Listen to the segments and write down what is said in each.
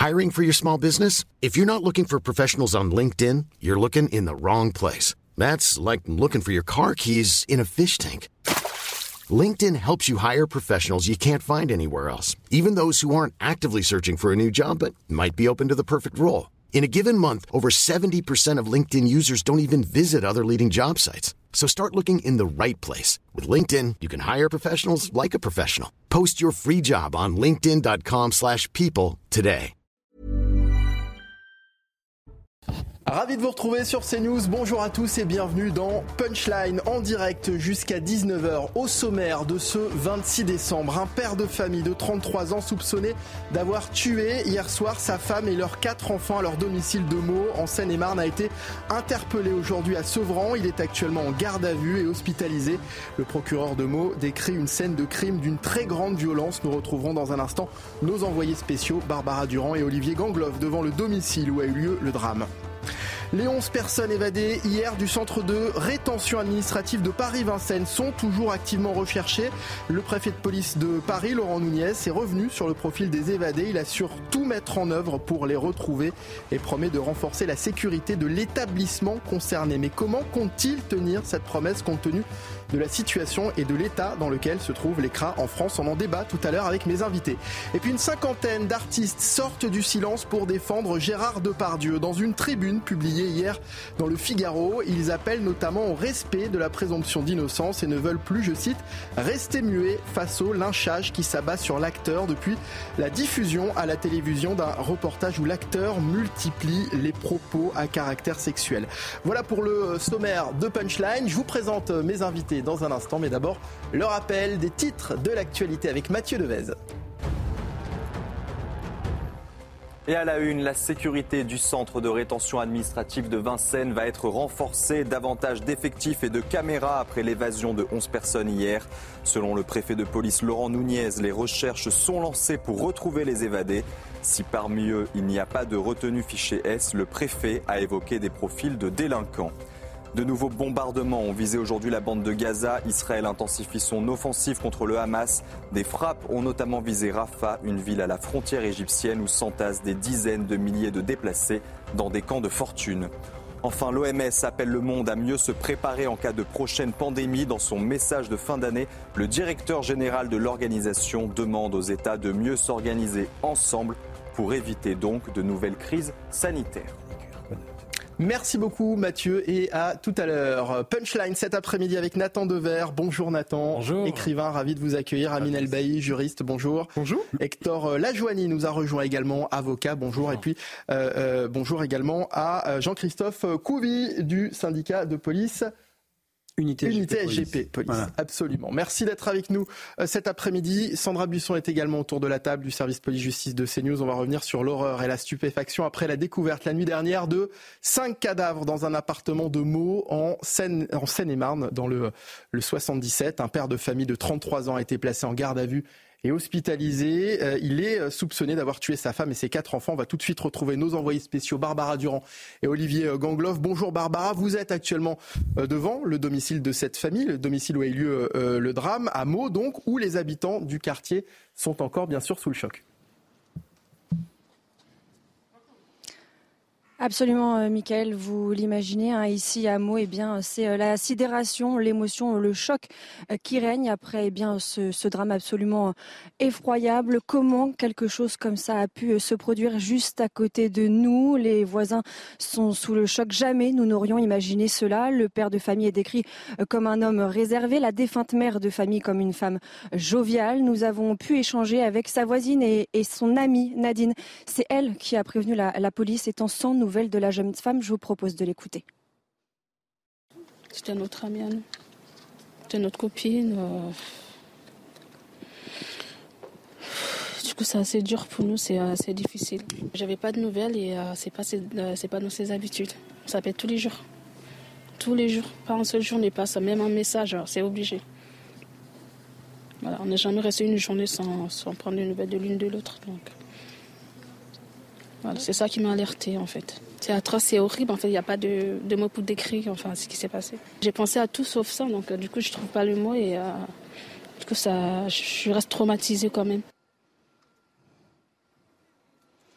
Hiring for your small business? If you're not looking for professionals on LinkedIn, you're looking in the wrong place. That's like looking for your car keys in a fish tank. LinkedIn helps you hire professionals you can't find anywhere else, even those who aren't actively searching for a new job but might be open to the perfect role. In a given month, over 70% of LinkedIn users don't even visit other leading job sites. So start looking in the right place. With LinkedIn, you can hire professionals like a professional. Post your free job on linkedin.com/people today. Ravi de vous retrouver sur CNews. Bonjour à tous et bienvenue dans Punchline en direct jusqu'à 19h. Au sommaire de ce 26 décembre, un père de famille de 33 ans soupçonné d'avoir tué hier soir sa femme et leurs 4 enfants à leur domicile de Meaux en Seine-et-Marne a été interpellé aujourd'hui à Sevran. Il est actuellement en garde à vue et hospitalisé. Le procureur de Meaux décrit une scène de crime d'une très grande violence. Nous retrouverons dans un instant nos envoyés spéciaux Barbara Durand et Olivier Gangloff devant le domicile où a eu lieu le drame. Les 11 personnes évadées hier du centre de rétention administrative de Paris-Vincennes sont toujours activement recherchées. Le préfet de police de Paris, Laurent Nunez, est revenu sur le profil des évadés. Il assure tout mettre en œuvre pour les retrouver et promet de renforcer la sécurité de l'établissement concerné. Mais comment compte-t-il tenir cette promesse compte tenu de la situation et de l'état dans lequel se trouve l'ECRA en France? On en débat tout à l'heure avec mes invités. Et puis une cinquantaine d'artistes sortent du silence pour défendre Gérard Depardieu. Dans une tribune publiée hier dans le Figaro, ils appellent notamment au respect de la présomption d'innocence et ne veulent plus, je cite, rester muets face au lynchage qui s'abat sur l'acteur depuis la diffusion à la télévision d'un reportage où l'acteur multiplie les propos à caractère sexuel. Voilà pour le sommaire de Punchline. Je vous présente mes invités dans un instant, mais d'abord le rappel des titres de l'actualité avec Mathieu Devez. Et à la une, la sécurité du centre de rétention administrative de Vincennes va être renforcée. Davantage d'effectifs et de caméras après l'évasion de 11 personnes hier. Selon le préfet de police Laurent Nunez, les recherches sont lancées pour retrouver les évadés. Si parmi eux, il n'y a pas de retenue fiché S, le préfet a évoqué des profils de délinquants. De nouveaux bombardements ont visé aujourd'hui la bande de Gaza. Israël intensifie son offensive contre le Hamas. Des frappes ont notamment visé Rafah, une ville à la frontière égyptienne où s'entassent des dizaines de milliers de déplacés dans des camps de fortune. Enfin, l'OMS appelle le monde à mieux se préparer en cas de prochaine pandémie. Dans son message de fin d'année, le directeur général de l'organisation demande aux États de mieux s'organiser ensemble pour éviter donc de nouvelles crises sanitaires. Merci beaucoup Mathieu et à tout à l'heure. Punchline cet après-midi avec Nathan Dever. Bonjour Nathan. Bonjour. Écrivain, ravi de vous accueillir. Amine Elbaï, juriste, bonjour. Bonjour. Hector Lajoigny nous a rejoint également, avocat, bonjour. Et puis bonjour également à Jean-Christophe Couvi du syndicat de police. Unité SGP Police, voilà. Absolument. Merci d'être avec nous cet après-midi. Sandra Buisson est également autour de la table du service police-justice de CNews. On va revenir sur l'horreur et la stupéfaction après la découverte la nuit dernière de 5 cadavres dans un appartement de Meaux en Seine-et-Marne, dans le 77. Un père de famille de 33 ans a été placé en garde à vue et hospitalisé. Il est soupçonné d'avoir tué sa femme et ses 4 enfants. On va tout de suite retrouver nos envoyés spéciaux Barbara Durand et Olivier Gangloff. Bonjour Barbara, vous êtes actuellement devant le domicile de cette famille, le domicile où a eu lieu le drame, à Meaux donc, où les habitants du quartier sont encore bien sûr sous le choc. Absolument, Mickaël, vous l'imaginez, ici à Meaux, c'est la sidération, l'émotion, le choc qui règne après ce drame absolument effroyable. Comment quelque chose comme ça a pu se produire juste à côté de nous? Les voisins sont sous le choc. Jamais nous n'aurions imaginé cela. Le père de famille est décrit comme un homme réservé, la défunte mère de famille comme une femme joviale. Nous avons pu échanger avec sa voisine et son amie Nadine. C'est elle qui a prévenu la police, étant sans nouvelles de la jeune femme. Je vous propose de l'écouter. C'était notre amie à nous. C'était notre copine. Du coup, c'est assez dur pour nous, c'est assez difficile. J'avais pas de nouvelles et c'est pas dans ses habitudes. On s'appelle tous les jours. Tous les jours. Pas un seul jour n'est pas ça. Même un message, c'est obligé. Voilà, on n'a jamais resté une journée sans prendre des nouvelles de l'une de l'autre. Donc. Voilà, c'est ça qui m'a alertée en fait. C'est atroce, c'est horrible. En fait, il n'y a pas de mots pour décrire ce qui s'est passé. J'ai pensé à tout sauf ça, donc du coup, je ne trouve pas le mot et du coup, je reste traumatisée quand même.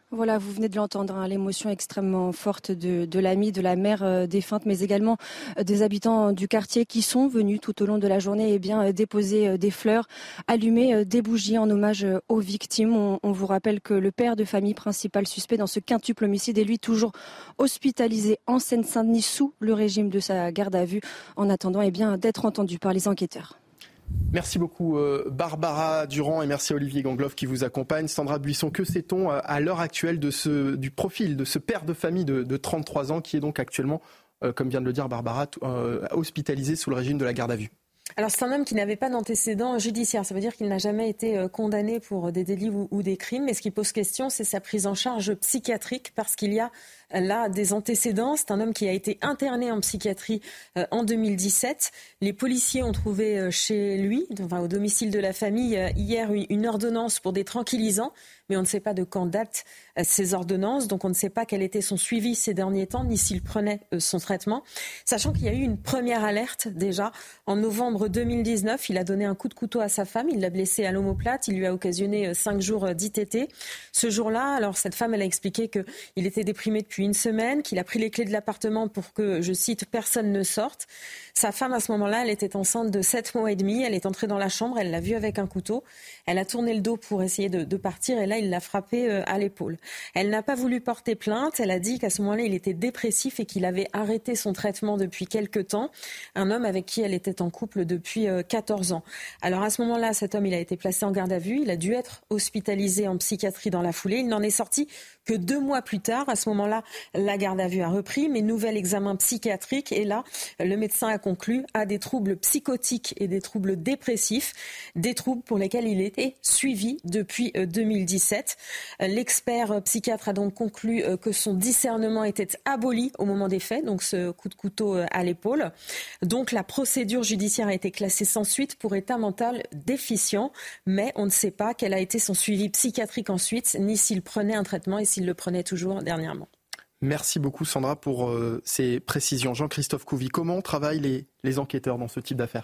Voilà, vous venez de l'entendre, l'émotion extrêmement forte de l'amie, de la mère défunte, mais également des habitants du quartier qui sont venus tout au long de la journée déposer des fleurs, allumer des bougies en hommage aux victimes. On vous rappelle que le père de famille principal suspect dans ce quintuple homicide est lui toujours hospitalisé en Seine-Saint-Denis sous le régime de sa garde à vue, en attendant d'être entendu par les enquêteurs. Merci beaucoup Barbara Durand et merci à Olivier Gangloff qui vous accompagne. Sandra Buisson, que sait-on à l'heure actuelle du profil de ce père de famille de 33 ans qui est donc actuellement, comme vient de le dire Barbara, hospitalisé sous le régime de la garde à vue? Alors c'est un homme qui n'avait pas d'antécédents judiciaires, ça veut dire qu'il n'a jamais été condamné pour des délits ou des crimes, mais ce qui pose question c'est sa prise en charge psychiatrique parce qu'il y a là des antécédents. C'est un homme qui a été interné en psychiatrie en 2017. Les policiers ont trouvé chez lui, au domicile de la famille, hier une ordonnance pour des tranquillisants, mais on ne sait pas de quand datent ces ordonnances, donc on ne sait pas quel était son suivi ces derniers temps, ni s'il prenait son traitement. Sachant qu'il y a eu une première alerte déjà en novembre 2019. Il a donné un coup de couteau à sa femme, il l'a blessée à l'omoplate, il lui a occasionné 5 jours d'ITT. Ce jour-là, alors cette femme, elle a expliqué qu'il était déprimé depuis une semaine, qu'il a pris les clés de l'appartement pour que, je cite, personne ne sorte. Sa femme, à ce moment-là, elle était enceinte de 7 mois et demi. Elle est entrée dans la chambre, elle l'a vu avec un couteau. Elle a tourné le dos pour essayer de partir et là, il l'a frappée à l'épaule. Elle n'a pas voulu porter plainte. Elle a dit qu'à ce moment-là, il était dépressif et qu'il avait arrêté son traitement depuis quelque temps. Un homme avec qui elle était en couple depuis 14 ans. Alors à ce moment-là, cet homme, il a été placé en garde à vue. Il a dû être hospitalisé en psychiatrie dans la foulée. Il n'en est sorti que 2 mois plus tard. À ce moment-là, la garde à vue a repris, mais nouvel examen psychiatrique. Et là, le médecin a conclu à des troubles psychotiques et des troubles dépressifs, des troubles pour lesquels il était suivi depuis 2017. L'expert psychiatre a donc conclu que son discernement était aboli au moment des faits, donc ce coup de couteau à l'épaule. Donc la procédure judiciaire a été classée sans suite pour état mental déficient, mais on ne sait pas quel a été son suivi psychiatrique ensuite, ni s'il prenait un traitement et s'il le prenait toujours dernièrement. Merci beaucoup Sandra pour ces précisions. Jean-Christophe Couvi, comment travaillent les enquêteurs dans ce type d'affaires ?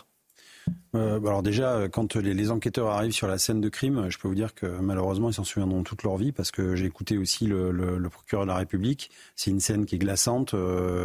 Alors déjà, quand les enquêteurs arrivent sur la scène de crime, je peux vous dire que malheureusement, ils s'en souviendront toute leur vie parce que j'ai écouté aussi le procureur de la République. C'est une scène qui est glaçante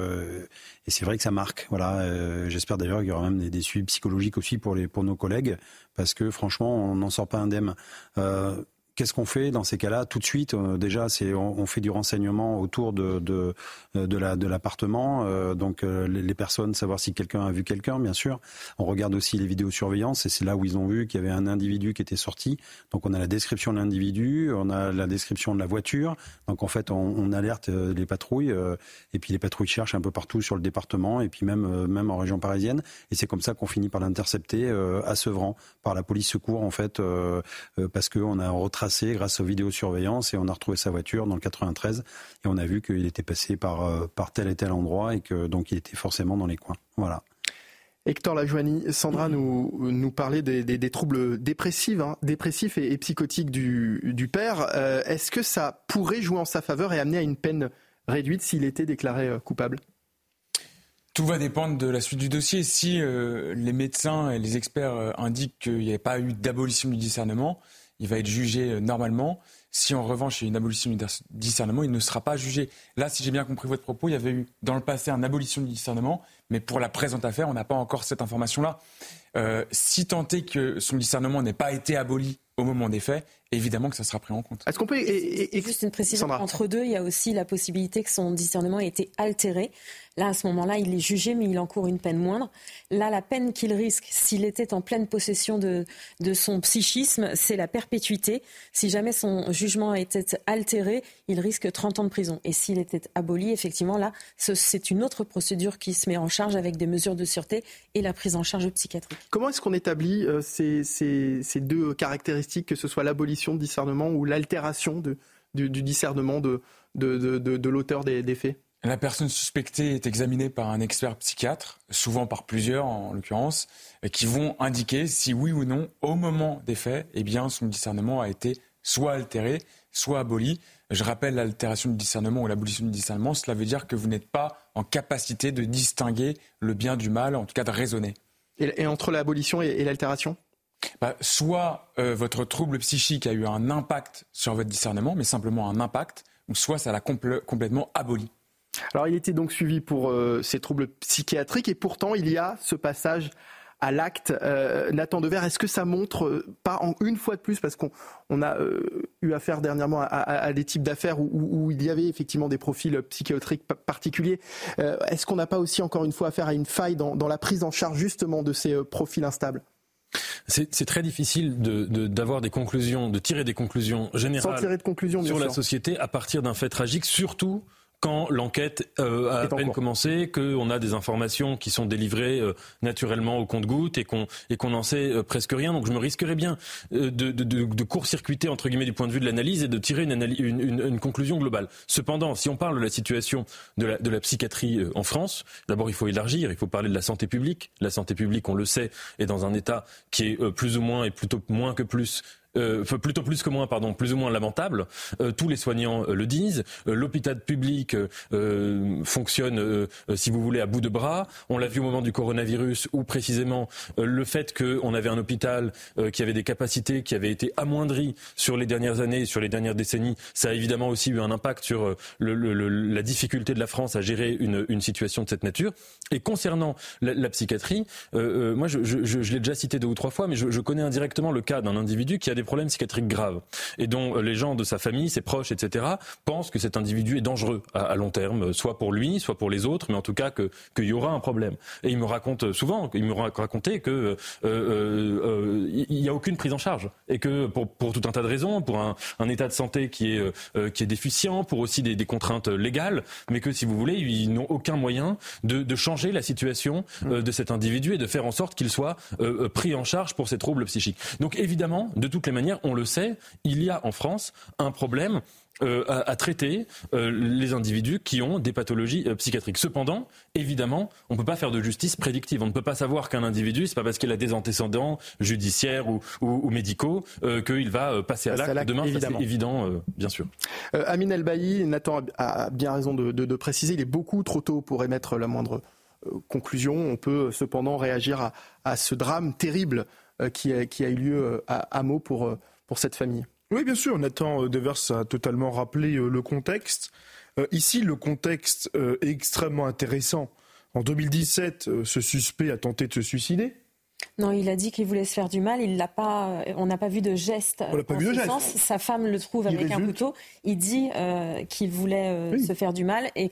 et c'est vrai que ça marque. Voilà. J'espère d'ailleurs qu'il y aura même des suivis psychologiques aussi pour nos collègues parce que franchement, on n'en sort pas indemne. Qu'est-ce qu'on fait dans ces cas-là ? Tout de suite, déjà, on fait du renseignement autour de l'appartement. Donc, les personnes, savoir si quelqu'un a vu quelqu'un, bien sûr. On regarde aussi les vidéosurveillances et c'est là où ils ont vu qu'il y avait un individu qui était sorti. Donc, on a la description de l'individu, on a la description de la voiture. Donc, en fait, on alerte les patrouilles et puis les patrouilles cherchent un peu partout sur le département et puis même en région parisienne. Et c'est comme ça qu'on finit par l'intercepter à Sevran par la police secours, en fait, parce qu'on a retracé grâce aux vidéosurveillances et on a retrouvé sa voiture dans le 93 et on a vu qu'il était passé par tel et tel endroit et que donc il était forcément dans les coins. Voilà. Hector Lajoigny, Sandra nous parlait des troubles dépressifs et psychotiques du père. Est-ce que ça pourrait jouer en sa faveur et amener à une peine réduite s'il était déclaré coupable ? Tout va dépendre de la suite du dossier. Si les médecins et les experts indiquent qu'il n'y avait pas eu d'abolition du discernement, il va être jugé normalement. Si en revanche il y a une abolition du discernement, il ne sera pas jugé. Là, si j'ai bien compris votre propos, il y avait eu dans le passé une abolition du discernement, mais pour la présente affaire, on n'a pas encore cette information-là. Si tant est que son discernement n'ait pas été aboli au moment des faits, évidemment que ça sera pris en compte. Est-ce qu'on peut juste une précision, Sandra. Entre deux, il y a aussi la possibilité que son discernement ait été altéré. Là, à ce moment-là, il est jugé, mais il encourt une peine moindre. Là, la peine qu'il risque, s'il était en pleine possession de son psychisme, c'est la perpétuité. Si jamais son jugement était altéré, il risque 30 ans de prison. Et s'il était aboli, effectivement, là, c'est une autre procédure qui se met en charge avec des mesures de sûreté et la prise en charge psychiatrique. Comment est-ce qu'on établit ces deux caractéristiques, que ce soit l'abolition de discernement ou l'altération du discernement de l'auteur des faits ? La personne suspectée est examinée par un expert psychiatre, souvent par plusieurs en l'occurrence, qui vont indiquer si oui ou non, au moment des faits, eh bien, son discernement a été soit altéré, soit aboli. Je rappelle l'altération du discernement ou l'abolition du discernement, cela veut dire que vous n'êtes pas en capacité de distinguer le bien du mal, en tout cas de raisonner. Et entre l'abolition et l'altération ? Soit votre trouble psychique a eu un impact sur votre discernement, mais simplement un impact, ou soit ça l'a complètement aboli. Alors il était donc suivi pour ces troubles psychiatriques et pourtant il y a ce passage à l'acte. Nathan Dever, est-ce que ça montre, pas une fois de plus, parce qu'on a eu affaire dernièrement à des types d'affaires où il y avait effectivement des profils psychiatriques particuliers, est-ce qu'on n'a pas aussi encore une fois affaire à une faille dans la prise en charge justement de ces profils instables ? C'est très difficile d'avoir des conclusions, de tirer des conclusions générales sans tirer de conclusion, sur la société à partir d'un fait tragique, surtout quand l'enquête a à peine commencé, qu'on a des informations qui sont délivrées naturellement au compte-gouttes et qu'on n'en sait presque rien. Donc je me risquerais bien de court-circuiter entre guillemets du point de vue de l'analyse et de tirer une conclusion globale. Cependant, si on parle de la situation de la psychiatrie en France, d'abord il faut élargir, il faut parler de la santé publique. La santé publique, on le sait, est dans un état qui est plus ou moins et plutôt moins que plus. Plutôt plus que moins, plus ou moins lamentable. Tous les soignants le disent. L'hôpital public fonctionne, si vous voulez, à bout de bras. On l'a vu au moment du coronavirus, où précisément le fait qu'on avait un hôpital qui avait des capacités qui avaient été amoindries sur les dernières années, sur les dernières décennies, ça a évidemment aussi eu un impact sur la difficulté de la France à gérer une situation de cette nature. Et concernant la psychiatrie, moi je l'ai déjà cité 2 ou 3 fois, mais je connais indirectement le cas d'un individu qui a des problèmes psychiatriques graves et dont les gens de sa famille, ses proches, etc. pensent que cet individu est dangereux à long terme, soit pour lui, soit pour les autres, mais en tout cas qu'il y aura un problème. Et il me raconte souvent, il me racontait que il n'y a aucune prise en charge et que pour tout un tas de raisons, pour un état de santé qui est déficient, pour aussi des contraintes légales, mais que si vous voulez, ils n'ont aucun moyen de changer la situation de cet individu et de faire en sorte qu'il soit pris en charge pour ses troubles psychiques. Donc évidemment, de toutes les manière, on le sait, il y a en France un problème à traiter les individus qui ont des pathologies psychiatriques. Cependant, évidemment, on ne peut pas faire de justice prédictive. On ne peut pas savoir qu'un individu, c'est pas parce qu'il a des antécédents judiciaires ou médicaux qu'il va passer à l'acte demain. Ça, c'est évident, bien sûr. Amine Elbaï, Nathan a bien raison de préciser, il est beaucoup trop tôt pour émettre la moindre conclusion. On peut cependant réagir à ce drame terrible qui a eu lieu à Meaux pour cette famille. Oui, bien sûr. Nathan Devers a totalement rappelé le contexte. Ici, le contexte est extrêmement intéressant. En 2017, ce suspect a tenté de se suicider. Non, il a dit qu'il voulait se faire du mal. Il l'a pas. On n'a pas vu de geste. On n'a pas vu de geste. Sa femme le trouve avec un couteau. Il dit qu'il voulait se faire du mal et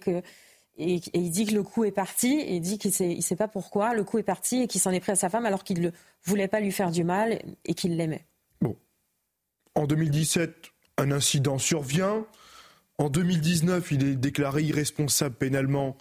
il dit que le coup est parti, et il dit qu'il ne sait pas pourquoi, le coup est parti et qu'il s'en est pris à sa femme alors qu'il ne voulait pas lui faire du mal et qu'il l'aimait. Bon. En 2017, un incident survient. En 2019, il est déclaré irresponsable pénalement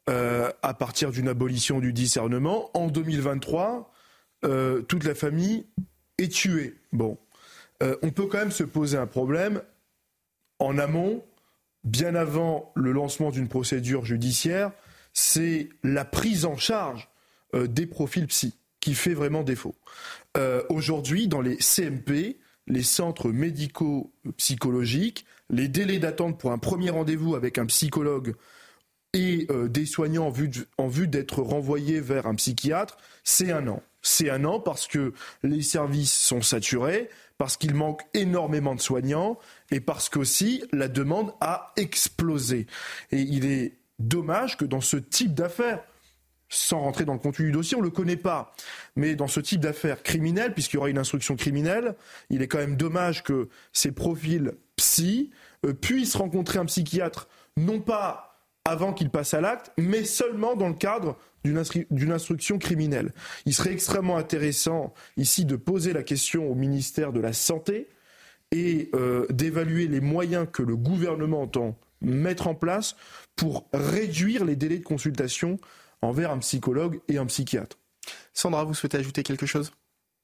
à partir d'une abolition du discernement. En 2023, toute la famille est tuée. Bon. On peut quand même se poser un problème en amont. Bien avant le lancement d'une procédure judiciaire, c'est la prise en charge des profils psy qui fait vraiment défaut. Aujourd'hui, dans les CMP, les centres médico-psychologiques, les délais d'attente pour un premier rendez-vous avec un psychologue et des soignants en vue d'être renvoyés vers un psychiatre, c'est 1 an. C'est 1 an parce que les services sont saturés, parce qu'il manque énormément de soignants et parce qu'aussi la demande a explosé. Et il est dommage que dans ce type d'affaires, sans rentrer dans le contenu du dossier, on ne le connaît pas, mais dans ce type d'affaires criminelles, puisqu'il y aura une instruction criminelle, il est quand même dommage que ces profils psy puissent rencontrer un psychiatre, non pas avant qu'il passe à l'acte, mais seulement dans le cadre d'une instruction criminelle. Il serait extrêmement intéressant ici de poser la question au ministère de la Santé et d'évaluer les moyens que le gouvernement entend mettre en place pour réduire les délais de consultation envers un psychologue et un psychiatre. Sandra, vous souhaitez ajouter quelque chose ?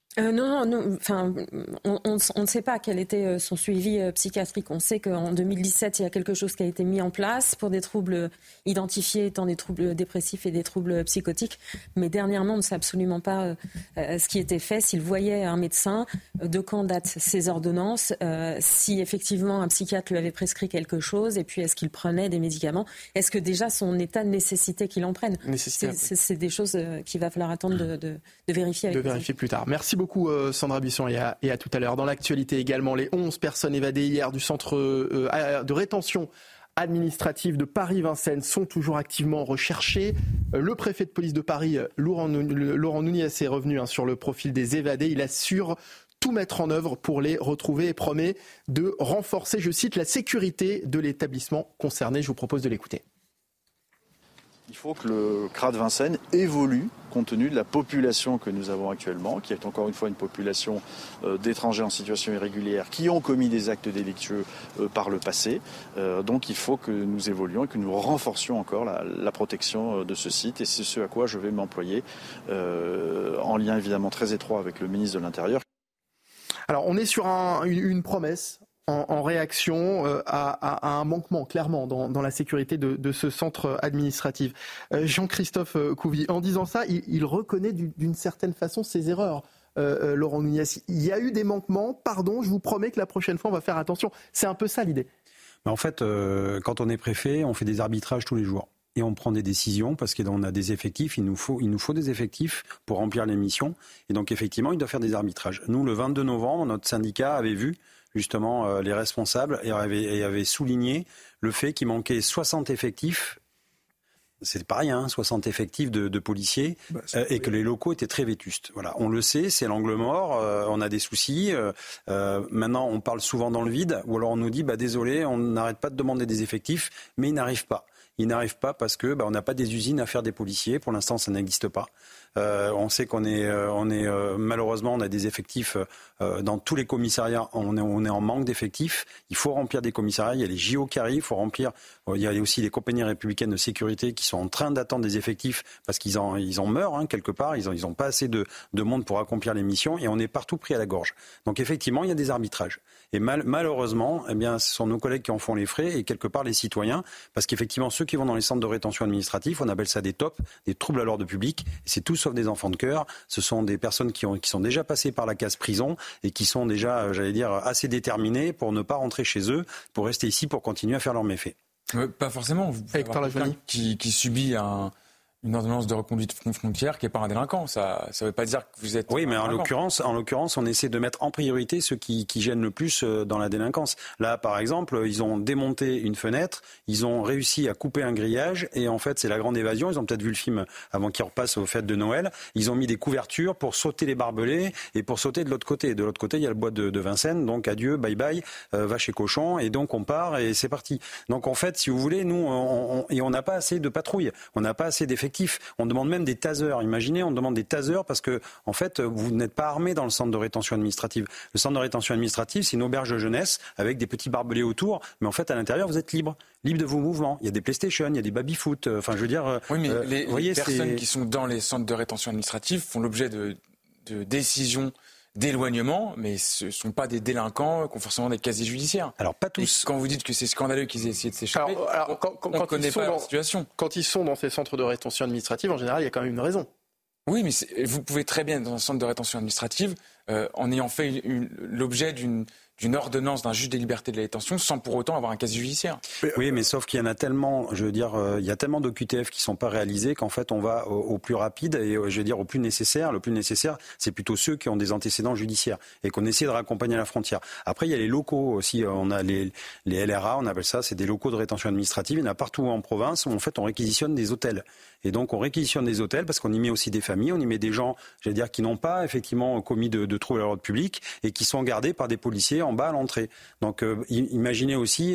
Non. Enfin, on ne sait pas quel était son suivi psychiatrique. On sait qu'en 2017, il y a quelque chose qui a été mis en place pour des troubles identifiés étant des troubles dépressifs et des troubles psychotiques. Mais dernièrement, on ne sait absolument pas ce qui était fait. S'il voyait un médecin, de quand datent ces ordonnances, si effectivement un psychiatre lui avait prescrit quelque chose, et puis est-ce qu'il prenait des médicaments, est-ce que déjà son état nécessitait qu'il en prenne. C'est des choses qu'il va falloir attendre de vérifier. De vérifier plus tard. Merci beaucoup. beaucoup Sandra Buisson et à tout à l'heure. Dans l'actualité également, les 11 personnes évadées hier du centre de rétention administrative de Paris-Vincennes sont toujours activement recherchées. Le préfet de police de Paris, Laurent Nunez, est revenu sur le profil des évadés. Il assure tout mettre en œuvre pour les retrouver et promet de renforcer, je cite, la sécurité de l'établissement concerné. Je vous propose de l'écouter. Il faut que le CRA de Vincennes évolue compte tenu de la population que nous avons actuellement, qui est encore une fois une population d'étrangers en situation irrégulière qui ont commis des actes délictueux par le passé. Donc il faut que nous évoluions et que nous renforcions encore la protection de ce site. Et c'est ce à quoi je vais m'employer, en lien évidemment très étroit avec le ministre de l'Intérieur. Alors on est sur une promesse en réaction à un manquement, clairement, dans la sécurité de ce centre administratif. Jean-Christophe Couvi, en disant ça, il reconnaît d'une certaine façon ses erreurs. Laurent Nunez, il y a eu des manquements, pardon, je vous promets que la prochaine fois on va faire attention. C'est un peu ça l'idée. Mais en fait, quand on est préfet, on fait des arbitrages tous les jours. Et on prend des décisions parce qu'on a des effectifs, il nous faut des effectifs pour remplir les missions. Et donc effectivement, il doit faire des arbitrages. Nous, le 22 novembre, notre syndicat avait vu justement les responsables et avait souligné le fait qu'il manquait 60 effectifs. C'est pas rien, 60 effectifs de policiers et que les locaux étaient très vétustes. Voilà, on le sait, c'est l'angle mort, on a des soucis. Maintenant, on parle souvent dans le vide ou alors on nous dit désolé, on n'arrête pas de demander des effectifs, mais ils n'arrivent pas. Ils n'arrivent pas parce que on n'a pas des usines à faire des policiers. Pour l'instant, ça n'existe pas. On sait qu'on est malheureusement, on a des effectifs dans tous les commissariats. On est en manque d'effectifs. Il faut remplir des commissariats. Il y a les JO qui arrivent. Il faut remplir. Il y a aussi les compagnies républicaines de sécurité qui sont en train d'attendre des effectifs parce qu'ils en meurent quelque part. Ils ont pas assez de monde pour accomplir les missions et on est partout pris à la gorge. Donc effectivement, il y a des arbitrages. Et malheureusement, ce sont nos collègues qui en font les frais et quelque part les citoyens, parce qu'effectivement, ceux qui vont dans les centres de rétention administrative, on appelle ça des TOP, des troubles à l'ordre public. C'est tout sauf des enfants de cœur. Ce sont des personnes qui sont déjà passées par la case prison et qui sont déjà, assez déterminées pour ne pas rentrer chez eux, pour rester ici, pour continuer à faire leurs méfaits. Pas forcément. Vous pouvez avoir quelqu'un qui subit une ordonnance de reconduite frontière qui n'est pas un délinquant. Ça ne veut pas dire que vous êtes... Oui, mais en l'occurrence, on essaie de mettre en priorité ceux qui gênent le plus dans la délinquance. Là, par exemple, ils ont démonté une fenêtre, ils ont réussi à couper un grillage, et en fait, c'est la grande évasion. Ils ont peut-être vu le film avant qu'ils repassent aux fêtes de Noël. Ils ont mis des couvertures pour sauter les barbelés et pour sauter de l'autre côté. De l'autre côté, il y a le bois de Vincennes, donc adieu, bye bye, va chez Cochon, et donc on part et c'est parti. Donc en fait, si vous voulez, nous, on n'a pas assez de patrouilles, on n'a pas assez d'effectifs. On demande même des tasers. Imaginez, on demande des tasers parce que, en fait, vous n'êtes pas armé dans le centre de rétention administrative. Le centre de rétention administrative, c'est une auberge de jeunesse avec des petits barbelés autour. Mais en fait, à l'intérieur, vous êtes libre de vos mouvements. Il y a des PlayStation, il y a des baby-foot. Enfin, je veux dire. Oui, mais les personnes qui sont dans les centres de rétention administrative font l'objet de décisions d'éloignement, mais ce ne sont pas des délinquants qui ont forcément des casiers judiciaires. Alors, pas tous. Et quand vous dites que c'est scandaleux qu'ils aient essayé de s'échapper, on ne connaît pas la situation. Quand ils sont dans ces centres de rétention administrative, en général, il y a quand même une raison. Oui, mais vous pouvez très bien être dans un centre de rétention administrative en ayant fait l'objet d'une ordonnance d'un juge des libertés de la détention sans pour autant avoir un casier judiciaire. Oui, mais sauf qu'il y en a tellement, il y a tellement d'OQTF qui ne sont pas réalisés qu'en fait on va au plus rapide et au plus nécessaire. Le plus nécessaire, c'est plutôt ceux qui ont des antécédents judiciaires et qu'on essaie de raccompagner à la frontière. Après, il y a les locaux aussi. On a les LRA, on appelle ça, c'est des locaux de rétention administrative. Il y en a partout en province où en fait on réquisitionne des hôtels. Et donc on réquisitionne des hôtels parce qu'on y met aussi des familles, on y met des gens, qui n'ont pas effectivement commis de troubles à l'ordre public et qui sont gardés par des policiers en bas à l'entrée. Donc imaginez aussi,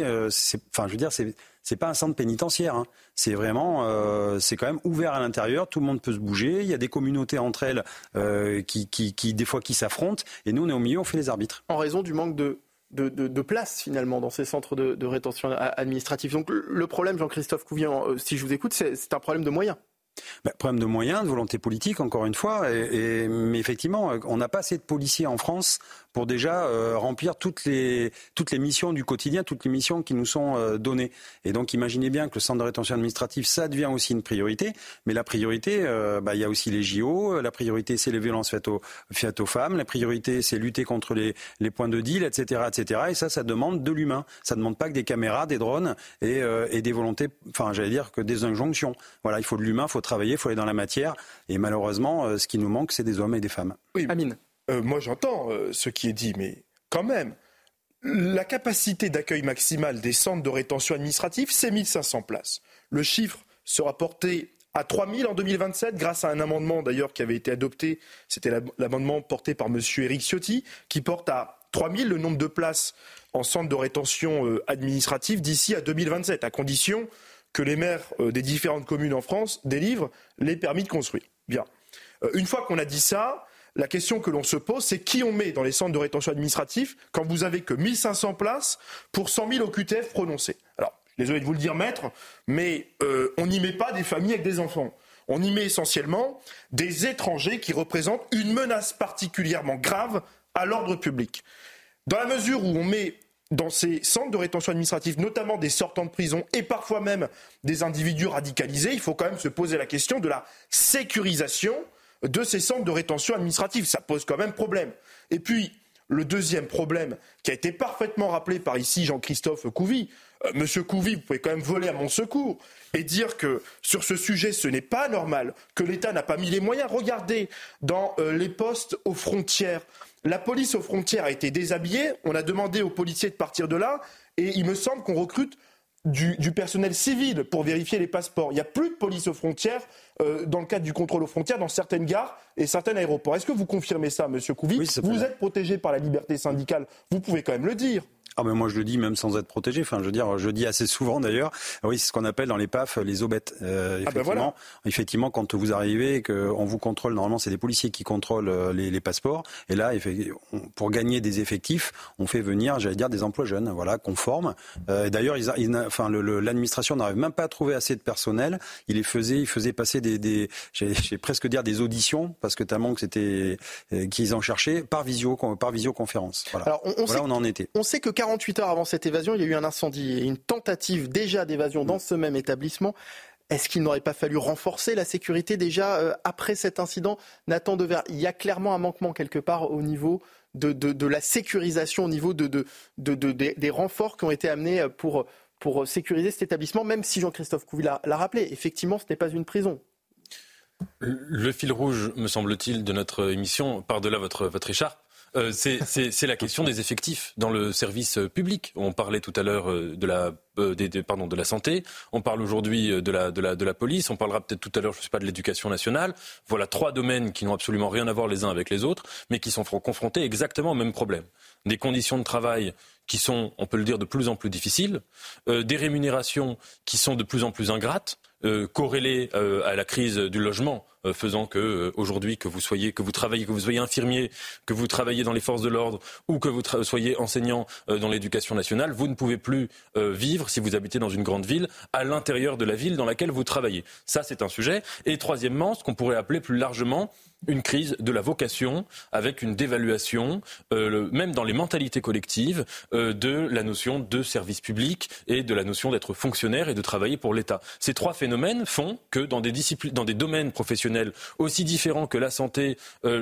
c'est pas un centre pénitentiaire, hein. C'est vraiment, c'est quand même ouvert à l'intérieur, tout le monde peut se bouger, il y a des communautés entre elles qui des fois qui s'affrontent et nous on est au milieu, on fait les arbitres. En raison du manque de place finalement dans ces centres de rétention administrative. Donc le problème, Jean-Christophe Couvian, si je vous écoute, c'est un problème de moyens. Problème de moyens, de volonté politique, encore une fois. Mais effectivement, on n'a pas assez de policiers en France pour déjà remplir toutes les missions du quotidien, toutes les missions qui nous sont données. Et donc, imaginez bien que le centre de rétention administrative, ça devient aussi une priorité. Mais la priorité, il y a aussi les JO. La priorité, c'est les violences faites aux femmes. La priorité, c'est lutter contre les points de deal, etc., etc. Et ça demande de l'humain. Ça ne demande pas que des caméras, des drones et des volontés, que des injonctions. Voilà, il faut de l'humain, il faut travailler, il faut aller dans la matière. Et malheureusement, ce qui nous manque, c'est des hommes et des femmes. Oui, Amine. Moi j'entends ce qui est dit, mais quand même, la capacité d'accueil maximale des centres de rétention administrative, c'est 1500 places. Le chiffre sera porté à 3000 en 2027 grâce à un amendement d'ailleurs qui avait été adopté. C'était l'amendement porté par M. Éric Ciotti qui porte à 3000 le nombre de places en centre de rétention administrative d'ici à 2027, à condition que les maires des différentes communes en France délivrent les permis de construire. Bien. Une fois qu'on a dit ça, la question que l'on se pose, c'est qui on met dans les centres de rétention administrative quand vous avez que 1500 places pour 100 000 OQTF prononcés. Alors, désolé de vous le dire, maître, mais on n'y met pas des familles avec des enfants. On y met essentiellement des étrangers qui représentent une menace particulièrement grave à l'ordre public. Dans la mesure où on met dans ces centres de rétention administrative, notamment des sortants de prison et parfois même des individus radicalisés, il faut quand même se poser la question de la sécurisation de ces centres de rétention administrative. Ça pose quand même problème. Et puis, le deuxième problème, qui a été parfaitement rappelé par ici Jean-Christophe Couvi, Monsieur Couvi, vous pouvez quand même voler à mon secours et dire que sur ce sujet, ce n'est pas normal, que l'État n'a pas mis les moyens. Regardez, dans les postes aux frontières, la police aux frontières a été déshabillée, on a demandé aux policiers de partir de là, et il me semble qu'on recrute du personnel civil pour vérifier les passeports. Il n'y a plus de police aux frontières dans le cadre du contrôle aux frontières dans certaines gares et certains aéroports. Est-ce que vous confirmez ça, Monsieur Couvi ? Oui, vous êtes protégé par la liberté syndicale, vous pouvez quand même le dire. Ah mais moi je le dis même sans être protégé. Enfin, je dis assez souvent d'ailleurs. Oui, c'est ce qu'on appelle dans les PAF les aubettes. Effectivement, quand vous arrivez et qu'on vous contrôle, normalement c'est des policiers qui contrôlent les passeports. Et là, pour gagner des effectifs, on fait venir, des emplois jeunes, qu'on forme. D'ailleurs, l'administration n'arrive même pas à trouver assez de personnel. Il faisait passer j'ai presque dire des auditions parce que tellement que c'était qu'ils en cherchaient par visioconférence. Voilà. Alors on en était. On sait que 48 heures avant cette évasion, il y a eu un incendie et une tentative déjà d'évasion dans ce même établissement. Est-ce qu'il n'aurait pas fallu renforcer la sécurité déjà après cet incident ? Nathan Dever, il y a clairement un manquement quelque part au niveau de la sécurisation, au niveau des renforts qui ont été amenés pour sécuriser cet établissement, même si Jean-Christophe Couvi l'a rappelé. Effectivement, ce n'est pas une prison. Le fil rouge, me semble-t-il, de notre émission, par-delà votre écharpe, c'est la question des effectifs dans le service public. On parlait tout à l'heure de la santé, on parle aujourd'hui de la police, on parlera peut-être tout à l'heure, de l'éducation nationale. Voilà 3 domaines qui n'ont absolument rien à voir les uns avec les autres, mais qui sont confrontés exactement au même problème. Des conditions de travail qui sont, on peut le dire, de plus en plus difficiles, des rémunérations qui sont de plus en plus ingrates, corrélées à la crise du logement, faisant que aujourd'hui que vous soyez infirmier, que vous travaillez dans les forces de l'ordre ou que vous soyez enseignant dans l'éducation nationale, vous ne pouvez plus vivre si vous habitez dans une grande ville à l'intérieur de la ville dans laquelle vous travaillez. Ça, c'est un sujet. Et troisièmement, ce qu'on pourrait appeler plus largement une crise de la vocation avec une dévaluation, même dans les mentalités collectives, de la notion de service public et de la notion d'être fonctionnaire et de travailler pour l'État. Ces 3 phénomènes font que dans des domaines professionnels aussi différents que la santé,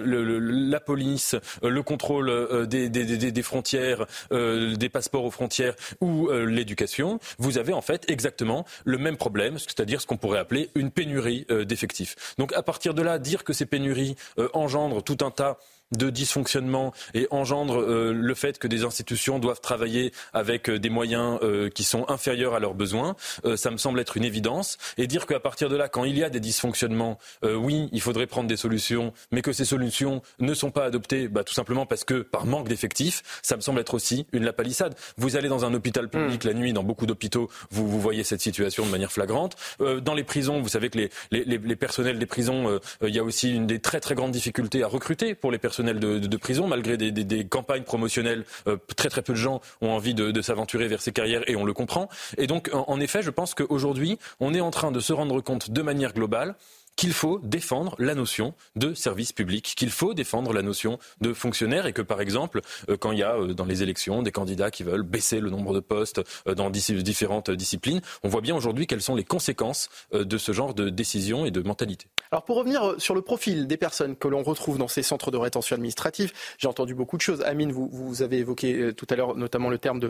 la police, le contrôle des frontières, des passeports aux frontières ou l'éducation, vous avez en fait exactement le même problème, c'est-à-dire ce qu'on pourrait appeler une pénurie d'effectifs. Donc à partir de là, dire que ces pénuries engendre tout un tas de dysfonctionnement et engendre le fait que des institutions doivent travailler avec des moyens qui sont inférieurs à leurs besoins, ça me semble être une évidence. Et dire qu'à partir de là, quand il y a des dysfonctionnements, oui, il faudrait prendre des solutions, mais que ces solutions ne sont pas adoptées, tout simplement parce que par manque d'effectifs, ça me semble être aussi une lapalissade. Vous allez dans un hôpital public la nuit, dans beaucoup d'hôpitaux, vous voyez cette situation de manière flagrante. Dans les prisons, vous savez que les personnels des prisons, il y a aussi une des très très grandes difficultés à recruter pour les personnels de prison, malgré des campagnes promotionnelles. Très très peu de gens ont envie de s'aventurer vers ces carrières et on le comprend. Et donc, en effet, je pense qu'aujourd'hui, on est en train de se rendre compte de manière globale qu'il faut défendre la notion de service public, qu'il faut défendre la notion de fonctionnaire et que, par exemple, quand il y a dans les élections des candidats qui veulent baisser le nombre de postes dans différentes disciplines, on voit bien aujourd'hui quelles sont les conséquences de ce genre de décision et de mentalité. Alors pour revenir sur le profil des personnes que l'on retrouve dans ces centres de rétention administrative, j'ai entendu beaucoup de choses. Amine, vous avez évoqué tout à l'heure notamment le terme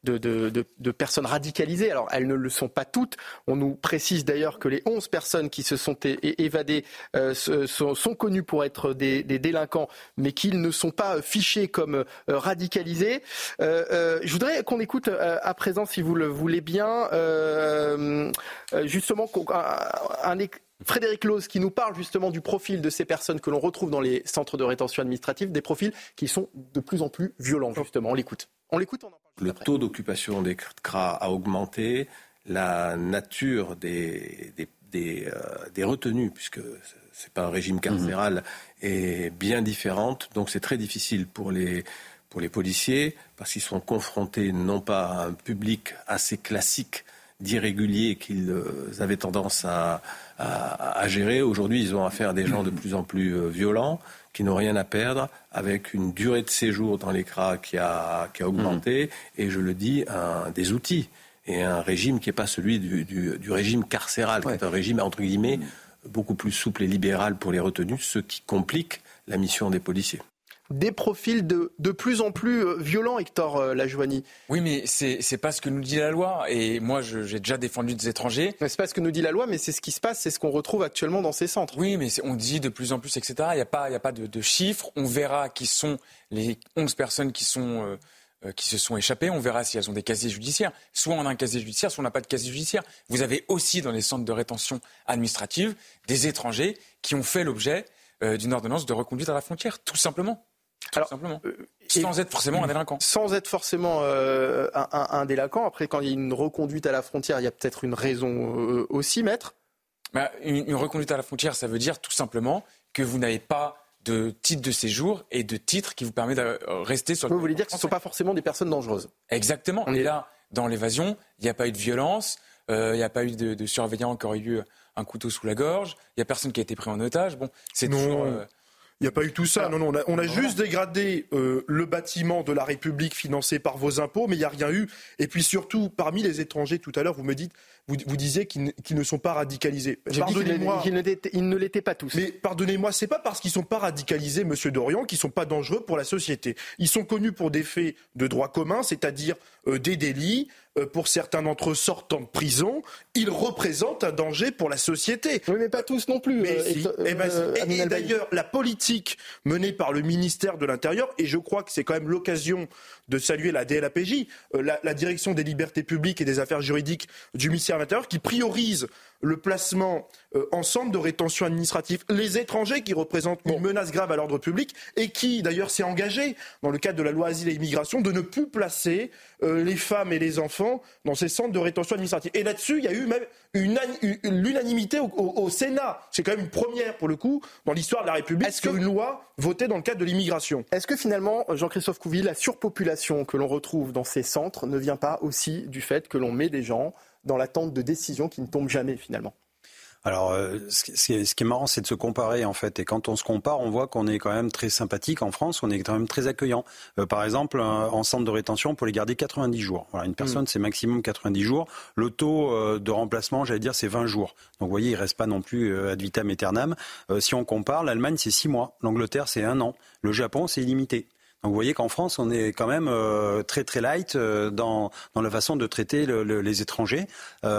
de personnes radicalisées. Alors elles ne le sont pas toutes. On nous précise d'ailleurs que les 11 personnes qui se sont évadés sont connus pour être des délinquants, mais qu'ils ne sont pas fichés comme radicalisés. Je voudrais qu'on écoute à présent, si vous le voulez bien, justement Frédéric Loos qui nous parle justement du profil de ces personnes que l'on retrouve dans les centres de rétention administrative, des profils qui sont de plus en plus violents justement. On l'écoute, on en parle. Le taux d'occupation des CRA a augmenté, la nature des retenus, puisque c'est pas un régime carcéral, est bien différente, donc c'est très difficile pour les policiers, parce qu'ils sont confrontés non pas à un public assez classique d'irréguliers qu'ils avaient tendance à gérer. Aujourd'hui, ils ont affaire à des gens de plus en plus violents, qui n'ont rien à perdre, avec une durée de séjour dans les CRA qui a augmenté, et je le dis, des outils, et un régime qui n'est pas celui du régime carcéral, qui est un régime, entre guillemets, beaucoup plus souple et libéral pour les retenus, ce qui complique la mission des policiers. Des profils de plus en plus violents, Hector Lajoigny. Oui, mais c'est pas ce que nous dit la loi. Et moi, j'ai déjà défendu des étrangers. Mais c'est pas ce que nous dit la loi, mais c'est ce qui se passe, c'est ce qu'on retrouve actuellement dans ces centres. Oui, mais on dit de plus en plus, etc. Il n'y a pas de chiffres. On verra qui sont les 11 personnes qui se sont échappées. On verra si elles ont des casiers judiciaires. Soit on a un casier judiciaire, soit on n'a pas de casier judiciaire. Vous avez aussi dans les centres de rétention administrative des étrangers qui ont fait l'objet d'une ordonnance de reconduite à la frontière, tout simplement. Sans être forcément un délinquant. Sans être forcément un délinquant. Après, quand il y a une reconduite à la frontière, il y a peut-être une raison aussi, maître. Une reconduite à la frontière, ça veut dire tout simplement que vous n'avez pas de titre de séjour et de titre qui vous permet de rester sur le territoire. Vous voulez dire que ce ne sont pas forcément des personnes dangereuses. Exactement. On est là dans l'évasion, il n'y a pas eu de violence, il n'y a pas eu de surveillant qui aurait eu un couteau sous la gorge, il n'y a personne qui a été pris en otage. Bon, c'est toujours... Il n'y a pas eu tout ça. Non, on a juste dégradé le bâtiment de la République financé par vos impôts, mais il n'y a rien eu. Et puis surtout, parmi les étrangers, tout à l'heure, vous disiez qu'ils ne sont pas radicalisés. Pardonnez-moi. Ils ne l'étaient pas tous. Mais pardonnez-moi, c'est pas parce qu'ils ne sont pas radicalisés, Monsieur Dorian, qu'ils ne sont pas dangereux pour la société. Ils sont connus pour des faits de droit commun, c'est-à-dire des délits. Pour certains d'entre eux sortant de prison, ils représentent un danger pour la société. Oui, mais pas tous non plus. Et d'ailleurs, la politique menée par le ministère de l'Intérieur, et je crois que c'est quand même l'occasion de saluer la DLAPJ, la Direction des libertés publiques et des affaires juridiques du ministère de l'Intérieur, qui priorise le placement en centre de rétention administrative, les étrangers qui représentent une menace grave à l'ordre public et qui d'ailleurs s'est engagé dans le cadre de la loi Asile et Immigration de ne plus placer les femmes et les enfants dans ces centres de rétention administrative. Et là-dessus, il y a eu même l'unanimité au Sénat. C'est quand même une première pour le coup dans l'histoire de la République sur une loi votée dans le cadre de l'immigration. Est-ce que finalement, Jean-Christophe Couvi, la surpopulation que l'on retrouve dans ces centres ne vient pas aussi du fait que l'on met des gens dans l'attente de décisions qui ne tombent jamais finalement? Alors, ce qui est marrant, c'est de se comparer en fait. Et quand on se compare, on voit qu'on est quand même très sympathique en France, on est quand même très accueillant. Par exemple, en centre de rétention, on peut les garder 90 jours. Voilà, une personne, c'est maximum 90 jours. Le taux de remplacement, j'allais dire, c'est 20 jours. Donc, vous voyez, il ne reste pas non plus ad vitam aeternam. Si on compare, l'Allemagne, c'est 6 mois. L'Angleterre, c'est 1 an. Le Japon, c'est illimité. Donc vous voyez qu'en France, on est quand même très très light dans la façon de traiter les étrangers.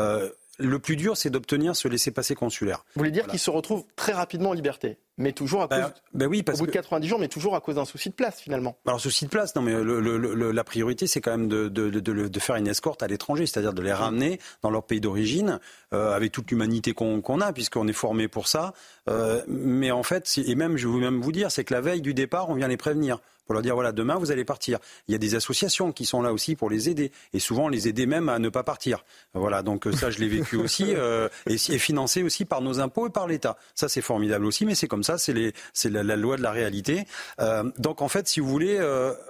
Le plus dur, c'est d'obtenir ce laissez-passer consulaire. Vous voulez dire qu'ils se retrouvent très rapidement en liberté, mais toujours à cause, oui, parce au bout de 90 jours, mais toujours à cause d'un souci de place finalement. Alors souci de place, non, mais la priorité, c'est quand même de faire une escorte à l'étranger, c'est-à-dire de les ramener dans leur pays d'origine, avec toute l'humanité qu'on a, puisqu'on est formé pour ça. Mais en fait, et même, je vais même vous dire, c'est que la veille du départ, on vient les prévenir. Pour leur dire, voilà, demain, vous allez partir. Il y a des associations qui sont là aussi pour les aider. Et souvent, les aider même à ne pas partir. Voilà, donc ça, je l'ai vécu aussi. Et financé aussi par nos impôts et par l'État. Ça, c'est formidable aussi, mais c'est comme ça, c'est la loi de la réalité. Donc, en fait, si vous voulez,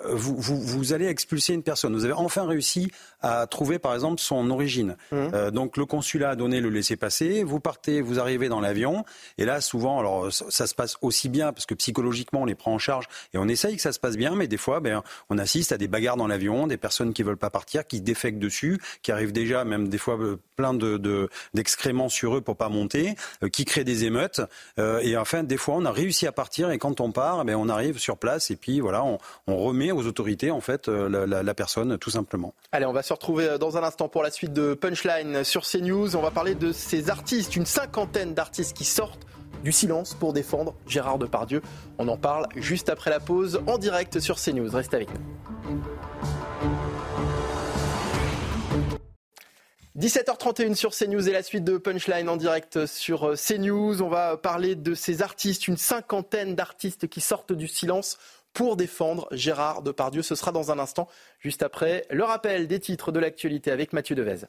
vous allez expulser une personne. Vous avez enfin réussi à trouver, par exemple, son origine. Donc, le consulat a donné le laissez-passer. Vous partez, vous arrivez dans l'avion. Et là, souvent, alors, ça se passe aussi bien, parce que psychologiquement, on les prend en charge. Et on essaye que ça se passe bien, mais des fois, on assiste à des bagarres dans l'avion, des personnes qui veulent pas partir, qui défèquent dessus, qui arrivent déjà, même des fois, plein d'excréments sur eux pour pas monter, qui créent des émeutes. Et enfin, des fois, on a réussi à partir, et quand on part, on arrive sur place, et puis voilà, on remet aux autorités, en fait, la personne, tout simplement. Allez, on va se retrouver dans un instant pour la suite de Punchline sur CNews. On va parler de ces artistes, une 50aine d'artistes qui sortent du silence pour défendre Gérard Depardieu. On en parle juste après la pause en direct sur CNews. Restez avec nous. 17h31 sur CNews et la suite de Punchline en direct sur CNews. On va parler de ces artistes, une cinquantaine d'artistes qui sortent du silence pour défendre Gérard Depardieu. Ce sera dans un instant, juste après le rappel des titres de l'actualité avec Mathieu Devez.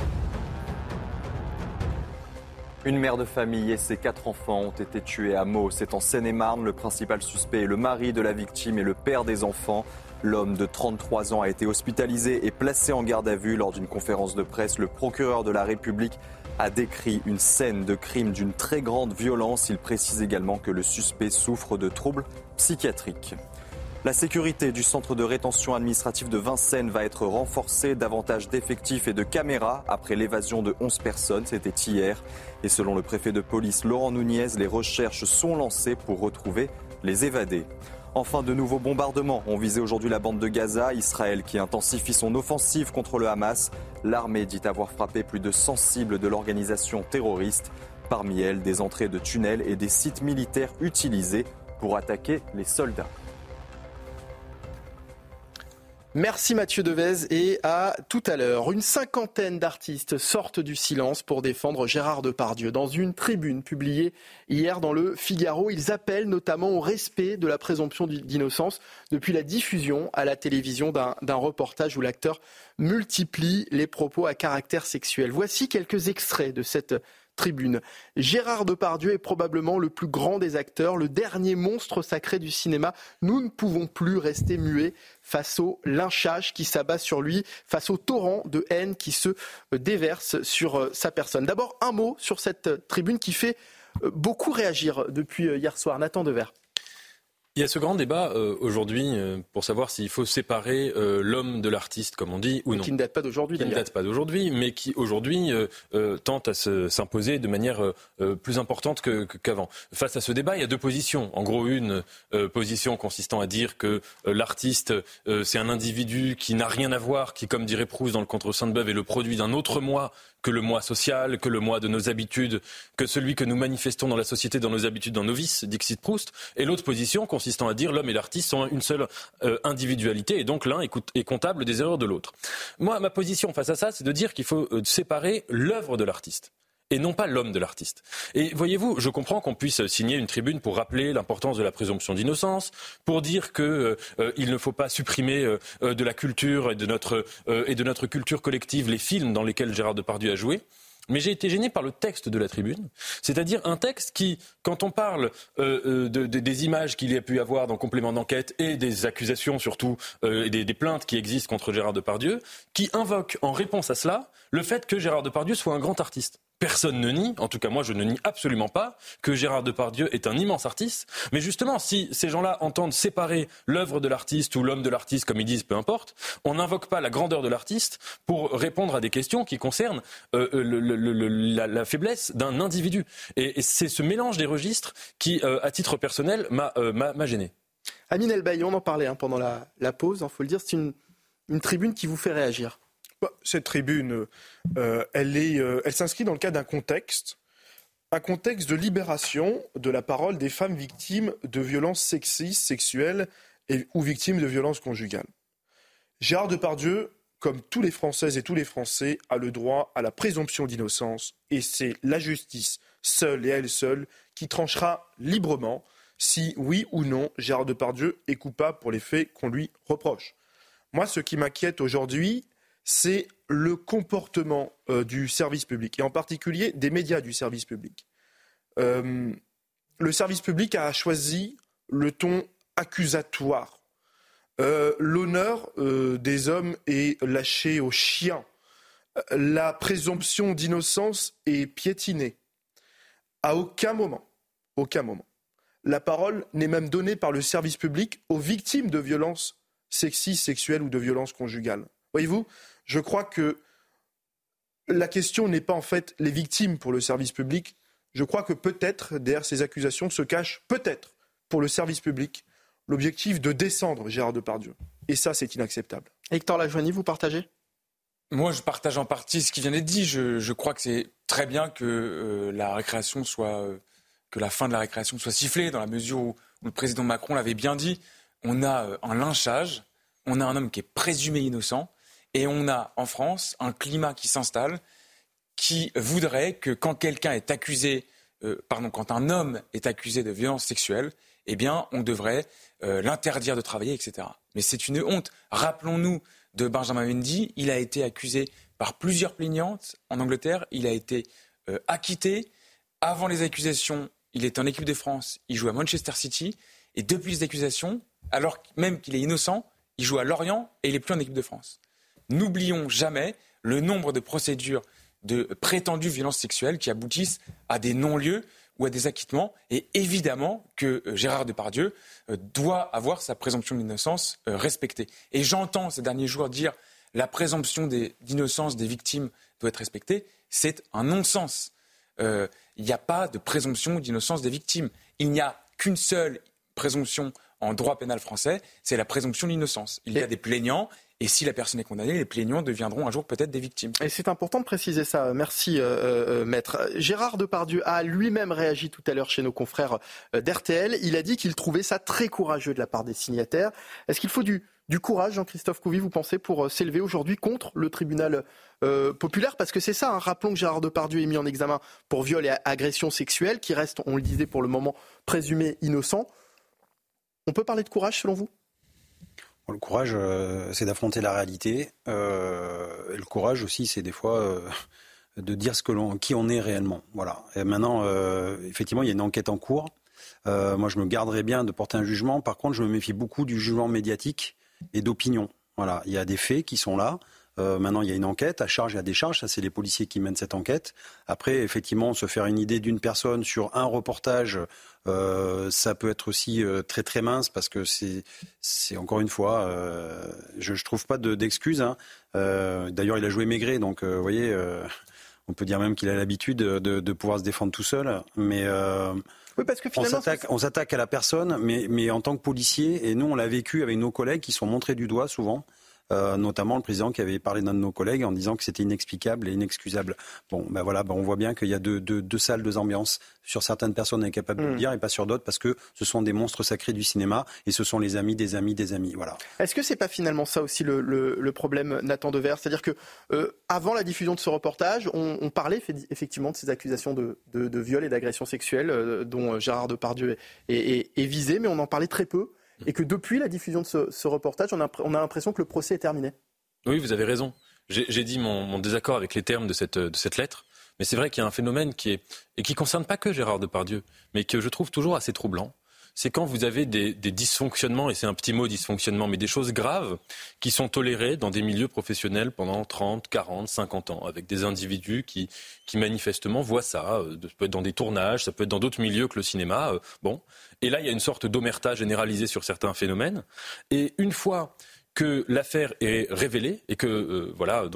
Une mère de famille et ses 4 enfants ont été tués à Meaux. C'est en Seine-et-Marne. Le principal suspect est le mari de la victime et le père des enfants. L'homme de 33 ans a été hospitalisé et placé en garde à vue. Lors d'une conférence de presse, le procureur de la République a décrit une scène de crime d'une très grande violence. Il précise également que le suspect souffre de troubles psychiatriques. La sécurité du centre de rétention administrative de Vincennes va être renforcée. Davantage d'effectifs et de caméras après l'évasion de 11 personnes. C'était hier. Et selon le préfet de police Laurent Nunez, les recherches sont lancées pour retrouver les évadés. Enfin, de nouveaux bombardements ont visé aujourd'hui la bande de Gaza. Israël qui intensifie son offensive contre le Hamas. L'armée dit avoir frappé plus de 100 cibles de l'organisation terroriste. Parmi elles, des entrées de tunnels et des sites militaires utilisés pour attaquer les soldats. Merci Mathieu Devez et à tout à l'heure. Une cinquantaine d'artistes sortent du silence pour défendre Gérard Depardieu. Dans une tribune publiée hier dans le Figaro, ils appellent notamment au respect de la présomption d'innocence depuis la diffusion à la télévision d'un reportage où l'acteur multiplie les propos à caractère sexuel. Voici quelques extraits de cette tribune. Gérard Depardieu est probablement le plus grand des acteurs, le dernier monstre sacré du cinéma. Nous ne pouvons plus rester muets face au lynchage qui s'abat sur lui, face au torrent de haine qui se déverse sur sa personne. D'abord, un mot sur cette tribune qui fait beaucoup réagir depuis hier soir. Nathan Dever. Il y a ce grand débat aujourd'hui pour savoir s'il faut séparer l'homme de l'artiste, comme on dit, ou non. Qui ne date pas d'aujourd'hui, d'ailleurs. Qui ne date pas d'aujourd'hui, mais qui aujourd'hui tente à s'imposer de manière plus importante qu'avant. Face à ce débat, il y a 2 positions. En gros, une position consistant à dire que l'artiste, c'est un individu qui n'a rien à voir, qui, comme dirait Proust dans le Contre Sainte-Beuve, est le produit d'un autre moi que le moi social, que le moi de nos habitudes, que celui que nous manifestons dans la société, dans nos habitudes, dans nos vices, dixit Proust. Et l'autre position consistant à dire l'homme et l'artiste sont une seule individualité et donc l'un est comptable des erreurs de l'autre. Moi, ma position face à ça, c'est de dire qu'il faut séparer l'œuvre de l'artiste et non pas l'homme de l'artiste. Et voyez-vous, je comprends qu'on puisse signer une tribune pour rappeler l'importance de la présomption d'innocence, pour dire que il ne faut pas supprimer de la culture et de notre culture collective les films dans lesquels Gérard Depardieu a joué. Mais j'ai été gêné par le texte de la tribune, c'est-à-dire un texte qui, quand on parle des images qu'il y a pu y avoir dans Complément d'enquête et des accusations surtout, et des plaintes qui existent contre Gérard Depardieu, qui invoque en réponse à cela le fait que Gérard Depardieu soit un grand artiste. Personne ne nie, en tout cas moi je ne nie absolument pas, que Gérard Depardieu est un immense artiste. Mais justement, si ces gens-là entendent séparer l'œuvre de l'artiste ou l'homme de l'artiste, comme ils disent, peu importe, on n'invoque pas la grandeur de l'artiste pour répondre à des questions qui concernent la faiblesse d'un individu. Et c'est ce mélange des registres qui, à titre personnel, m'a gêné. Amine Elbaï, on en parlait pendant la pause, faut le dire, c'est une tribune qui vous fait réagir. Cette tribune, elle s'inscrit dans le cadre d'un contexte, un contexte de libération de la parole des femmes victimes de violences sexistes, sexuelles ou victimes de violences conjugales. Gérard Depardieu, comme tous les Françaises et tous les Français, a le droit à la présomption d'innocence et c'est la justice, seule et elle seule, qui tranchera librement si, oui ou non, Gérard Depardieu est coupable pour les faits qu'on lui reproche. Moi, ce qui m'inquiète aujourd'hui, c'est le comportement du service public, et en particulier des médias du service public. Le service public a choisi le ton accusatoire. L'honneur des hommes est lâché aux chiens. La présomption d'innocence est piétinée. À aucun moment, la parole n'est même donnée par le service public aux victimes de violences sexistes, sexuelles ou de violences conjugales. Voyez-vous, je crois que la question n'est pas en fait les victimes pour le service public. Je crois que peut-être, derrière ces accusations, se cache peut-être pour le service public l'objectif de descendre Gérard Depardieu. Et ça, c'est inacceptable. Hector Lajoigny, vous partagez ? Moi, je partage en partie ce qui vient d'être dit. Je crois que c'est très bien que la récréation soit que la fin de la récréation soit sifflée, dans la mesure où le président Macron l'avait bien dit. On a un lynchage, on a un homme qui est présumé innocent, et on a en France un climat qui s'installe qui voudrait que quand un homme est accusé de violence sexuelle, eh bien, on devrait l'interdire de travailler, etc. Mais c'est une honte. Rappelons-nous de Benjamin Mendy, il a été accusé par plusieurs plaignantes en Angleterre, il a été acquitté. Avant les accusations, il est en équipe de France, il joue à Manchester City, et depuis les accusations, alors même qu'il est innocent, il joue à Lorient et il n'est plus en équipe de France. N'oublions jamais le nombre de procédures de prétendues violences sexuelles qui aboutissent à des non-lieux ou à des acquittements. Et évidemment que Gérard Depardieu doit avoir sa présomption d'innocence respectée. Et j'entends ces derniers jours dire la présomption d'innocence des victimes doit être respectée. C'est un non-sens. Il n'y a pas de présomption d'innocence des victimes. Il n'y a qu'une seule présomption en droit pénal français, c'est la présomption d'innocence. Il y a des plaignants. Et si la personne est condamnée, les plaignants deviendront un jour peut-être des victimes. Et c'est important de préciser ça. Merci, Maître. Gérard Depardieu a lui-même réagi tout à l'heure chez nos confrères d'RTL. Il a dit qu'il trouvait ça très courageux de la part des signataires. Est-ce qu'il faut du courage, Jean-Christophe Couvi, vous pensez, pour s'élever aujourd'hui contre le tribunal populaire ? Parce que c'est ça, hein. Rappelons que Gérard Depardieu est mis en examen pour viol et agression sexuelle, qui reste, on le disait pour le moment, présumé innocent. On peut parler de courage, selon vous ? Le courage, c'est d'affronter la réalité. Et le courage aussi, c'est des fois de dire qui on est réellement. Voilà. Et maintenant, effectivement, il y a une enquête en cours. Moi, je me garderais bien de porter un jugement. Par contre, je me méfie beaucoup du jugement médiatique et d'opinion. Voilà. Il y a des faits qui sont là. Maintenant, il y a une enquête. À charge, il y a des charges. Ça, c'est les policiers qui mènent cette enquête. Après, effectivement, se faire une idée d'une personne sur un reportage, ça peut être aussi très très mince parce que c'est encore une fois, je trouve pas d'excuses. Hein. D'ailleurs, il a joué Maigret, donc vous voyez, on peut dire même qu'il a l'habitude de pouvoir se défendre tout seul. Mais oui, parce que finalement, on s'attaque à la personne, mais en tant que policier, et nous on l'a vécu avec nos collègues qui sont montrés du doigt souvent. Notamment le président qui avait parlé d'un de nos collègues en disant que c'était inexplicable et inexcusable. Bon, ben voilà, on voit bien qu'il y a deux salles, deux ambiances. Sur certaines personnes, on est capable de le dire et pas sur d'autres parce que ce sont des monstres sacrés du cinéma et ce sont les amis des amis des amis. Voilà. Est-ce que c'est pas finalement ça aussi le problème, Nathan Devers ? C'est-à-dire que avant la diffusion de ce reportage, on parlait effectivement de ces accusations de viol et d'agression sexuelle dont Gérard Depardieu est visé, mais on en parlait très peu. Et que depuis la diffusion de ce reportage, on a l'impression que le procès est terminé. Oui, vous avez raison. J'ai dit mon désaccord avec les termes de cette lettre. Mais c'est vrai qu'il y a un phénomène qui concerne pas que Gérard Depardieu, mais que je trouve toujours assez troublant. C'est quand vous avez des dysfonctionnements, et c'est un petit mot dysfonctionnement, mais des choses graves qui sont tolérées dans des milieux professionnels pendant 30, 40, 50 ans, avec des individus qui manifestement voient ça. Ça peut être dans des tournages, ça peut être dans d'autres milieux que le cinéma. Bon. Et là, il y a une sorte d'omerta généralisée sur certains phénomènes. Et une fois que l'affaire est révélée et que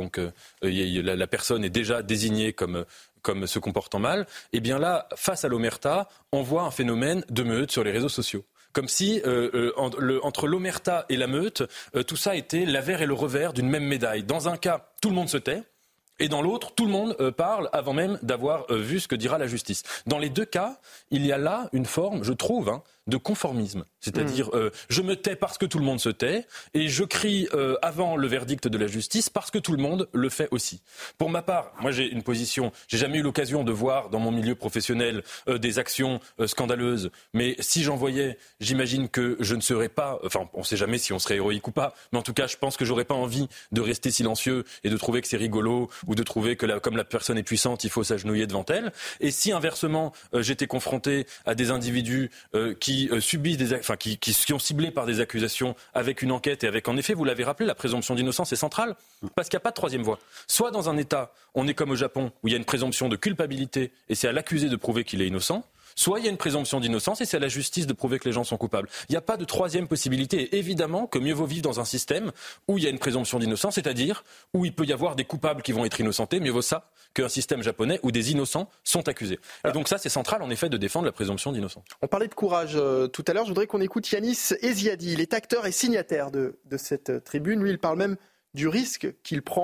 la personne est déjà désignée comme se comportant mal, et bien là, face à l'omerta, on voit un phénomène de meute sur les réseaux sociaux. Comme si entre l'omerta et la meute, tout ça était l'avers et le revers d'une même médaille. Dans un cas, tout le monde se tait. Et dans l'autre, tout le monde parle avant même d'avoir vu ce que dira la justice. Dans les deux cas, il y a là une forme, je trouve, de conformisme. C'est-à-dire, je me tais parce que tout le monde se tait, et je crie avant le verdict de la justice parce que tout le monde le fait aussi. Pour ma part, moi j'ai une position, j'ai jamais eu l'occasion de voir dans mon milieu professionnel des actions scandaleuses, mais si j'en voyais, j'imagine que je ne serais pas, enfin on sait jamais si on serait héroïque ou pas, mais en tout cas je pense que j'aurais pas envie de rester silencieux et de trouver que c'est rigolo, ou de trouver que comme la personne est puissante, il faut s'agenouiller devant elle. Et si inversement, j'étais confronté à des individus qui subissent qui ont ciblé par des accusations avec une enquête et avec, en effet, vous l'avez rappelé, la présomption d'innocence est centrale parce qu'il n'y a pas de troisième voie. Soit dans un État, on est comme au Japon où il y a une présomption de culpabilité et c'est à l'accusé de prouver qu'il est innocent. Soit il y a une présomption d'innocence et c'est à la justice de prouver que les gens sont coupables. Il n'y a pas de troisième possibilité. Et évidemment que mieux vaut vivre dans un système où il y a une présomption d'innocence, c'est-à-dire où il peut y avoir des coupables qui vont être innocentés. Mieux vaut ça qu'un système japonais où des innocents sont accusés. Et donc ça, c'est central en effet de défendre la présomption d'innocence. On parlait de courage tout à l'heure. Je voudrais qu'on écoute Yanis Eziadi. Il est acteur et signataire de cette tribune. Lui, il parle même du risque qu'il prend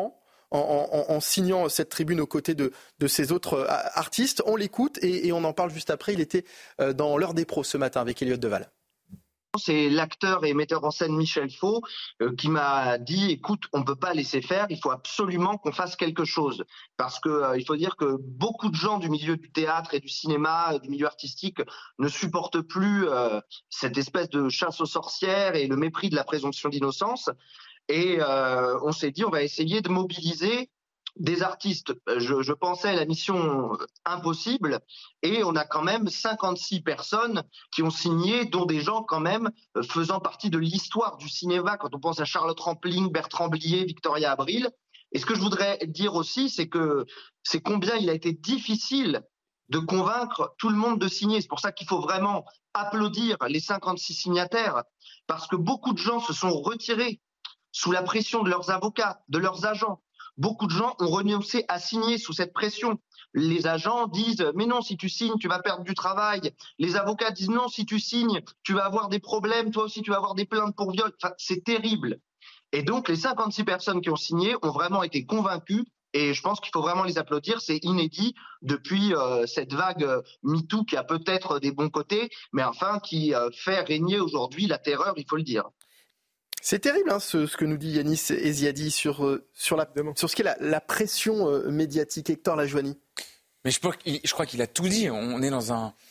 en signant cette tribune aux côtés de ces autres artistes. On l'écoute et on en parle juste après. Il était dans l'heure des pros ce matin avec Elliott Deval. C'est l'acteur et metteur en scène Michel Faux qui m'a dit « Écoute, on ne peut pas laisser faire, il faut absolument qu'on fasse quelque chose. » Parce que il faut dire que beaucoup de gens du milieu du théâtre et du cinéma, du milieu artistique, ne supportent plus cette espèce de chasse aux sorcières et le mépris de la présomption d'innocence. Et on s'est dit « On va essayer de mobiliser des artistes ». Je pensais à la mission impossible et on a quand même 56 personnes qui ont signé, dont des gens quand même faisant partie de l'histoire du cinéma. Quand on pense à Charlotte Rampling, Bertrand Blier, Victoria Abril. Et ce que je voudrais dire aussi, c'est combien il a été difficile de convaincre tout le monde de signer. C'est pour ça qu'il faut vraiment applaudir les 56 signataires, parce que beaucoup de gens se sont retirés sous la pression de leurs avocats, de leurs agents. Beaucoup de gens ont renoncé à signer sous cette pression. Les agents disent « mais non, si tu signes, tu vas perdre du travail ». Les avocats disent « non, si tu signes, tu vas avoir des problèmes, toi aussi tu vas avoir des plaintes pour viol ». Enfin, c'est terrible. Et donc les 56 personnes qui ont signé ont vraiment été convaincues et je pense qu'il faut vraiment les applaudir. C'est inédit depuis cette vague MeToo qui a peut-être des bons côtés, mais enfin qui fait régner aujourd'hui la terreur, il faut le dire. C'est terrible ce que nous dit Yanis Eziadi sur ce qu'est la pression médiatique. Hector Lajoigny. Mais je crois qu'il a tout dit. On est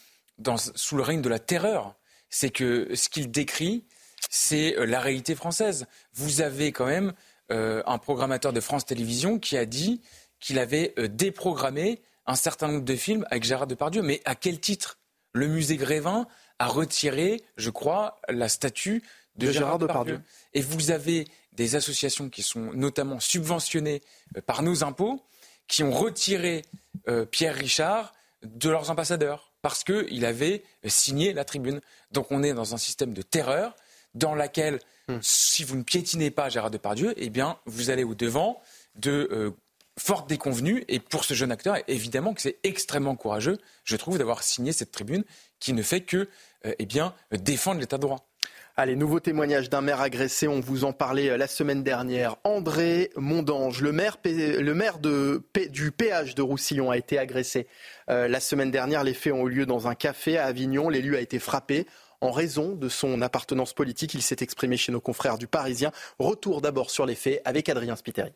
sous le règne de la terreur. C'est que ce qu'il décrit, c'est la réalité française. Vous avez quand même un programmateur de France Télévisions qui a dit qu'il avait déprogrammé un certain nombre de films avec Gérard Depardieu. Mais à quel titre ? Le musée Grévin a retiré, je crois, la statue de Gérard Depardieu. Et vous avez des associations qui sont notamment subventionnées par nos impôts, qui ont retiré Pierre Richard de leurs ambassadeurs parce qu'il avait signé la tribune. Donc on est dans un système de terreur dans laquelle, si vous ne piétinez pas Gérard Depardieu, eh bien vous allez au-devant de fortes déconvenues. Et pour ce jeune acteur, évidemment que c'est extrêmement courageux, je trouve, d'avoir signé cette tribune qui ne fait que défendre l'état de droit. Allez, nouveau témoignage d'un maire agressé, on vous en parlait la semaine dernière. André Mondange, le maire du péage de Roussillon a été agressé. La semaine dernière, les faits ont eu lieu dans un café à Avignon. L'élu a été frappé en raison de son appartenance politique. Il s'est exprimé chez nos confrères du Parisien. Retour d'abord sur les faits avec Adrien Spiteri.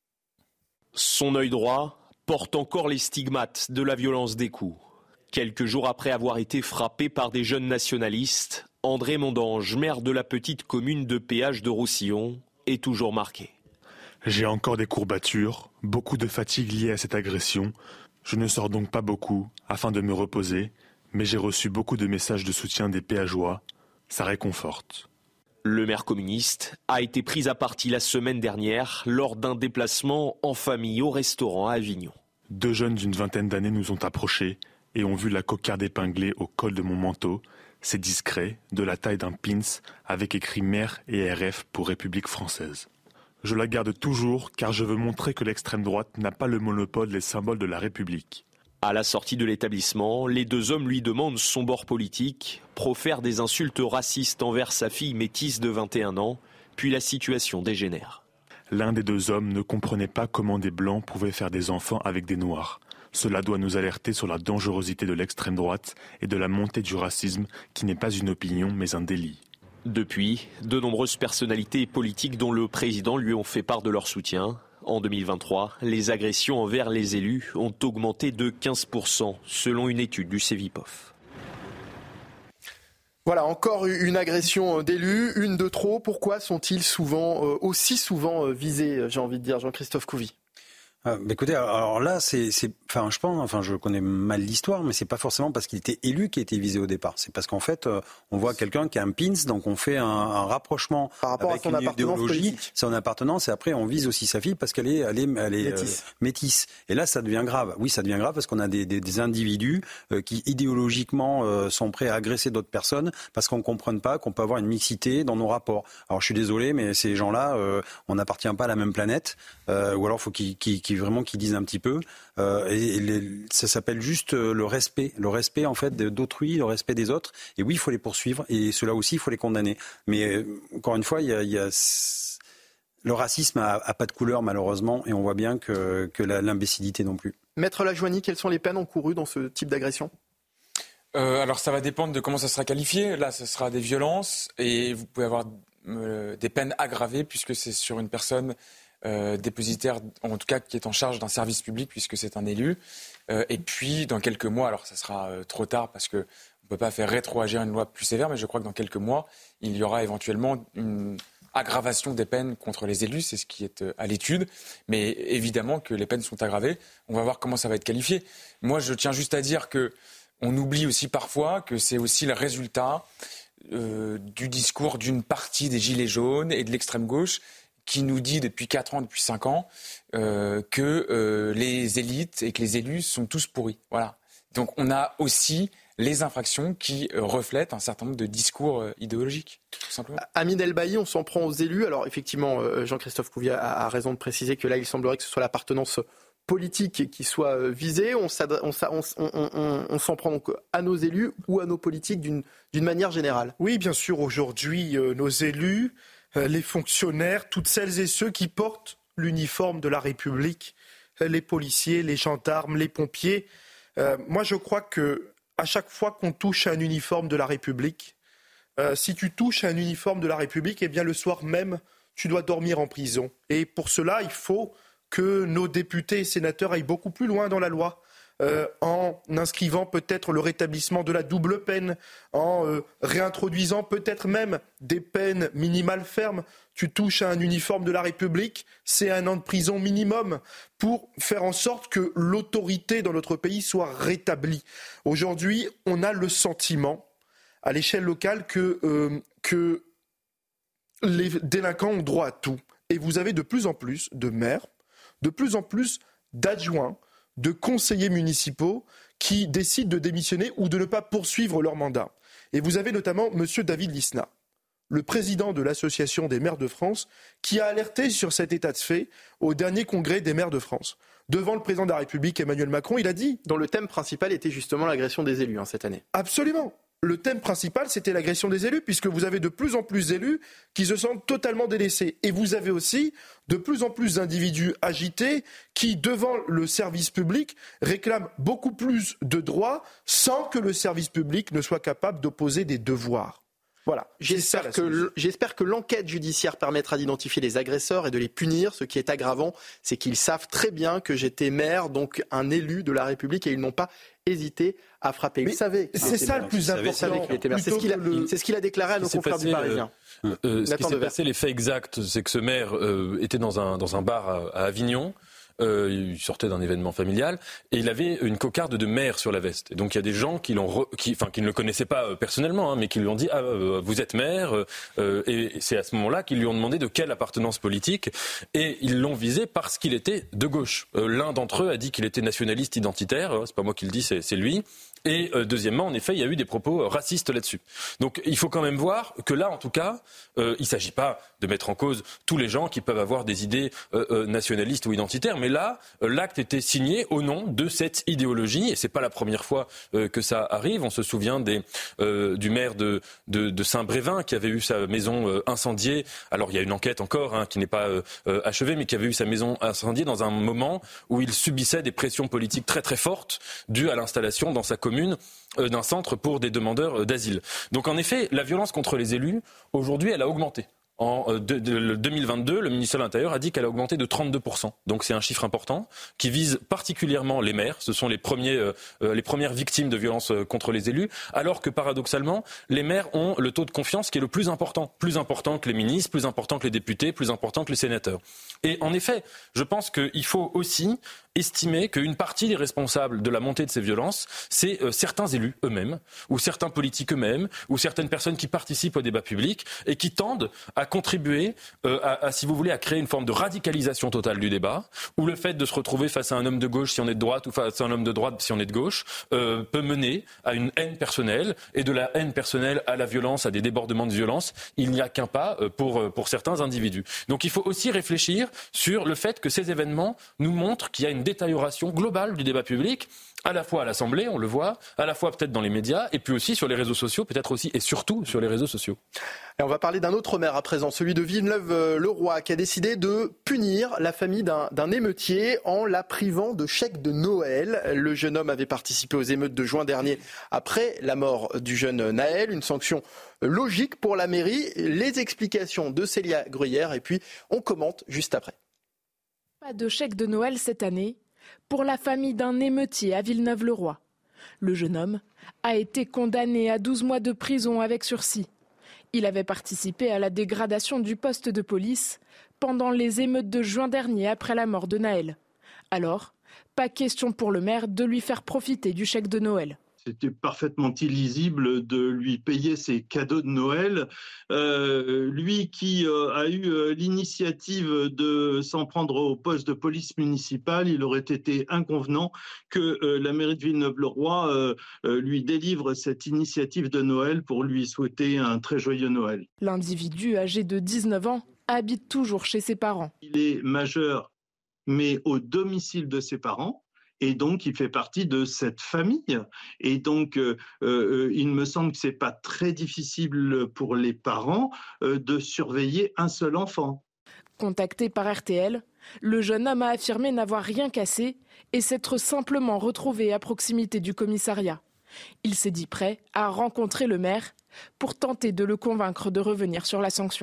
Son œil droit porte encore les stigmates de la violence des coups. Quelques jours après avoir été frappé par des jeunes nationalistes, André Mondange, maire de la petite commune de Péage de Roussillon, est toujours marqué. J'ai encore des courbatures, beaucoup de fatigue liée à cette agression. Je ne sors donc pas beaucoup afin de me reposer, mais j'ai reçu beaucoup de messages de soutien des Péageois. Ça réconforte. Le maire communiste a été pris à partie la semaine dernière lors d'un déplacement en famille au restaurant à Avignon. 2 jeunes d'une vingtaine d'années nous ont approchés et ont vu la cocarde épinglée au col de mon manteau. C'est discret, de la taille d'un pins, avec écrit maire et RF pour République française. Je la garde toujours car je veux montrer que l'extrême droite n'a pas le monopole des symboles de la République. À la sortie de l'établissement, les 2 hommes lui demandent son bord politique, profèrent des insultes racistes envers sa fille métisse de 21 ans, puis la situation dégénère. L'un des 2 hommes ne comprenait pas comment des blancs pouvaient faire des enfants avec des noirs. Cela doit nous alerter sur la dangerosité de l'extrême droite et de la montée du racisme qui n'est pas une opinion mais un délit. Depuis, de nombreuses personnalités politiques dont le président lui ont fait part de leur soutien. En 2023, les agressions envers les élus ont augmenté de 15% selon une étude du Cevipof. Voilà, encore une agression d'élus, une de trop. Pourquoi sont-ils aussi souvent visés, j'ai envie de dire, Jean-Christophe Couvi ? Écoutez, alors là, je connais mal l'histoire, mais c'est pas forcément parce qu'il était élu qui a été visé au départ. C'est parce qu'en fait, on voit quelqu'un qui a un pins, donc on fait un rapprochement par rapport avec à son une idéologie, son appartenance, et après on vise aussi sa fille parce qu'elle est métisse. Et là, ça devient grave. Oui, ça devient grave parce qu'on a des individus qui idéologiquement sont prêts à agresser d'autres personnes parce qu'on ne comprenne pas qu'on peut avoir une mixité dans nos rapports. Alors je suis désolé, mais ces gens-là, on n'appartient pas à la même planète, ou alors faut qu'ils disent un petit peu. Ça s'appelle juste le respect en fait d'autrui, le respect des autres. Et oui, il faut les poursuivre et ceux-là aussi, il faut les condamner. Mais encore une fois, il y a Le racisme a pas de couleur, malheureusement, et on voit bien que l'imbécilité non plus. Maître Lajoigny, quelles sont les peines encourues dans ce type d'agression ? Alors ça va dépendre de comment ça sera qualifié. Là, ce sera des violences et vous pouvez avoir des peines aggravées puisque c'est sur une personne dépositaire, en tout cas qui est en charge d'un service public puisque c'est un élu. Et puis dans quelques mois, alors ça sera trop tard parce qu'on ne peut pas faire rétroagir une loi plus sévère, mais je crois que dans quelques mois, il y aura éventuellement une aggravation des peines contre les élus, c'est ce qui est à l'étude. Mais évidemment que les peines sont aggravées. On va voir comment ça va être qualifié. Moi, je tiens juste à dire que on oublie aussi parfois que c'est aussi le résultat du discours d'une partie des Gilets jaunes et de l'extrême gauche qui nous dit depuis 4 ans, depuis 5 ans, que les élites et que les élus sont tous pourris. Voilà. Donc on a aussi les infractions qui reflètent un certain nombre de discours idéologiques, tout simplement. Amine Elbaï, on s'en prend aux élus. Alors effectivement, Jean-Christophe Couviat a raison de préciser que là, il semblerait que ce soit l'appartenance politique qui soit visée. On s'en prend donc à nos élus ou à nos politiques d'une manière générale. Oui, bien sûr, aujourd'hui, nos élus, les fonctionnaires, toutes celles et ceux qui portent l'uniforme de la République, les policiers, les gendarmes, les pompiers. Moi, je crois que à chaque fois qu'on touche à un uniforme de la République, si tu touches à un uniforme de la République, eh bien le soir même, tu dois dormir en prison. Et pour cela, il faut que nos députés et sénateurs aillent beaucoup plus loin dans la loi, en inscrivant peut-être le rétablissement de la double peine, en réintroduisant peut-être même des peines minimales fermes. Tu touches à un uniforme de la République, c'est 1 an de prison minimum pour faire en sorte que l'autorité dans notre pays soit rétablie. Aujourd'hui, on a le sentiment, à l'échelle locale, que les délinquants ont droit à tout. Et vous avez de plus en plus de maires, de plus en plus d'adjoints, de conseillers municipaux qui décident de démissionner ou de ne pas poursuivre leur mandat. Et vous avez notamment M. David Lisnard, le président de l'Association des maires de France, qui a alerté sur cet état de fait au dernier congrès des maires de France. Devant le président de la République, Emmanuel Macron, il a dit... Dont le thème principal était justement l'agression des élus cette année. Absolument. Le thème principal, c'était l'agression des élus, puisque vous avez de plus en plus d'élus qui se sentent totalement délaissés. Et vous avez aussi de plus en plus d'individus agités qui, devant le service public, réclament beaucoup plus de droits sans que le service public ne soit capable d'opposer des devoirs. Voilà. J'espère que l'enquête judiciaire permettra d'identifier les agresseurs et de les punir. Ce qui est aggravant, c'est qu'ils savent très bien que j'étais maire, donc un élu de la République, et ils n'ont pas hésité à frapper. Ils savaient. C'est ça le plus important. C'est ce qu'il a déclaré à nos confrères du Parisien. Ce qui s'est passé, les faits exacts, c'est que ce maire était dans un bar à Avignon. Il sortait d'un événement familial et il avait une cocarde de maire sur la veste. Et donc il y a des gens qui ne le connaissaient pas personnellement, mais qui lui ont dit vous êtes maire. Et c'est à ce moment-là qu'ils lui ont demandé de quelle appartenance politique. Et ils l'ont visé parce qu'il était de gauche. L'un d'entre eux a dit qu'il était nationaliste identitaire. C'est pas moi qui le dis, c'est lui. Et deuxièmement, en effet, il y a eu des propos racistes là-dessus. Donc il faut quand même voir que là, en tout cas, il ne s'agit pas de mettre en cause tous les gens qui peuvent avoir des idées nationalistes ou identitaires, mais là, l'acte était signé au nom de cette idéologie, et c'est pas la première fois que ça arrive. On se souvient du maire de Saint-Brévin qui avait eu sa maison incendiée. Alors il y a une enquête encore qui n'est pas achevée, mais qui avait eu sa maison incendiée dans un moment où il subissait des pressions politiques très très fortes dues à l'installation dans sa commune d'un centre pour des demandeurs d'asile. Donc en effet, la violence contre les élus, aujourd'hui, elle a augmenté. En 2022, le ministère de l'Intérieur a dit qu'elle a augmenté de 32%. Donc c'est un chiffre important qui vise particulièrement les maires. Ce sont les premières victimes de violences contre les élus, alors que paradoxalement, les maires ont le taux de confiance qui est le plus important que les ministres, plus important que les députés, plus important que les sénateurs. Et en effet, je pense qu'il faut aussi estimer qu'une partie des responsables de la montée de ces violences, c'est certains élus eux-mêmes, ou certains politiques eux-mêmes, ou certaines personnes qui participent au débat public et qui tendent à contribuer si vous voulez, à créer une forme de radicalisation totale du débat, où le fait de se retrouver face à un homme de gauche si on est de droite ou face à un homme de droite si on est de gauche peut mener à une haine personnelle, et de la haine personnelle à la violence, à des débordements de violence. Il n'y a qu'un pas pour certains individus. Donc il faut aussi réfléchir sur le fait que ces événements nous montrent qu'il y a une une détérioration globale du débat public, à la fois à l'Assemblée, on le voit, à la fois peut-être dans les médias, et puis aussi sur les réseaux sociaux, peut-être aussi et surtout sur les réseaux sociaux. Et on va parler d'un autre maire à présent, celui de Villeneuve-le-Roi, qui a décidé de punir la famille d'un émeutier en la privant de chèques de Noël. Le jeune homme avait participé aux émeutes de juin dernier après la mort du jeune Naël. Une sanction logique pour la mairie. Les explications de Célia Gruyère, et puis on commente juste après. Pas de chèque de Noël cette année pour la famille d'un émeutier à Villeneuve-le-Roi. Le jeune homme a été condamné à 12 mois de prison avec sursis. Il avait participé à la dégradation du poste de police pendant les émeutes de juin dernier après la mort de Naël. Alors, pas question pour le maire de lui faire profiter du chèque de Noël. C'était parfaitement illisible de lui payer ses cadeaux de Noël. Lui qui a eu l'initiative de s'en prendre au poste de police municipale, il aurait été inconvenant que la mairie de Villeneuve-le-Roi lui délivre cette initiative de Noël pour lui souhaiter un très joyeux Noël. L'individu âgé de 19 ans habite toujours chez ses parents. Il est majeur, mais au domicile de ses parents. Et donc, il fait partie de cette famille. Et donc, il me semble que ce n'est pas très difficile pour les parents de surveiller un seul enfant. Contacté par RTL, le jeune homme a affirmé n'avoir rien cassé et s'être simplement retrouvé à proximité du commissariat. Il s'est dit prêt à rencontrer le maire pour tenter de le convaincre de revenir sur la sanction.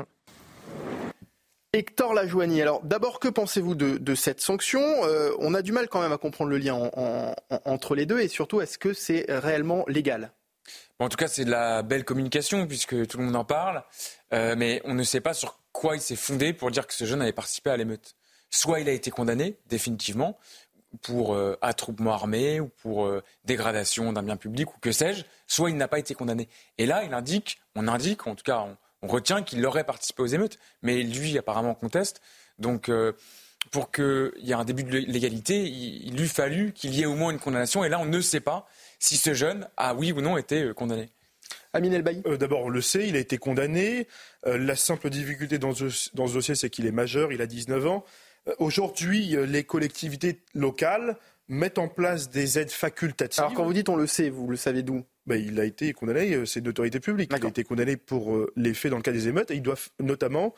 Hector Lajoigny, alors d'abord, que pensez-vous de cette sanction ? On a du mal quand même à comprendre le lien entre les deux, et surtout, est-ce que c'est réellement légal ? En tout cas, c'est de la belle communication puisque tout le monde en parle, mais on ne sait pas sur quoi il s'est fondé pour dire que ce jeune avait participé à l'émeute. Soit il a été condamné définitivement pour attroupement armé ou pour dégradation d'un bien public ou que sais-je, soit il n'a pas été condamné. Et là, on indique, en tout cas on retient qu'il aurait participé aux émeutes, mais lui apparemment conteste. Donc pour qu'il y ait un début de légalité, il eût fallu qu'il y ait au moins une condamnation. Et là, on ne sait pas si ce jeune a, oui ou non, été condamné. Amine Elbaï. D'abord, on le sait, il a été condamné. La simple difficulté dans ce dossier, c'est qu'il est majeur, il a 19 ans. Aujourd'hui, les collectivités locales mettent en place des aides facultatives. Alors quand vous dites on le sait, vous le savez d'où ? Il a été condamné, c'est une autorité publique. D'accord. Il a été condamné pour les faits dans le cas des émeutes et il doit notamment,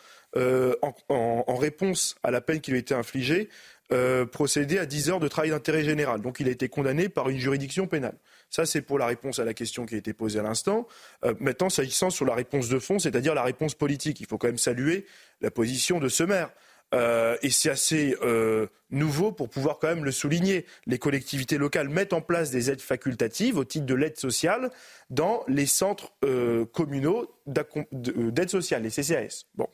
en réponse à la peine qui lui a été infligée, procéder à 10 heures de travail d'intérêt général. Donc il a été condamné par une juridiction pénale. Ça, c'est pour la réponse à la question qui a été posée à l'instant. Maintenant, s'agissant sur la réponse de fond, c'est-à-dire la réponse politique, il faut quand même saluer la position de ce maire. Et c'est assez nouveau pour pouvoir quand même le souligner. Les collectivités locales mettent en place des aides facultatives au titre de l'aide sociale dans les centres communaux d'aide sociale, les CCAS. Bon.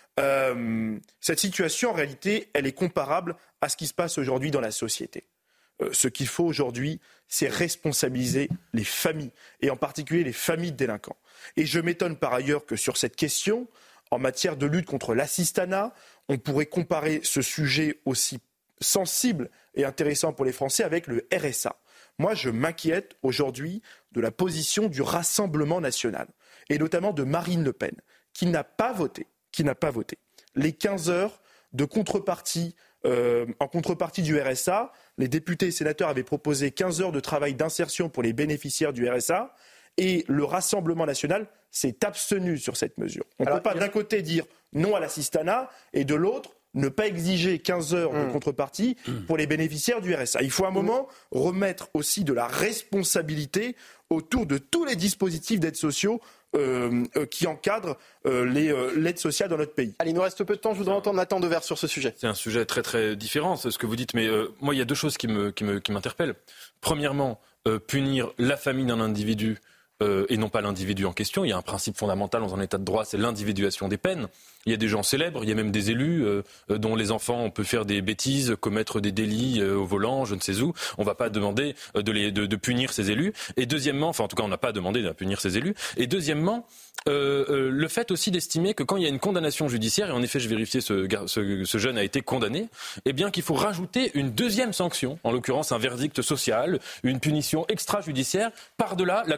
Cette situation, en réalité, elle est comparable à ce qui se passe aujourd'hui dans la société. Ce qu'il faut aujourd'hui, c'est responsabiliser les familles, et en particulier les familles de délinquants. Et je m'étonne par ailleurs que sur cette question, en matière de lutte contre l'assistanat, on pourrait comparer ce sujet aussi sensible et intéressant pour les Français avec le RSA. Moi, je m'inquiète aujourd'hui de la position du Rassemblement national, et notamment de Marine Le Pen, qui n'a pas voté les 15 heures de contrepartie. En contrepartie du RSA, les députés et sénateurs avaient proposé 15 heures de travail d'insertion pour les bénéficiaires du RSA, et le Rassemblement national s'est abstenu sur cette mesure. On ne peut pas d'un côté dire non à l'assistanat et de l'autre ne pas exiger 15 heures de contrepartie pour les bénéficiaires du RSA. Il faut à un moment remettre aussi de la responsabilité autour de tous les dispositifs d'aide sociaux qui encadrent l'aide sociale dans notre pays. Allez, il nous reste peu de temps, je voudrais entendre Nathan Devers sur ce sujet. C'est un sujet très très différent, c'est ce que vous dites, mais moi il y a deux choses qui m'interpellent. Premièrement, punir la famille d'un individu et non pas l'individu en question. Il y a un principe fondamental dans un état de droit, c'est l'individuation des peines. Il y a des gens célèbres, il y a même des élus dont les enfants, on peut faire des bêtises, commettre des délits au volant, je ne sais où. On ne va pas demander de punir ces élus. Et deuxièmement, enfin en tout cas on n'a pas demandé de punir ces élus. Et deuxièmement, le fait aussi d'estimer que quand il y a une condamnation judiciaire, et en effet j'ai vérifié ce jeune a été condamné, eh bien qu'il faut rajouter une deuxième sanction, en l'occurrence un verdict social, une punition extrajudiciaire par-delà la condamnation.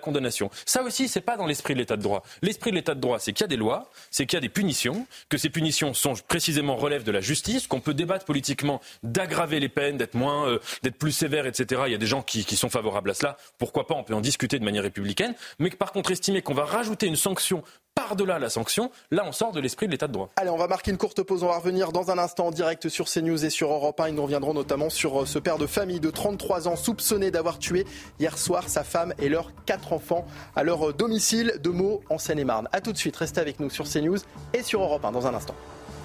d'information. Ça aussi, c'est pas dans l'esprit de l'état de droit. L'esprit de l'état de droit, c'est qu'il y a des lois, c'est qu'il y a des punitions, que ces punitions sont précisément relèvent de la justice, qu'on peut débattre politiquement d'aggraver les peines, d'être plus sévère, etc. Il y a des gens qui sont favorables à cela. Pourquoi pas, on peut en discuter de manière républicaine. Mais que par contre, estimer qu'on va rajouter une sanction par-delà la sanction, là on sort de l'esprit de l'état de droit. Allez, on va marquer une courte pause, on va revenir dans un instant en direct sur CNews et sur Europe 1. Et nous reviendrons notamment sur ce père de famille de 33 ans soupçonné d'avoir tué hier soir sa femme et leurs 4 enfants à leur domicile de Meaux en Seine-et-Marne. A tout de suite, restez avec nous sur CNews et sur Europe 1 dans un instant.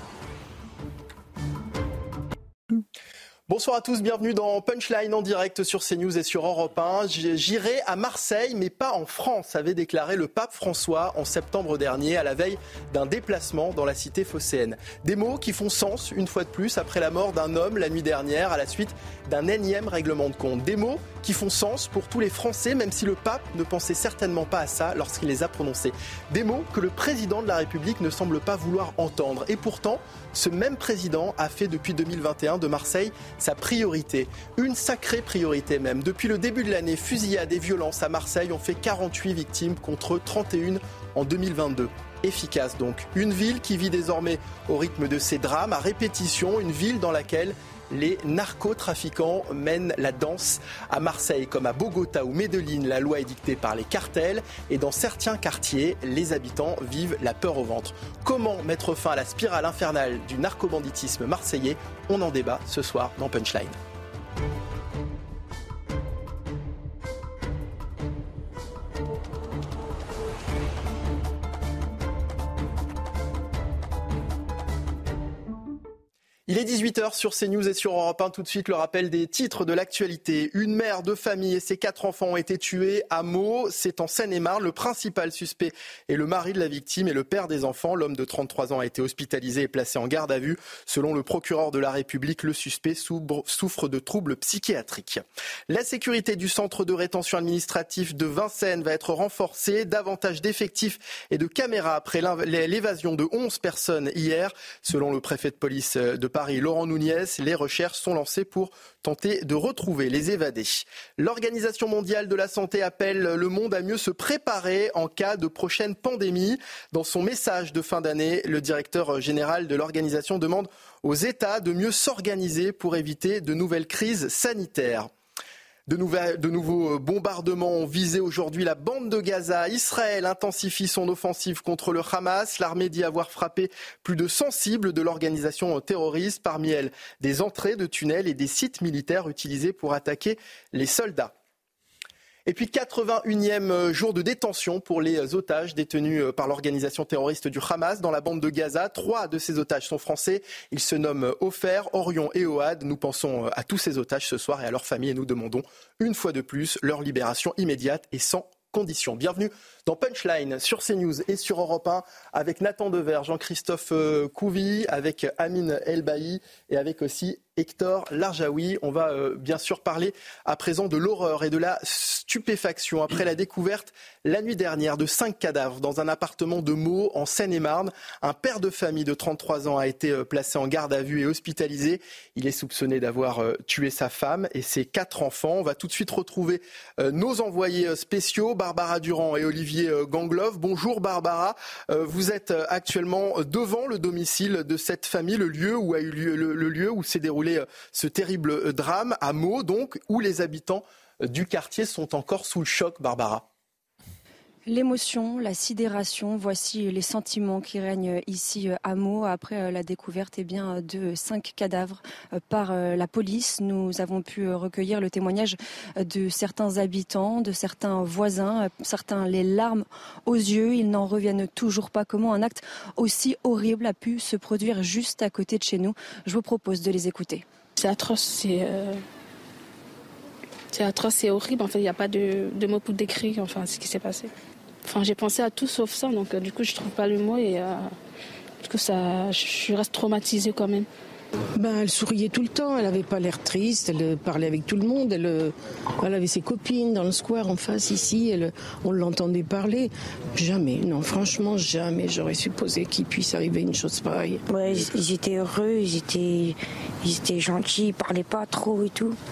Bonsoir à tous, bienvenue dans Punchline en direct sur CNews et sur Europe 1. J'irai à Marseille, mais pas en France, avait déclaré le pape François en septembre dernier, à la veille d'un déplacement dans la cité phocéenne. Des mots qui font sens, une fois de plus, après la mort d'un homme la nuit dernière, à la suite d'un énième règlement de compte. Des mots qui font sens pour tous les Français, même si le pape ne pensait certainement pas à ça lorsqu'il les a prononcés. Des mots que le président de la République ne semble pas vouloir entendre. Et pourtant, ce même président a fait depuis 2021 de Marseille sa priorité. Une sacrée priorité même. Depuis le début de l'année, fusillades et violences à Marseille ont fait 48 victimes contre 31 en 2022. Efficace donc. Une ville qui vit désormais au rythme de ses drames, à répétition, une ville dans laquelle les narcotrafiquants mènent la danse. À Marseille comme à Bogota ou Medellín, la loi est dictée par les cartels et dans certains quartiers, les habitants vivent la peur au ventre. Comment mettre fin à la spirale infernale du narcobanditisme marseillais ? On en débat ce soir dans Punchline. Il est 18h sur CNews et sur Europe 1. Tout de suite, le rappel des titres de l'actualité. Une mère de famille et ses 4 enfants ont été tués à Meaux. C'est en Seine-et-Marne. Le principal suspect est le mari de la victime et le père des enfants. L'homme de 33 ans a été hospitalisé et placé en garde à vue. Selon le procureur de la République, le suspect souffre de troubles psychiatriques. La sécurité du centre de rétention administratif de Vincennes va être renforcée. Davantage d'effectifs et de caméras après l'évasion de 11 personnes hier. Selon le préfet de police de Paris, Laurent Nunez, les recherches sont lancées pour tenter de retrouver les évadés. L'Organisation mondiale de la santé appelle le monde à mieux se préparer en cas de prochaine pandémie. Dans son message de fin d'année, le directeur général de l'organisation demande aux États de mieux s'organiser pour éviter de nouvelles crises sanitaires. De nouveaux bombardements ont visé aujourd'hui la bande de Gaza. Israël intensifie son offensive contre le Hamas. L'armée dit avoir frappé plus de 100 cibles de l'organisation terroriste, parmi elles des entrées de tunnels et des sites militaires utilisés pour attaquer les soldats. Et puis 81e jour de détention pour les otages détenus par l'organisation terroriste du Hamas dans la bande de Gaza. 3 de ces otages sont français. Ils se nomment Ofer, Orion et Ohad. Nous pensons à tous ces otages ce soir et à leurs familles et nous demandons une fois de plus leur libération immédiate et sans conditions. Bienvenue dans Punchline sur CNews et sur Europe 1 avec Nathan Dever, Jean-Christophe Couvi, avec Amine Elbaï et avec aussi Hector Larjaoui. On va bien sûr parler à présent de l'horreur et de la stupéfaction après la découverte la nuit dernière de 5 cadavres dans un appartement de Meaux en Seine-et-Marne. Un père de famille de 33 ans a été placé en garde à vue et hospitalisé. Il est soupçonné d'avoir tué sa femme et ses 4 enfants. On va tout de suite retrouver nos envoyés spéciaux, Barbara Durand et Olivier Gangloff. Bonjour Barbara, vous êtes actuellement devant le domicile de cette famille, le lieu où a eu lieu, le lieu où s'est déroulé ce terrible drame à Meaux, donc, où les habitants du quartier sont encore sous le choc, Barbara. L'émotion, la sidération, voici les sentiments qui règnent ici à Meaux après la découverte de 5 cadavres par la police. Nous avons pu recueillir le témoignage de certains habitants, de certains voisins, certains les larmes aux yeux. Ils n'en reviennent toujours pas. Comment un acte aussi horrible a pu se produire juste à côté de chez nous? Je vous propose de les écouter. C'est atroce, c'est atroce, c'est horrible. En fait, il n'y a pas de mots pour décrire ce qui s'est passé. J'ai pensé à tout sauf ça, donc du coup je trouve pas le mot et du coup je reste traumatisée quand même. Elle souriait tout le temps, elle avait pas l'air triste, elle parlait avec tout le monde, elle avait ses copines dans le square en face ici, on l'entendait parler. Jamais, non franchement jamais j'aurais supposé qu'il puisse arriver une chose pareille. Ouais, ils étaient heureux, ils étaient gentils, ils parlaient pas trop et tout.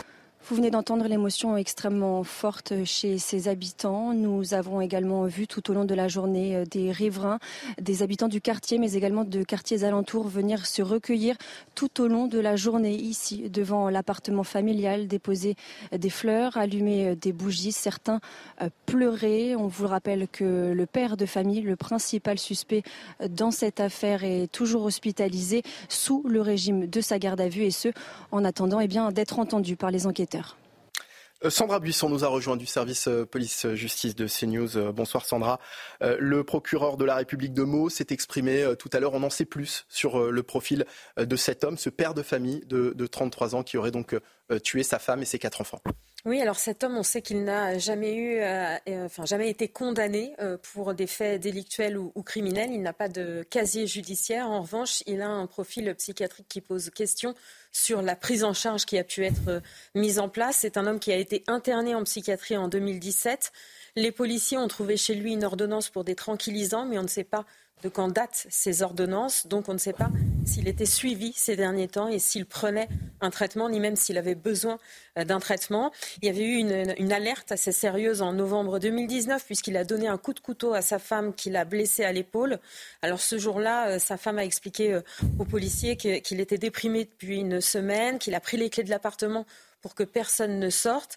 vous venez d'entendre, l'émotion extrêmement forte chez ses habitants. Nous avons également vu tout au long de la journée des riverains, des habitants du quartier, mais également de quartiers alentours venir se recueillir tout au long de la journée ici, devant l'appartement familial, déposer des fleurs, allumer des bougies. Certains pleuraient. On vous rappelle que le père de famille, le principal suspect dans cette affaire, est toujours hospitalisé sous le régime de sa garde à vue, et ce, en attendant d'être entendu par les enquêteurs. Sandra Buisson nous a rejoint du service police-justice de CNews. Bonsoir Sandra. Le procureur de la République de Meaux s'est exprimé tout à l'heure. On en sait plus sur le profil de cet homme, ce père de famille de 33 ans qui aurait donc tué sa femme et ses 4 enfants. Oui, alors cet homme, on sait qu'il n'a jamais jamais été condamné pour des faits délictuels ou criminels. Il n'a pas de casier judiciaire. En revanche, il a un profil psychiatrique qui pose question sur la prise en charge qui a pu être mise en place. C'est un homme qui a été interné en psychiatrie en 2017. Les policiers ont trouvé chez lui une ordonnance pour des tranquillisants, mais on ne sait pas de quand datent ces ordonnances. Donc on ne sait pas s'il était suivi ces derniers temps et s'il prenait un traitement, ni même s'il avait besoin d'un traitement. Il y avait eu une alerte assez sérieuse en novembre 2019 puisqu'il a donné un coup de couteau à sa femme qui l'a blessé à l'épaule. Alors ce jour-là, sa femme a expliqué aux policiers qu'il était déprimé depuis une semaine, qu'il a pris les clés de l'appartement pour que personne ne sorte.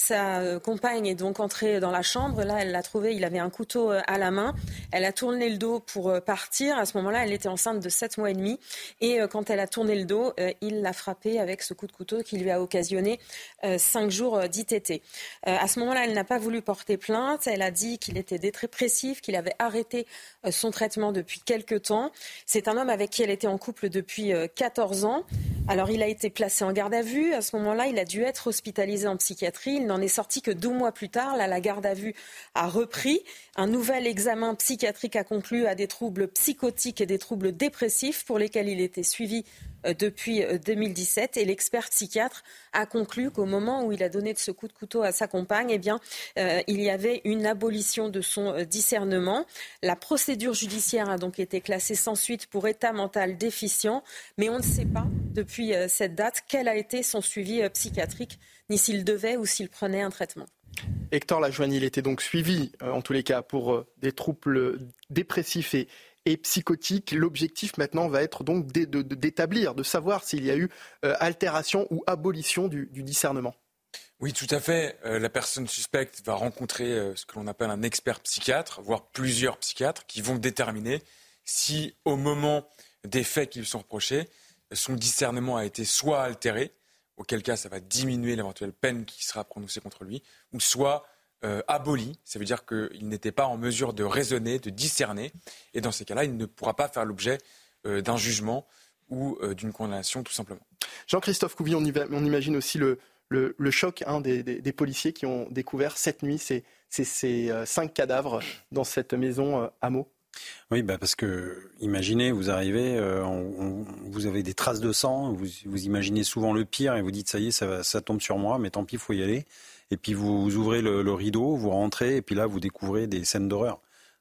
Sa compagne est donc entrée dans la chambre. Là, elle l'a trouvé, il avait un couteau à la main. Elle a tourné le dos pour partir. À ce moment-là, elle était enceinte de 7 mois et demi. Et quand elle a tourné le dos, il l'a frappée avec ce coup de couteau qui lui a occasionné 5 jours d'ITT. À ce moment-là, elle n'a pas voulu porter plainte. Elle a dit qu'il était dépressif, qu'il avait arrêté son traitement depuis quelques temps. C'est un homme avec qui elle était en couple depuis 14 ans. Alors, il a été placé en garde à vue. À ce moment-là, il a dû être hospitalisé en psychiatrie. Il n'en est sorti que 2 mois plus tard. Là, la garde à vue a repris. Un nouvel examen psychiatrique a conclu à des troubles psychotiques et des troubles dépressifs pour lesquels il était suivi depuis 2017. Et l'expert psychiatre a conclu qu'au moment où il a donné de ce coup de couteau à sa compagne, il y avait une abolition de son discernement. La procédure judiciaire a donc été classée sans suite pour état mental déficient. Mais on ne sait pas, depuis cette date, quel a été son suivi psychiatrique, ni s'il devait ou s'il prenait un traitement. Hector Lajoigne, il était donc suivi, en tous les cas, pour des troubles dépressifs et psychotiques. L'objectif maintenant va être donc d'établir, de savoir s'il y a eu altération ou abolition du discernement. Oui, tout à fait. La personne suspecte va rencontrer ce que l'on appelle un expert psychiatre, voire plusieurs psychiatres, qui vont déterminer si, au moment des faits qui lui sont reprochés, son discernement a été soit altéré, auquel cas ça va diminuer l'éventuelle peine qui sera prononcée contre lui, ou soit aboli, ça veut dire qu'il n'était pas en mesure de raisonner, de discerner, et dans ces cas-là, il ne pourra pas faire l'objet d'un jugement ou d'une condamnation tout simplement. Jean-Christophe Couvi, on imagine aussi le choc des policiers qui ont découvert cette nuit ces 5 cadavres dans cette maison à Meaux. Oui, parce que, imaginez, vous arrivez, vous avez des traces de sang, vous imaginez souvent le pire et vous dites ça y est, ça tombe sur moi, mais tant pis, il faut y aller. Et puis vous ouvrez le rideau, vous rentrez, et puis là, vous découvrez des scènes d'horreur.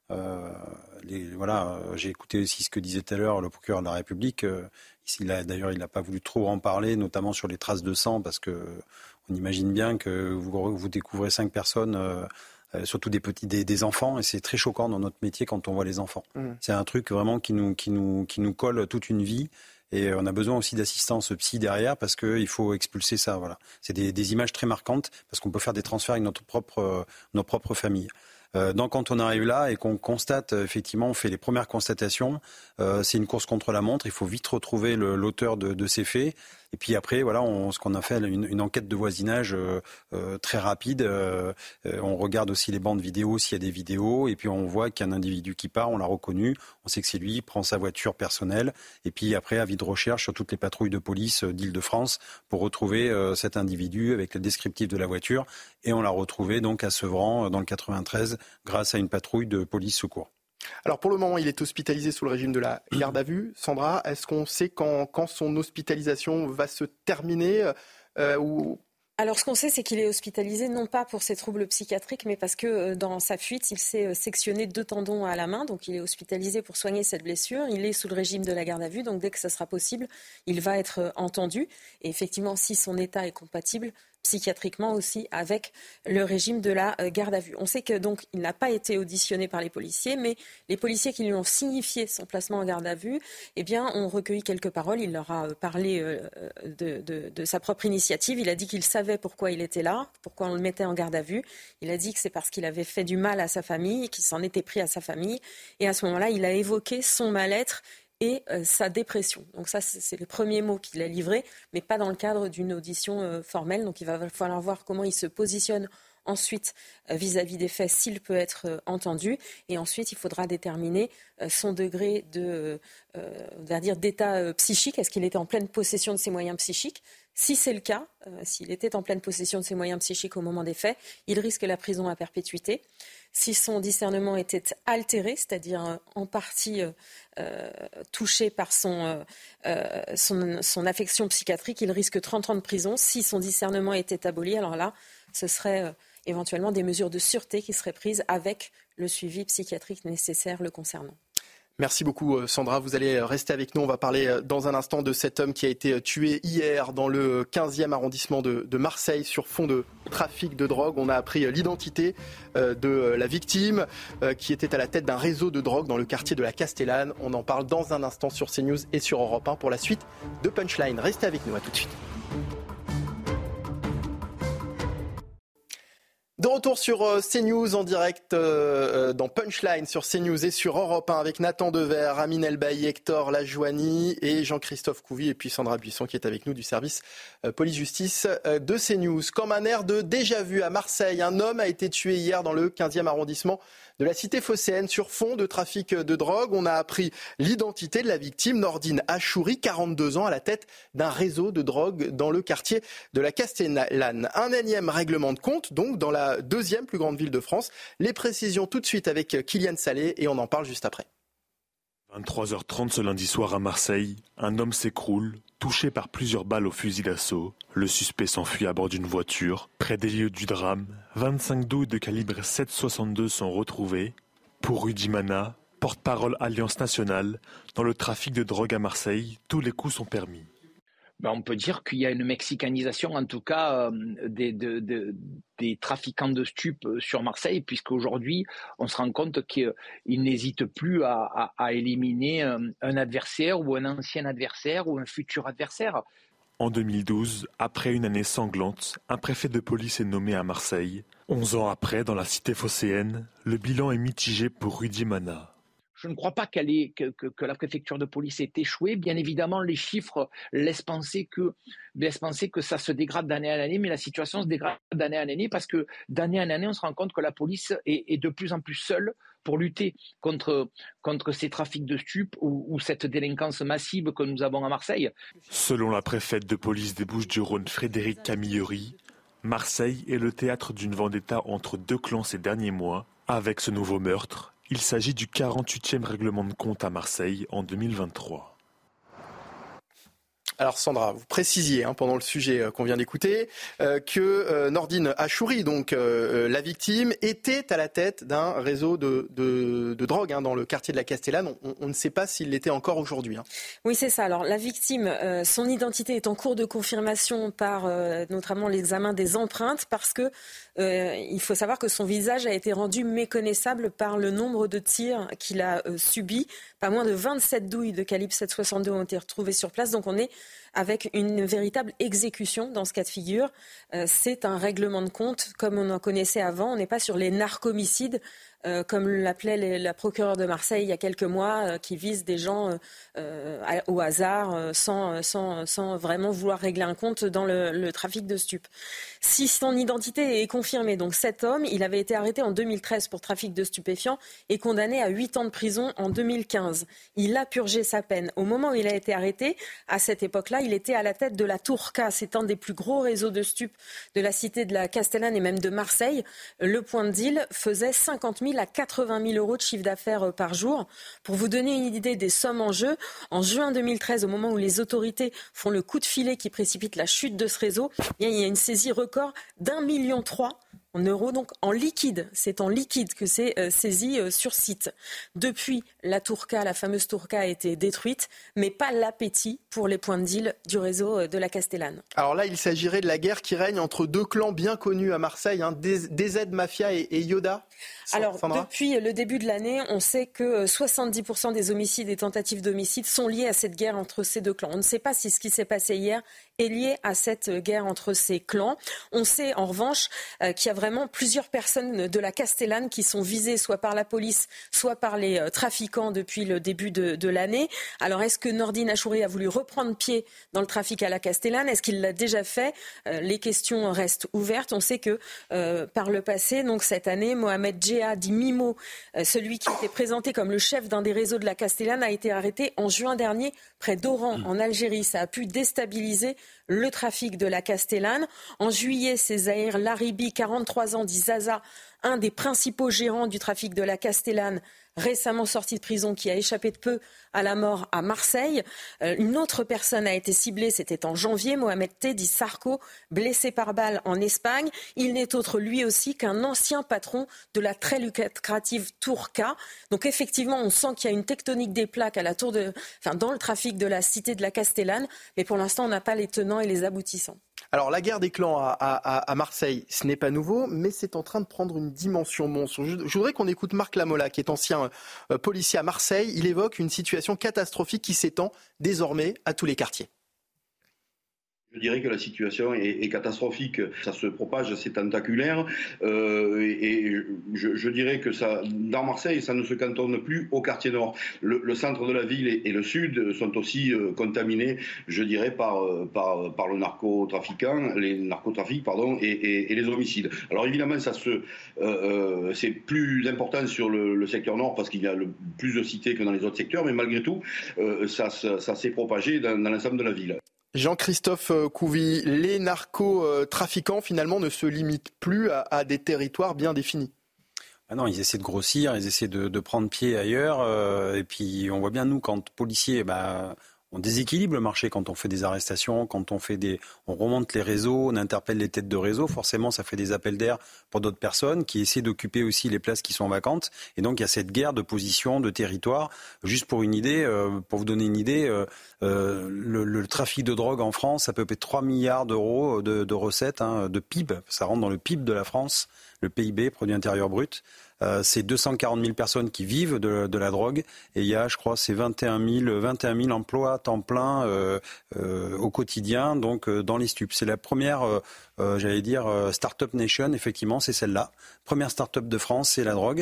J'ai écouté aussi ce que disait tout à l'heure le procureur de la République. D'ailleurs, il n'a pas voulu trop en parler, notamment sur les traces de sang, parce que on imagine bien que vous découvrez 5 personnes... surtout des enfants, et c'est très choquant dans notre métier quand on voit les enfants. C'est un truc vraiment qui nous colle toute une vie, et on a besoin aussi d'assistance psy derrière parce qu'il faut expulser ça. Voilà. C'est des images très marquantes parce qu'on peut faire des transferts avec nos propres familles. Donc quand on arrive là et qu'on constate, effectivement, on fait les premières constatations, c'est une course contre la montre, il faut vite retrouver l'auteur de ces faits. Et puis après, voilà, ce qu'on a fait, une enquête de voisinage très rapide. On regarde aussi les bandes vidéo, s'il y a des vidéos, et puis on voit qu'il y a un individu qui part, on l'a reconnu, on sait que c'est lui, il prend sa voiture personnelle, et puis après, avis de recherche sur toutes les patrouilles de police d'Île-de-France pour retrouver cet individu avec le descriptif de la voiture, et on l'a retrouvé donc à Sevran, dans le 93, grâce à une patrouille de police secours. Alors pour le moment, il est hospitalisé sous le régime de la garde à vue. Sandra, est-ce qu'on sait quand son hospitalisation va se terminer Alors ce qu'on sait, c'est qu'il est hospitalisé non pas pour ses troubles psychiatriques, mais parce que dans sa fuite, il s'est sectionné 2 tendons à la main. Donc il est hospitalisé pour soigner cette blessure. Il est sous le régime de la garde à vue. Donc dès que ce sera possible, il va être entendu. Et effectivement, si son état est compatible, psychiatriquement aussi avec le régime de la garde à vue. On sait que donc il n'a pas été auditionné par les policiers, mais les policiers qui lui ont signifié son placement en garde à vue, ont recueilli quelques paroles. Il leur a parlé de sa propre initiative. Il a dit qu'il savait pourquoi il était là, pourquoi on le mettait en garde à vue. Il a dit que c'est parce qu'il avait fait du mal à sa famille, qu'il s'en était pris à sa famille. Et à ce moment-là, il a évoqué son mal-être et sa dépression. Donc ça, c'est les premiers mots qu'il a livrés, mais pas dans le cadre d'une audition formelle. Donc il va falloir voir comment il se positionne ensuite vis-à-vis des faits, s'il peut être entendu. Et ensuite, il faudra déterminer son degré d'état psychique. Est-ce qu'il était en pleine possession de ses moyens psychiques ? Si c'est le cas, s'il était en pleine possession de ses moyens psychiques au moment des faits, il risque la prison à perpétuité. Si son discernement était altéré, c'est-à-dire en partie touché par son affection psychiatrique, il risque 30 ans de prison. Si son discernement était aboli, alors là, ce serait éventuellement des mesures de sûreté qui seraient prises avec le suivi psychiatrique nécessaire le concernant. Merci beaucoup Sandra, vous allez rester avec nous. On va parler dans un instant de cet homme qui a été tué hier dans le 15e arrondissement de Marseille sur fond de trafic de drogue. On a appris l'identité de la victime qui était à la tête d'un réseau de drogue dans le quartier de la Castellane. On en parle dans un instant sur CNews et sur Europe 1 pour la suite de Punchline. Restez avec nous, à tout de suite. De retour sur CNews en direct dans Punchline sur CNews et sur Europe 1 avec Nathan Dever, Amine Elbaï, Hector Lajoigny et Jean-Christophe Couvi et puis Sandra Buisson qui est avec nous du service police-justice de CNews. Comme un air de déjà-vu à Marseille, un homme a été tué hier dans le 15e arrondissement de la cité phocéenne sur fond de trafic de drogue. On a appris l'identité de la victime, Nordine Achouri, 42 ans, à la tête d'un réseau de drogue dans le quartier de la Castellane. Un énième règlement de compte, donc, dans la deuxième plus grande ville de France. Les précisions tout de suite avec Kylian Salé et on en parle juste après. 23h30 ce lundi soir à Marseille, un homme s'écroule, touché par plusieurs balles au fusil d'assaut. Le suspect s'enfuit à bord d'une voiture. Près des lieux du drame, 25 douilles de calibre 7,62 sont retrouvées. Pour Rudy Mana, porte-parole Alliance Nationale, dans le trafic de drogue à Marseille, tous les coups sont permis. On peut dire qu'il y a une mexicanisation, en tout cas, des trafiquants de stupes sur Marseille, puisqu'aujourd'hui, on se rend compte qu'ils n'hésitent plus à éliminer un adversaire ou un ancien adversaire ou un futur adversaire. En 2012, après une année sanglante, un préfet de police est nommé à Marseille. 11 ans après, dans la cité phocéenne, le bilan est mitigé pour Rudy Mana. Je ne crois pas que la préfecture de police ait échoué. Bien évidemment, les chiffres laissent penser que ça se dégrade d'année en année, mais la situation se dégrade d'année en année parce que d'année en année, on se rend compte que la police est de plus en plus seule pour lutter contre ces trafics de stupes ou cette délinquance massive que nous avons à Marseille. Selon la préfète de police des Bouches-du-Rhône, Frédéric Camilleri, Marseille est le théâtre d'une vendetta entre deux clans ces derniers mois. Avec ce nouveau meurtre, il s'agit du 48e règlement de compte à Marseille en 2023. Alors Sandra, vous précisiez pendant le sujet qu'on vient d'écouter que Nordine Achouri, donc la victime, était à la tête d'un réseau de drogue dans le quartier de la Castellane. On ne sait pas s'il l'était encore aujourd'hui. Oui, c'est ça. Alors la victime, son identité est en cours de confirmation par notamment l'examen des empreintes parce que il faut savoir que son visage a été rendu méconnaissable par le nombre de tirs qu'il a subis. Pas moins de 27 douilles de calibre 7,62 ont été retrouvées sur place. Donc on est avec une véritable exécution dans ce cas de figure. C'est un règlement de compte comme on en connaissait avant. On n'est pas sur les narcomicides comme l'appelait la procureure de Marseille il y a quelques mois, qui visent des gens au hasard sans vraiment vouloir régler un compte dans le trafic de stupes. Si son identité est confirmée, donc cet homme, il avait été arrêté en 2013 pour trafic de stupéfiants et condamné à 8 ans de prison en 2015. Il a purgé sa peine. Au moment où il a été arrêté, à cette époque-là, il était à la tête de la Tourca. C'est un des plus gros réseaux de stupes de la cité de la Castellane et même de Marseille. Le point de deal faisait 50 000 à 80 000 euros de chiffre d'affaires par jour. Pour vous donner une idée des sommes en jeu, en juin 2013, au moment où les autorités font le coup de filet qui précipite la chute de ce réseau, il y a une saisie record d'1,3 million en euros, donc en liquide. C'est en liquide que c'est saisi sur site. Depuis, la Tourca, la fameuse Tourca, a été détruite, mais pas l'appétit pour les points de deal du réseau de la Castellane. Alors là, il s'agirait de la guerre qui règne entre deux clans bien connus à Marseille, DZ Mafia et Yoda. Alors, Sandra, depuis le début de l'année, on sait que 70% des homicides et tentatives d'homicide sont liés à cette guerre entre ces deux clans. On ne sait pas si ce qui s'est passé hier est lié à cette guerre entre ces clans. On sait en revanche qu'il y a vraiment plusieurs personnes de la Castellane qui sont visées soit par la police, soit par les trafiquants depuis le début de l'année. Alors, est-ce que Nordine Achouri a voulu reprendre pied dans le trafic à la Castellane ? Est-ce qu'il l'a déjà fait ? Les questions restent ouvertes. On sait que par le passé, donc cette année, Mohamed Djéha, dit Mimo, celui qui était présenté comme le chef d'un des réseaux de la Castellane, a été arrêté en juin dernier près d'Oran, en Algérie. Ça a pu déstabiliser le trafic de la Castellane. En juillet, c'est Zahir Laribi, 43 ans, dit Zaza, un des principaux gérants du trafic de la Castellane, récemment sorti de prison, qui a échappé de peu à la mort à Marseille. Une autre personne a été ciblée, c'était en janvier, Mohamed T, dit Sarko, blessé par balle en Espagne. Il n'est autre lui aussi qu'un ancien patron de la très lucrative Tourca. Donc effectivement, on sent qu'il y a une tectonique des plaques dans le trafic de la cité de la Castellane, mais pour l'instant, on n'a pas les tenants et les aboutissants. Alors la guerre des clans à Marseille, ce n'est pas nouveau, mais c'est en train de prendre une dimension monstre. Je voudrais qu'on écoute Marc Lamola, qui est ancien policier à Marseille. Il évoque une situation catastrophique qui s'étend désormais à tous les quartiers. Je dirais que la situation est catastrophique. Ça se propage, c'est tentaculaire. Et je dirais que ça, dans Marseille, ça ne se cantonne plus au quartier nord. Le centre de la ville et le sud sont aussi contaminés, je dirais, par le narcotrafic, et les homicides. Alors évidemment, c'est plus important sur le secteur nord parce qu'il y a plus de cités que dans les autres secteurs, mais malgré tout, ça s'est propagé dans l'ensemble de la ville. Jean-Christophe Couvi, les narcotrafiquants finalement ne se limitent plus à des territoires bien définis. Ah non, ils essaient de grossir, ils essaient de prendre pied ailleurs. Et puis on voit bien, nous, quand policiers, on déséquilibre le marché quand on fait des arrestations, quand on remonte les réseaux, on interpelle les têtes de réseau. Forcément, ça fait des appels d'air pour d'autres personnes qui essaient d'occuper aussi les places qui sont vacantes. Et donc, il y a cette guerre de position, de territoire. Juste pour une idée, pour vous donner une idée, le trafic de drogue en France, ça peut être 3 milliards d'euros de recettes, de PIB. Ça rentre dans le PIB de la France, le PIB, produit intérieur brut. C'est 240 000 personnes qui vivent de la drogue et il y a, je crois, c'est 21 000 emplois à temps plein au quotidien, donc dans les stupes. C'est la première, Startup Nation, effectivement, c'est celle-là. Première start-up de France, c'est la drogue.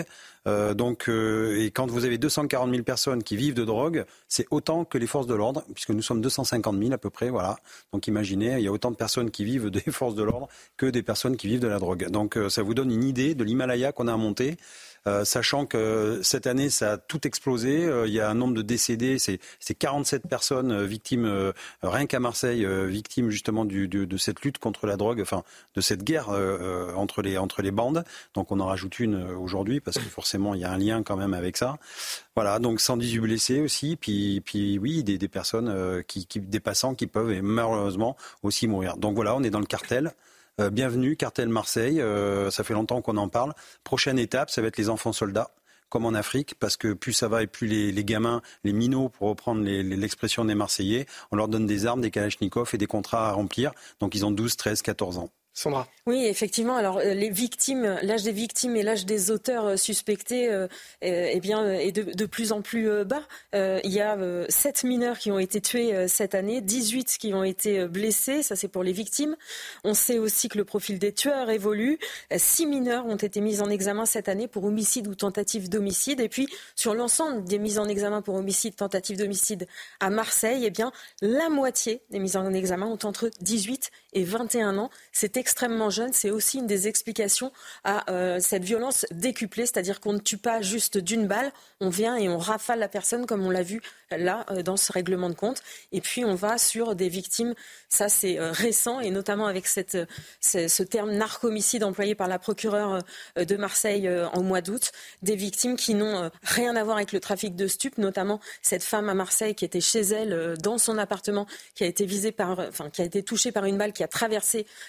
Et quand vous avez 240 000 personnes qui vivent de drogue, c'est autant que les forces de l'ordre, puisque nous sommes 250 000 à peu près, voilà. Donc imaginez, il y a autant de personnes qui vivent des forces de l'ordre que des personnes qui vivent de la drogue. Donc ça vous donne une idée de l'Himalaya qu'on a à monter. Sachant que cette année, ça a tout explosé. Il y a un nombre de décédés, c'est 47 personnes victimes, rien qu'à Marseille, victimes justement de cette lutte contre la drogue, enfin de cette guerre entre les bandes. Donc on en rajoute une aujourd'hui parce que forcément il y a un lien quand même avec ça. Voilà, donc 118 blessés aussi, puis oui, des personnes des passants qui peuvent malheureusement aussi mourir. Donc voilà, on est dans le cartel. Bienvenue, cartel Marseille, ça fait longtemps qu'on en parle. Prochaine étape, ça va être les enfants soldats, comme en Afrique, parce que plus ça va et plus les gamins, les minots, pour reprendre l'expression des Marseillais, on leur donne des armes, des kalachnikovs et des contrats à remplir. Donc ils ont 12, 13, 14 ans. Sandra. Oui, effectivement. Alors, les victimes, l'âge des victimes et l'âge des auteurs suspectés est de plus en plus bas. Il y a 7 mineurs qui ont été tués cette année, 18 qui ont été blessés. Ça, c'est pour les victimes. On sait aussi que le profil des tueurs évolue. 6 mineurs ont été mis en examen cette année pour homicide ou tentative d'homicide. Et puis, sur l'ensemble des mises en examen pour homicide, tentative d'homicide à Marseille, la moitié des mises en examen ont entre 18 et 21 ans. C'est extrêmement jeune, c'est aussi une des explications à cette violence décuplée, c'est-à-dire qu'on ne tue pas juste d'une balle, on vient et on rafale la personne comme on l'a vu là dans ce règlement de compte. Et puis on va sur des victimes, ça c'est récent, et notamment avec ce terme narcomicide employé par la procureure de Marseille au mois d'août, des victimes qui n'ont rien à voir avec le trafic de stupes, notamment cette femme à Marseille qui était chez elle dans son appartement, qui a été touchée par une balle qui a traversé la fenêtre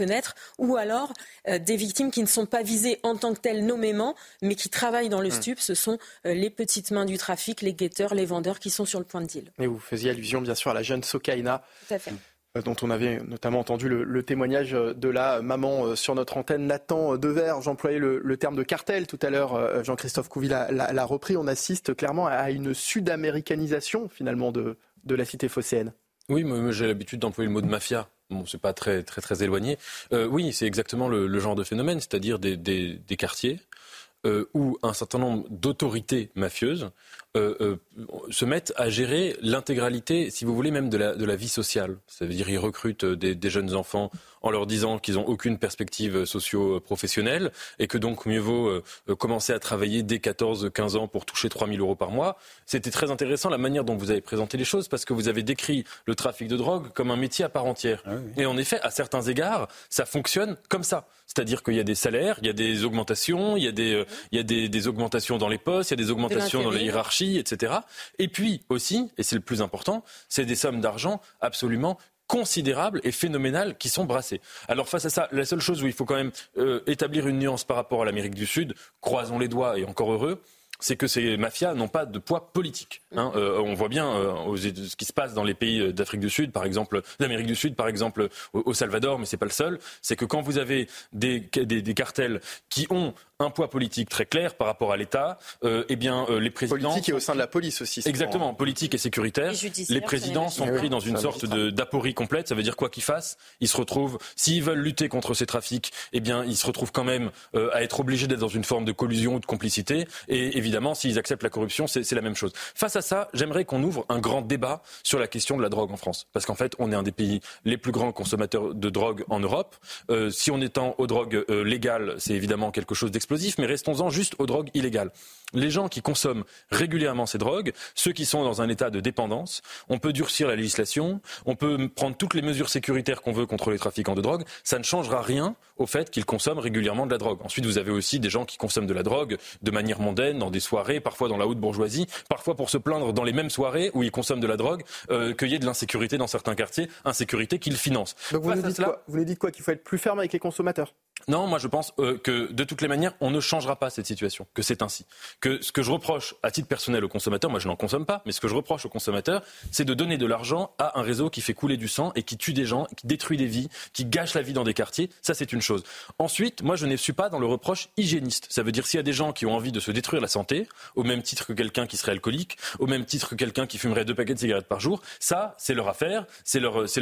fenêtre, ou alors des victimes qui ne sont pas visées en tant que telles nommément, mais qui travaillent dans le stup. Ce sont les petites mains du trafic, les guetteurs, les vendeurs qui sont sur le point de deal. Et vous faisiez allusion bien sûr à la jeune Sokaina. Tout à fait. Dont on avait notamment entendu le témoignage de la maman sur notre antenne, Nathan Dever. J'employais le terme de cartel tout à l'heure, Jean-Christophe Couvi l'a repris. On assiste clairement à une sud-américanisation finalement de la cité phocéenne. Oui, moi j'ai l'habitude d'employer le mot de mafia. Bon, c'est pas très éloigné. Oui, c'est exactement le genre de phénomène, c'est-à-dire des quartiers où un certain nombre d'autorités mafieuses se mettent à gérer l'intégralité, si vous voulez, même de la vie sociale. Ça veut dire ils recrutent des jeunes enfants en leur disant qu'ils n'ont aucune perspective socio-professionnelle et que donc mieux vaut commencer à travailler dès 14-15 ans pour toucher 3 000 euros par mois. C'était très intéressant la manière dont vous avez présenté les choses parce que vous avez décrit le trafic de drogue comme un métier à part entière. Ah oui. Et en effet, à certains égards, ça fonctionne comme ça. C'est-à-dire qu'il y a des salaires, il y a des augmentations, il y a des augmentations dans les postes, il y a des augmentations dans les hiérarchies, etc. Et puis aussi, et c'est le plus important, c'est des sommes d'argent absolument considérables et phénoménales qui sont brassées. Alors face à ça, la seule chose où il faut quand même établir une nuance par rapport à l'Amérique du Sud, croisons les doigts et encore heureux, c'est que ces mafias n'ont pas de poids politique. On voit bien ce qui se passe dans les pays d'Afrique du Sud, par exemple, d'Amérique du Sud, par exemple, au Salvador, mais c'est pas le seul. C'est que quand vous avez des cartels qui ont un poids politique très clair par rapport à l'État, eh bien les présidents... Politique et au sein de la police aussi. Exactement, politique et sécuritaire. Les présidents sont pris dans une sorte d'aporie complète. Ça veut dire quoi qu'ils fassent, ils se retrouvent, s'ils veulent lutter contre ces trafics, eh bien ils se retrouvent quand même à être obligés d'être dans une forme de collusion ou de complicité. Et évidemment, s'ils acceptent la corruption, c'est la même chose. Face à ça, j'aimerais qu'on ouvre un grand débat sur la question de la drogue en France. Parce qu'en fait, on est un des pays les plus grands consommateurs de drogue en Europe. Si on étend aux drogues légales, c'est évidemment quelque chose d'explosif. Mais restons-en juste aux drogues illégales. Les gens qui consomment régulièrement ces drogues, ceux qui sont dans un état de dépendance, on peut durcir la législation, on peut prendre toutes les mesures sécuritaires qu'on veut contre les trafiquants de drogue, ça ne changera rien au fait qu'ils consomment régulièrement de la drogue. Ensuite, vous avez aussi des gens qui consomment de la drogue de manière mondaine, dans des soirées, parfois dans la haute bourgeoisie, parfois pour se plaindre dans les mêmes soirées où ils consomment de la drogue, qu'il y ait de l'insécurité dans certains quartiers, insécurité qu'ils financent. Donc vous nous dites quoi, qu'il faut être plus ferme avec les consommateurs ? Non, moi je pense que de toutes les manières, on ne changera pas cette situation, que c'est ainsi. Que ce que je reproche à titre personnel aux consommateurs, moi je n'en consomme pas, mais ce que je reproche aux consommateurs, c'est de donner de l'argent à un réseau qui fait couler du sang et qui tue des gens, qui détruit des vies, qui gâche la vie dans des quartiers. Ça c'est une chose. Ensuite, moi je ne suis pas dans le reproche hygiéniste. Ça veut dire s'il y a des gens qui ont envie de se détruire la santé, au même titre que quelqu'un qui serait alcoolique, au même titre que quelqu'un qui fumerait 2 paquets de cigarettes par jour, ça c'est leur affaire, c'est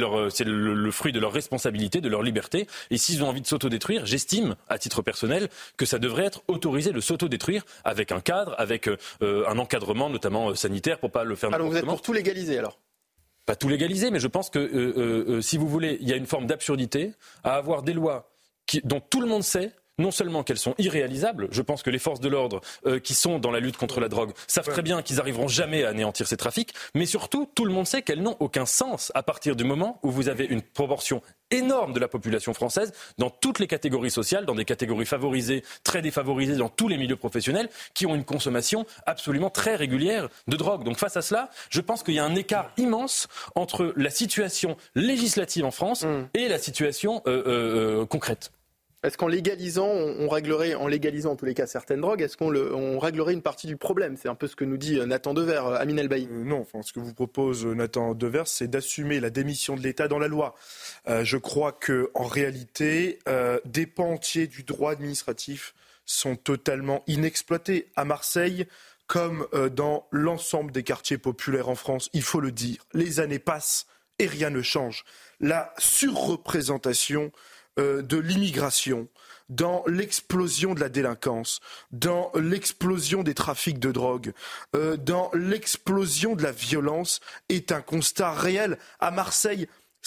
le fruit de leur responsabilité, de leur liberté. Et s'ils ont envie de s'autodétruire, j'estime, à titre personnel, que ça devrait être autorisé de s'autodétruire avec un cadre, avec un encadrement notamment sanitaire pour pas le faire n'importe comment. Donc vous êtes pour tout légaliser alors ? Pas tout légaliser, mais je pense que si vous voulez, il y a une forme d'absurdité à avoir des lois dont tout le monde sait non seulement qu'elles sont irréalisables, je pense que les forces de l'ordre qui sont dans la lutte contre la drogue savent très bien qu'ils n'arriveront jamais à anéantir ces trafics, mais surtout, tout le monde sait qu'elles n'ont aucun sens à partir du moment où vous avez une proportion énorme de la population française dans toutes les catégories sociales, dans des catégories favorisées, très défavorisées, dans tous les milieux professionnels, qui ont une consommation absolument très régulière de drogue. Donc face à cela, je pense qu'il y a un écart immense entre la situation législative en France et la situation concrète. Est-ce qu'en légalisant, on réglerait, en légalisant en tous les cas certaines drogues, est-ce qu'on réglerait une partie du problème ? C'est un peu ce que nous dit Nathan Dever, Amine El-Bailly. Non, ce que vous propose Nathan Dever, c'est d'assumer la démission de l'État dans la loi. Je crois qu'en réalité, des pans entiers du droit administratif sont totalement inexploités. À Marseille, comme dans l'ensemble des quartiers populaires en France, il faut le dire, les années passent et rien ne change. La surreprésentation de l'immigration, dans l'explosion de la délinquance, dans l'explosion des trafics de drogue, dans l'explosion de la violence est un constat réel. À Marseille,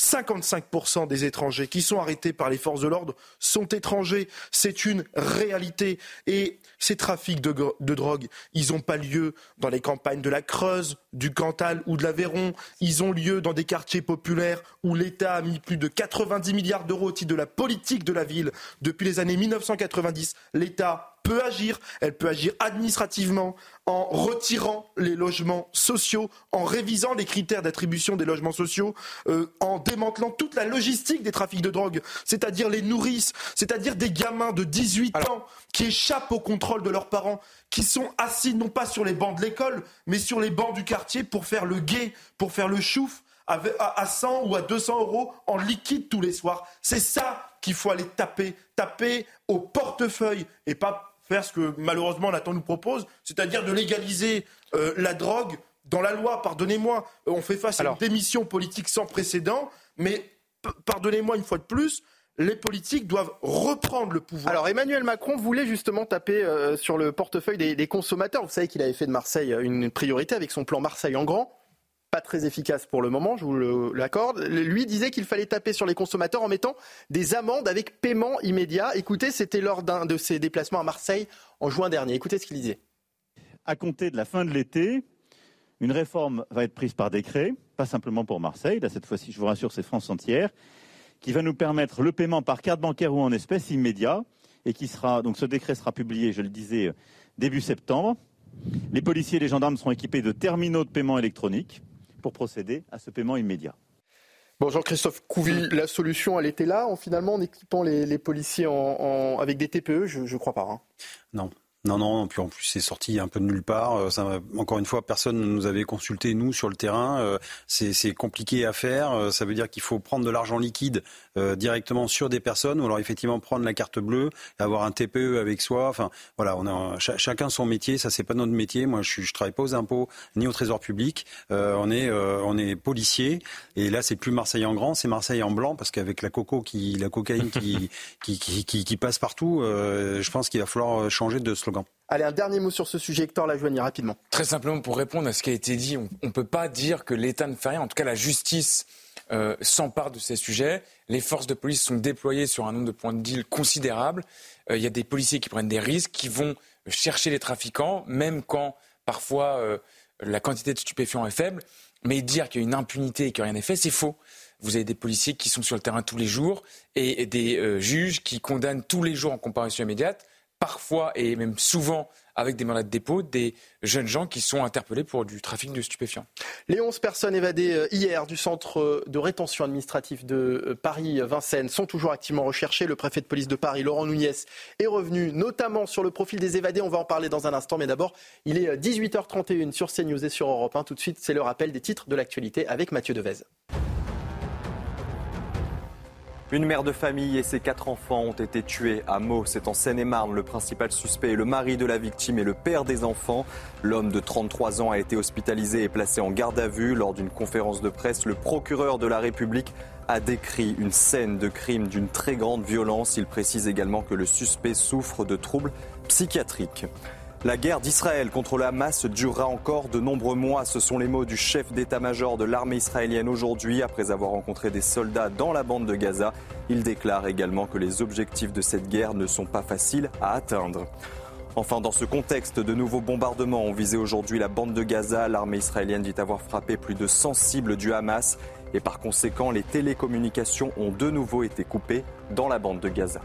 55% des étrangers qui sont arrêtés par les forces de l'ordre sont étrangers. C'est une réalité. Et ces trafics de drogue, ils n'ont pas lieu dans les campagnes de la Creuse, du Cantal ou de l'Aveyron. Ils ont lieu dans des quartiers populaires où l'État a mis plus de 90 milliards d'euros au titre de la politique de la ville. Depuis les années 1990, l'État peut agir. Elle peut agir administrativement en retirant les logements sociaux, en révisant les critères d'attribution des logements sociaux, en démantelant toute la logistique des trafics de drogue, c'est-à-dire les nourrices, c'est-à-dire des gamins de 18 ans qui échappent au contrôle de leurs parents, qui sont assis non pas sur les bancs de l'école, mais sur les bancs du quartier pour faire le guet, pour faire le chouf, à 100 ou à 200 euros en liquide tous les soirs. C'est ça qu'il faut aller taper au portefeuille et pas faire ce que malheureusement Nathan nous propose, c'est-à-dire de légaliser la drogue dans la loi. Pardonnez-moi, on fait face à une démission politique sans précédent, mais pardonnez-moi une fois de plus, les politiques doivent reprendre le pouvoir. Alors Emmanuel Macron voulait justement taper sur le portefeuille des consommateurs. Vous savez qu'il avait fait de Marseille une priorité avec son plan Marseille en grand. Pas très efficace pour le moment, je vous l'accorde. Lui disait qu'il fallait taper sur les consommateurs en mettant des amendes avec paiement immédiat. Écoutez, c'était lors d'un de ses déplacements à Marseille en juin dernier. Écoutez ce qu'il disait. À compter de la fin de l'été, une réforme va être prise par décret, pas simplement pour Marseille. Là, cette fois-ci, je vous rassure, c'est France entière, qui va nous permettre le paiement par carte bancaire ou en espèces immédiat, et qui sera, donc ce décret sera publié, je le disais, début septembre. Les policiers et les gendarmes seront équipés de terminaux de paiement électronique pour procéder à ce paiement immédiat. Bon, Jean-Christophe Couvi, la solution, elle était là, finalement, en équipant les policiers avec des TPE, je ne crois pas. Hein. Non, puis en plus c'est sorti un peu de nulle part. Encore une fois, personne ne nous avait consulté, nous, sur le terrain. C'est compliqué à faire. Ça veut dire qu'il faut prendre de l'argent liquide directement sur des personnes, ou alors effectivement prendre la carte bleue, avoir un TPE avec soi. Enfin, voilà, on a chacun son métier. Ça, c'est pas notre métier. Moi, je travaille pas aux impôts ni au Trésor public. On est policier. Et là, c'est plus Marseille en grand, c'est Marseille en blanc, parce qu'avec la cocaïne qui passe partout, je pense qu'il va falloir changer de slogan. Allez, un dernier mot sur ce sujet, Hector Lajoigny, rapidement. Très simplement, pour répondre à ce qui a été dit, on ne peut pas dire que l'État ne fait rien. En tout cas, la justice s'empare de ces sujets. Les forces de police sont déployées sur un nombre de points de deal considérable. Il y a des policiers qui prennent des risques, qui vont chercher les trafiquants, même quand parfois la quantité de stupéfiants est faible. Mais dire qu'il y a une impunité et que rien n'est fait, c'est faux. Vous avez des policiers qui sont sur le terrain tous les jours et des juges qui condamnent tous les jours en comparution immédiate, parfois et même souvent avec des mandats de dépôt, des jeunes gens qui sont interpellés pour du trafic de stupéfiants. Les 11 personnes évadées hier du centre de rétention administrative de Paris-Vincennes sont toujours activement recherchées. Le préfet de police de Paris, Laurent Nunez, est revenu notamment sur le profil des évadés. On va en parler dans un instant, mais d'abord, il est 18h31 sur CNews et sur Europe 1. Tout de suite, c'est le rappel des titres de l'actualité avec Mathieu Devez. Une mère de famille et ses 4 enfants ont été tués à Meaux. C'est en Seine-et-Marne. Le principal suspect est le mari de la victime et le père des enfants. L'homme de 33 ans a été hospitalisé et placé en garde à vue. Lors d'une conférence de presse, le procureur de la République a décrit une scène de crime d'une très grande violence. Il précise également que le suspect souffre de troubles psychiatriques. La guerre d'Israël contre le Hamas durera encore de nombreux mois. Ce sont les mots du chef d'état-major de l'armée israélienne aujourd'hui, après avoir rencontré des soldats dans la bande de Gaza. Il déclare également que les objectifs de cette guerre ne sont pas faciles à atteindre. Enfin, dans ce contexte, de nouveaux bombardements ont visé aujourd'hui la bande de Gaza. L'armée israélienne dit avoir frappé plus de 100 cibles du Hamas. Et par conséquent, les télécommunications ont de nouveau été coupées dans la bande de Gaza.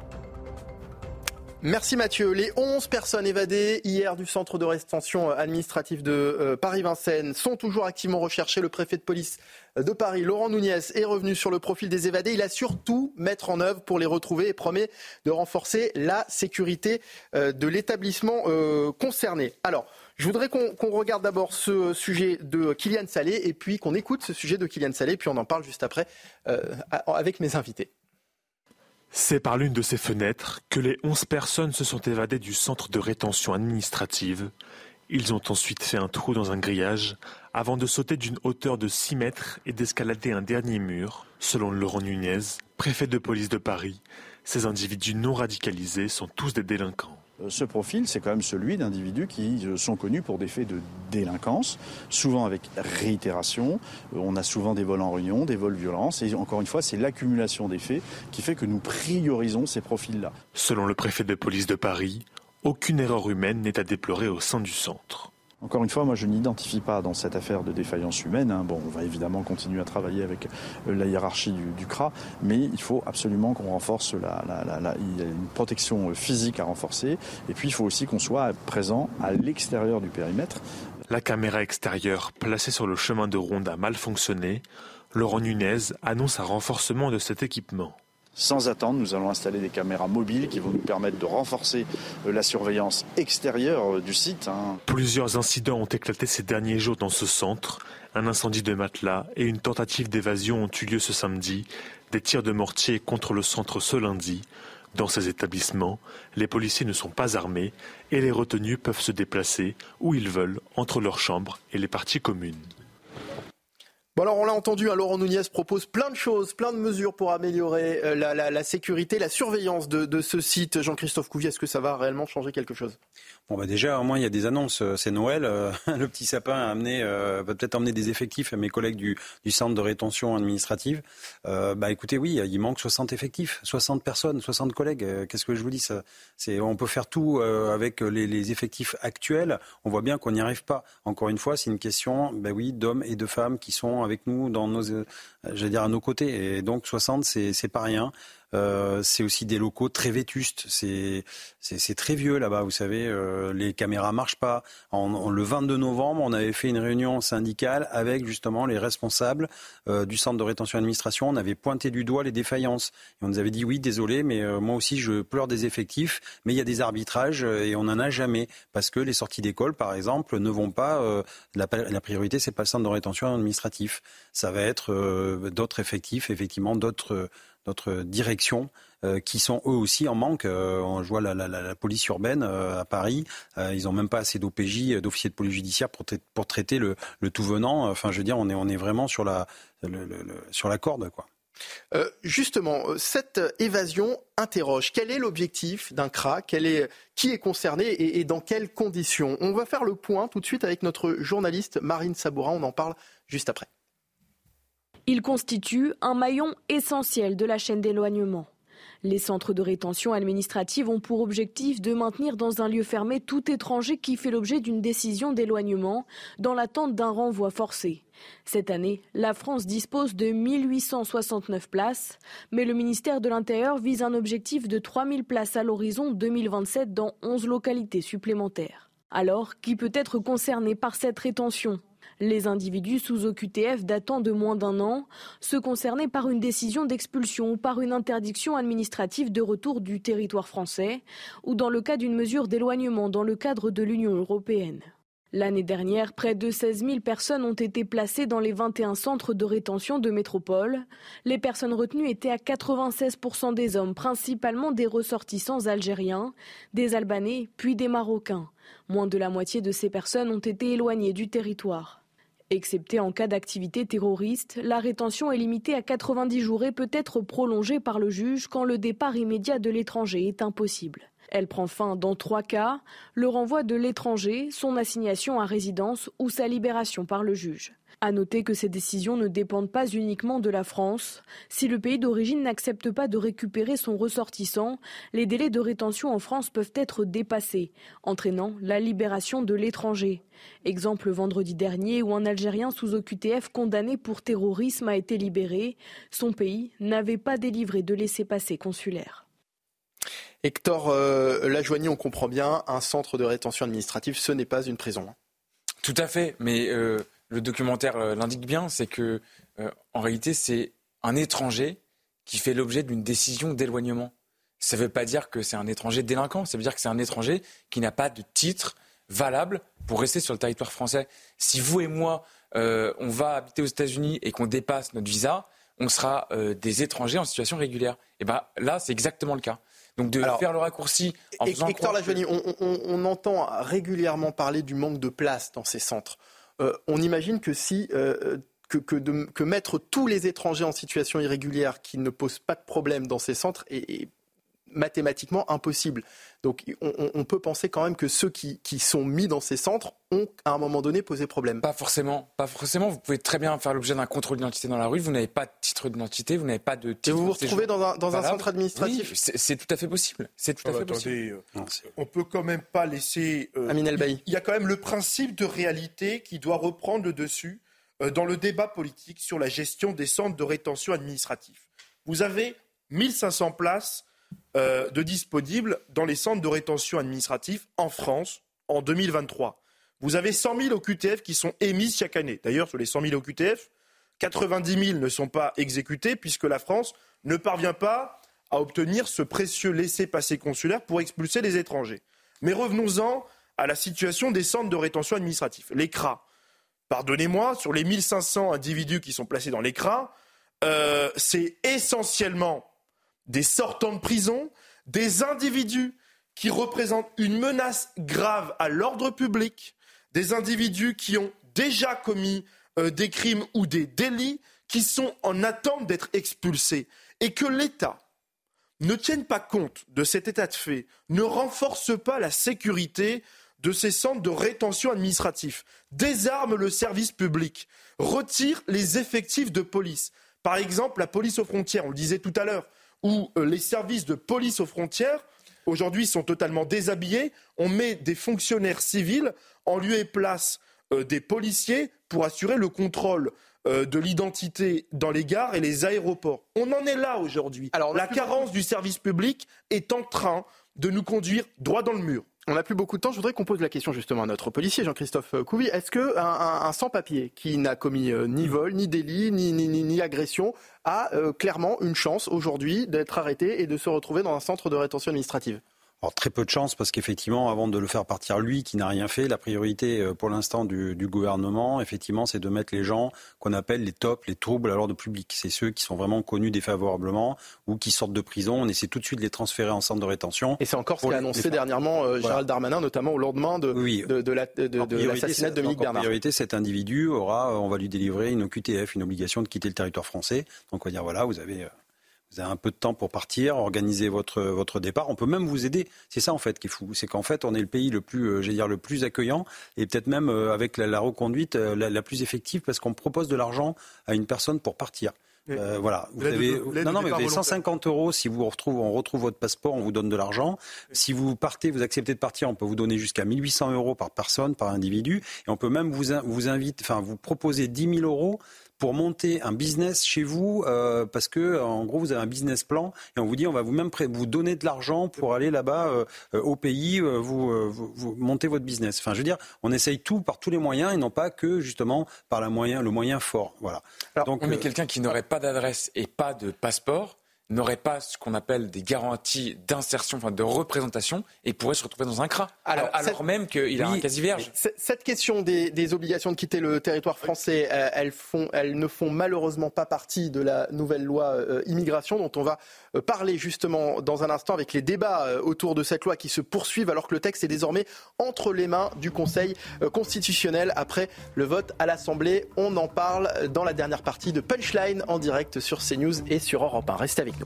Merci Mathieu. Les 11 personnes évadées hier du centre de rétention administrative de Paris-Vincennes sont toujours activement recherchées. Le préfet de police de Paris, Laurent Nunez, est revenu sur le profil des évadés. Il a surtout mettre en œuvre pour les retrouver et promet de renforcer la sécurité de l'établissement concerné. Alors, je voudrais qu'on regarde d'abord ce sujet de Kylian Salé et puis qu'on écoute ce sujet de Kylian Salé, puis on en parle juste après avec mes invités. C'est par l'une de ces fenêtres que les 11 personnes se sont évadées du centre de rétention administrative. Ils ont ensuite fait un trou dans un grillage avant de sauter d'une hauteur de 6 mètres et d'escalader un dernier mur. Selon Laurent Nunez, préfet de police de Paris, ces individus non radicalisés sont tous des délinquants. Ce profil, c'est quand même celui d'individus qui sont connus pour des faits de délinquance, souvent avec réitération. On a souvent des vols en réunion, des vols violents. Et encore une fois, c'est l'accumulation des faits qui fait que nous priorisons ces profils-là. Selon le préfet de police de Paris, aucune erreur humaine n'est à déplorer au sein du centre. Encore une fois, moi je n'identifie pas dans cette affaire de défaillance humaine. Bon, on va évidemment continuer à travailler avec la hiérarchie du CRA, mais il faut absolument qu'on renforce il y a une protection physique à renforcer. Et puis il faut aussi qu'on soit présent à l'extérieur du périmètre. La caméra extérieure placée sur le chemin de ronde a mal fonctionné. Laurent Nunez annonce un renforcement de cet équipement. Sans attendre, nous allons installer des caméras mobiles qui vont nous permettre de renforcer la surveillance extérieure du site. Plusieurs incidents ont éclaté ces derniers jours dans ce centre. Un incendie de matelas et une tentative d'évasion ont eu lieu ce samedi. Des tirs de mortier contre le centre ce lundi. Dans ces établissements, les policiers ne sont pas armés et les retenus peuvent se déplacer où ils veulent entre leurs chambres et les parties communes. Bon alors on l'a entendu, Laurent Nunez propose plein de choses, plein de mesures pour améliorer la sécurité, la surveillance de ce site. Jean-Christophe Couvier, est-ce que ça va réellement changer quelque chose ? Bon déjà au moins il y a des annonces, c'est Noël, le petit sapin va peut-être emmener des effectifs à mes collègues du centre de rétention administrative. Écoutez, oui, il manque 60 effectifs, 60 personnes, 60 collègues. Qu'est-ce que je vous dis ça ? On peut faire tout avec les effectifs actuels. On voit bien qu'on n'y arrive pas. Encore une fois, c'est une question, d'hommes et de femmes qui sont avec nous dans à nos côtés. Et donc 60, c'est pas rien. C'est aussi des locaux très vétustes. C'est très vieux là-bas, vous savez. Les caméras marchent pas. Le 22 novembre, on avait fait une réunion syndicale avec justement les responsables du centre de rétention administration. On avait pointé du doigt les défaillances. Et on nous avait dit oui, désolé, mais moi aussi je pleure des effectifs, mais il y a des arbitrages et on n'en a jamais. Parce que les sorties d'école, par exemple, ne vont pas... La priorité, c'est pas le centre de rétention administratif. Ça va être d'autres effectifs, effectivement, d'autres directions qui sont eux aussi en manque. Je vois la police urbaine à Paris, ils n'ont même pas assez d'OPJ, d'officiers de police judiciaire pour traiter le tout venant. Enfin, je veux dire, on est vraiment sur la corde, quoi. Justement, cette évasion interroge. Quel est l'objectif d'un CRA ? Qui est concerné et dans quelles conditions ? On va faire le point tout de suite avec notre journaliste Marine Sabourin. On en parle juste après. Il constitue un maillon essentiel de la chaîne d'éloignement. Les centres de rétention administrative ont pour objectif de maintenir dans un lieu fermé tout étranger qui fait l'objet d'une décision d'éloignement dans l'attente d'un renvoi forcé. Cette année, la France dispose de 1869 places, mais le ministère de l'Intérieur vise un objectif de 3000 places à l'horizon 2027 dans 11 localités supplémentaires. Alors, qui peut être concerné par cette rétention ? Les individus sous OQTF datant de moins d'un an, ceux concernés par une décision d'expulsion ou par une interdiction administrative de retour du territoire français, ou dans le cas d'une mesure d'éloignement dans le cadre de l'Union européenne. L'année dernière, près de 16 000 personnes ont été placées dans les 21 centres de rétention de métropole. Les personnes retenues étaient à 96% des hommes, principalement des ressortissants algériens, des Albanais, puis des Marocains. Moins de la moitié de ces personnes ont été éloignées du territoire. Excepté en cas d'activité terroriste, la rétention est limitée à 90 jours et peut être prolongée par le juge quand le départ immédiat de l'étranger est impossible. Elle prend fin dans 3 cas, le renvoi de l'étranger, son assignation à résidence ou sa libération par le juge. À noter que ces décisions ne dépendent pas uniquement de la France. Si le pays d'origine n'accepte pas de récupérer son ressortissant, les délais de rétention en France peuvent être dépassés, entraînant la libération de l'étranger. Exemple vendredi dernier où un Algérien sous OQTF condamné pour terrorisme a été libéré. Son pays n'avait pas délivré de laissez-passer consulaire. Hector Lajoigny, on comprend bien, un centre de rétention administrative, ce n'est pas une prison. Tout à fait, mais le documentaire l'indique bien, c'est que en réalité c'est un étranger qui fait l'objet d'une décision d'éloignement. Ça ne veut pas dire que c'est un étranger délinquant, ça veut dire que c'est un étranger qui n'a pas de titre valable pour rester sur le territoire français. Si vous et moi, on va habiter aux États-Unis et qu'on dépasse notre visa, on sera des étrangers en situation régulière. Et bien là, c'est exactement le cas. Donc faire le raccourci en faisant Hector Lajoigny, on entend régulièrement parler du manque de place dans ces centres. On imagine que que mettre tous les étrangers en situation irrégulière qui ne posent pas de problème dans ces centres est mathématiquement impossible. Donc on peut penser quand même que ceux qui sont mis dans ces centres ont à un moment donné posé problème. Pas forcément. Vous pouvez très bien faire l'objet d'un contrôle d'identité dans la rue, vous n'avez pas de titre d'identité, vous n'avez pas de titre. Et vous vous retrouvez dans un centre administratif. Oui, c'est tout à fait possible. Possible. On peut quand même pas laisser... Amin El-Bailly. Il y a quand même le principe de réalité qui doit reprendre le dessus dans le débat politique sur la gestion des centres de rétention administratifs. Vous avez 1500 places de disponibles dans les centres de rétention administratifs en France en 2023. Vous avez 100 000 OQTF qui sont émises chaque année. D'ailleurs, sur les 100 000 OQTF, 90 000 ne sont pas exécutés puisque la France ne parvient pas à obtenir ce précieux laissez-passer consulaire pour expulser les étrangers. Mais revenons-en à la situation des centres de rétention administratifs. Les CRA, pardonnez-moi, sur les 1500 individus qui sont placés dans les CRA, c'est essentiellement des sortants de prison, des individus qui représentent une menace grave à l'ordre public, des individus qui ont déjà commis des crimes ou des délits, qui sont en attente d'être expulsés. Et que l'État ne tienne pas compte de cet état de fait, ne renforce pas la sécurité de ces centres de rétention administratifs, désarme le service public, retire les effectifs de police. Par exemple, la police aux frontières, on le disait tout à l'heure, où les services de police aux frontières, aujourd'hui, sont totalement déshabillés. On met des fonctionnaires civils en lieu et place des policiers pour assurer le contrôle de l'identité dans les gares et les aéroports. On en est là aujourd'hui. Alors, la carence du service public est en train de nous conduire droit dans le mur. On n'a plus beaucoup de temps. Je voudrais qu'on pose la question justement à notre policier, Jean-Christophe Couvi. Est-ce qu'un sans-papier qui n'a commis ni vol, ni délit, ni agression a clairement une chance aujourd'hui d'être arrêté et de se retrouver dans un centre de rétention administrative ? Alors très peu de chance parce qu'effectivement, avant de le faire partir lui qui n'a rien fait, la priorité pour l'instant du gouvernement, effectivement, c'est de mettre les gens qu'on appelle les TOP, les troubles à l'ordre public. C'est ceux qui sont vraiment connus défavorablement ou qui sortent de prison. On essaie tout de suite de les transférer en centre de rétention. Et c'est encore ce qu'a annoncé dernièrement Gérald Darmanin, notamment au lendemain de l'assassinat de Dominique Bernard. En priorité, cet individu on va lui délivrer une OQTF, une obligation de quitter le territoire français. Donc on va dire voilà, vous avez un peu de temps pour partir, organiser votre départ. On peut même vous aider. C'est ça en fait qui est fou. C'est qu'en fait, on est le pays le plus accueillant et peut-être même avec la reconduite la plus effective parce qu'on propose de l'argent à une personne pour partir. Voilà. Vous avez 150 € si on retrouve votre passeport, on vous donne de l'argent. Si vous partez, vous acceptez de partir, on peut vous donner jusqu'à 1 800 € par personne, par individu. Et on peut même vous proposer 10 000 € pour monter un business chez vous, parce que en gros vous avez un business plan et on vous dit on va vous donner de l'argent pour aller là-bas au pays, vous montez votre business. Enfin, je veux dire, on essaye tout par tous les moyens et non pas que justement par le moyen fort. Voilà. Alors, mais quelqu'un qui n'aurait pas d'adresse et pas de passeport n'aurait pas ce qu'on appelle des garanties d'insertion, de représentation, et pourrait se retrouver dans un CRA, alors même qu'il a un quasi vierge. Cette question des obligations de quitter le territoire français, elles ne font malheureusement pas partie de la nouvelle loi immigration, dont on va parler justement dans un instant avec les débats autour de cette loi qui se poursuivent, alors que le texte est désormais entre les mains du Conseil constitutionnel après le vote à l'Assemblée. On en parle dans la dernière partie de Punchline en direct sur CNews et sur Europe 1. Restez avec nous.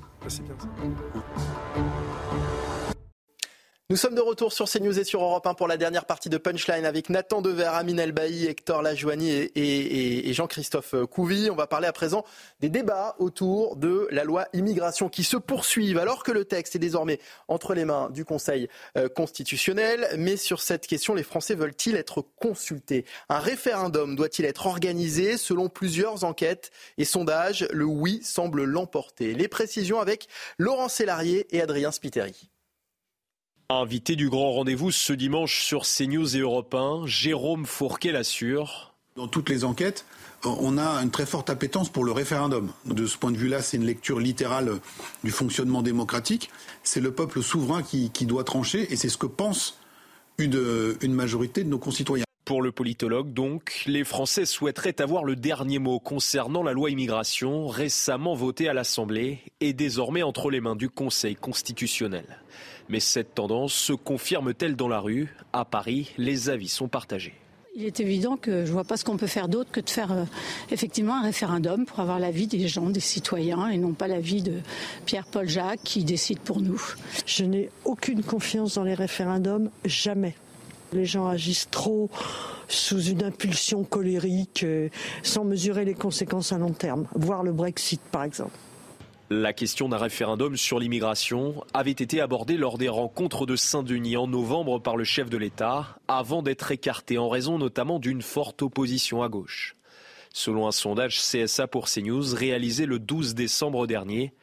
Nous sommes de retour sur CNews et sur Europe 1 pour la dernière partie de Punchline avec Nathan Dever, Amin El-Bailly, Hector Lajoigny et Jean-Christophe Couvi. On va parler à présent des débats autour de la loi immigration qui se poursuivent alors que le texte est désormais entre les mains du Conseil constitutionnel. Mais sur cette question, les Français veulent-ils être consultés ? Un référendum doit-il être organisé ? Selon plusieurs enquêtes et sondages, le oui semble l'emporter. Les précisions avec Laurent Sélarié et Adrien Spiteri. Invité du grand rendez-vous ce dimanche sur CNews et Europe 1, Jérôme Fourquet l'assure. Dans toutes les enquêtes, on a une très forte appétence pour le référendum. De ce point de vue-là, c'est une lecture littérale du fonctionnement démocratique. C'est le peuple souverain qui doit trancher et c'est ce que pense une majorité de nos concitoyens. Pour le politologue, donc, les Français souhaiteraient avoir le dernier mot concernant la loi immigration, récemment votée à l'Assemblée et désormais entre les mains du Conseil constitutionnel. Mais cette tendance se confirme-t-elle dans la rue ? À Paris, les avis sont partagés. Il est évident que je ne vois pas ce qu'on peut faire d'autre que de faire effectivement un référendum pour avoir l'avis des gens, des citoyens, et non pas l'avis de Pierre-Paul Jacques qui décide pour nous. Je n'ai aucune confiance dans les référendums, jamais. Les gens agissent trop sous une impulsion colérique, sans mesurer les conséquences à long terme, voire le Brexit par exemple. La question d'un référendum sur l'immigration avait été abordée lors des rencontres de Saint-Denis en novembre par le chef de l'État, avant d'être écartée en raison notamment d'une forte opposition à gauche. Selon un sondage CSA pour CNews réalisé le 12 décembre dernier,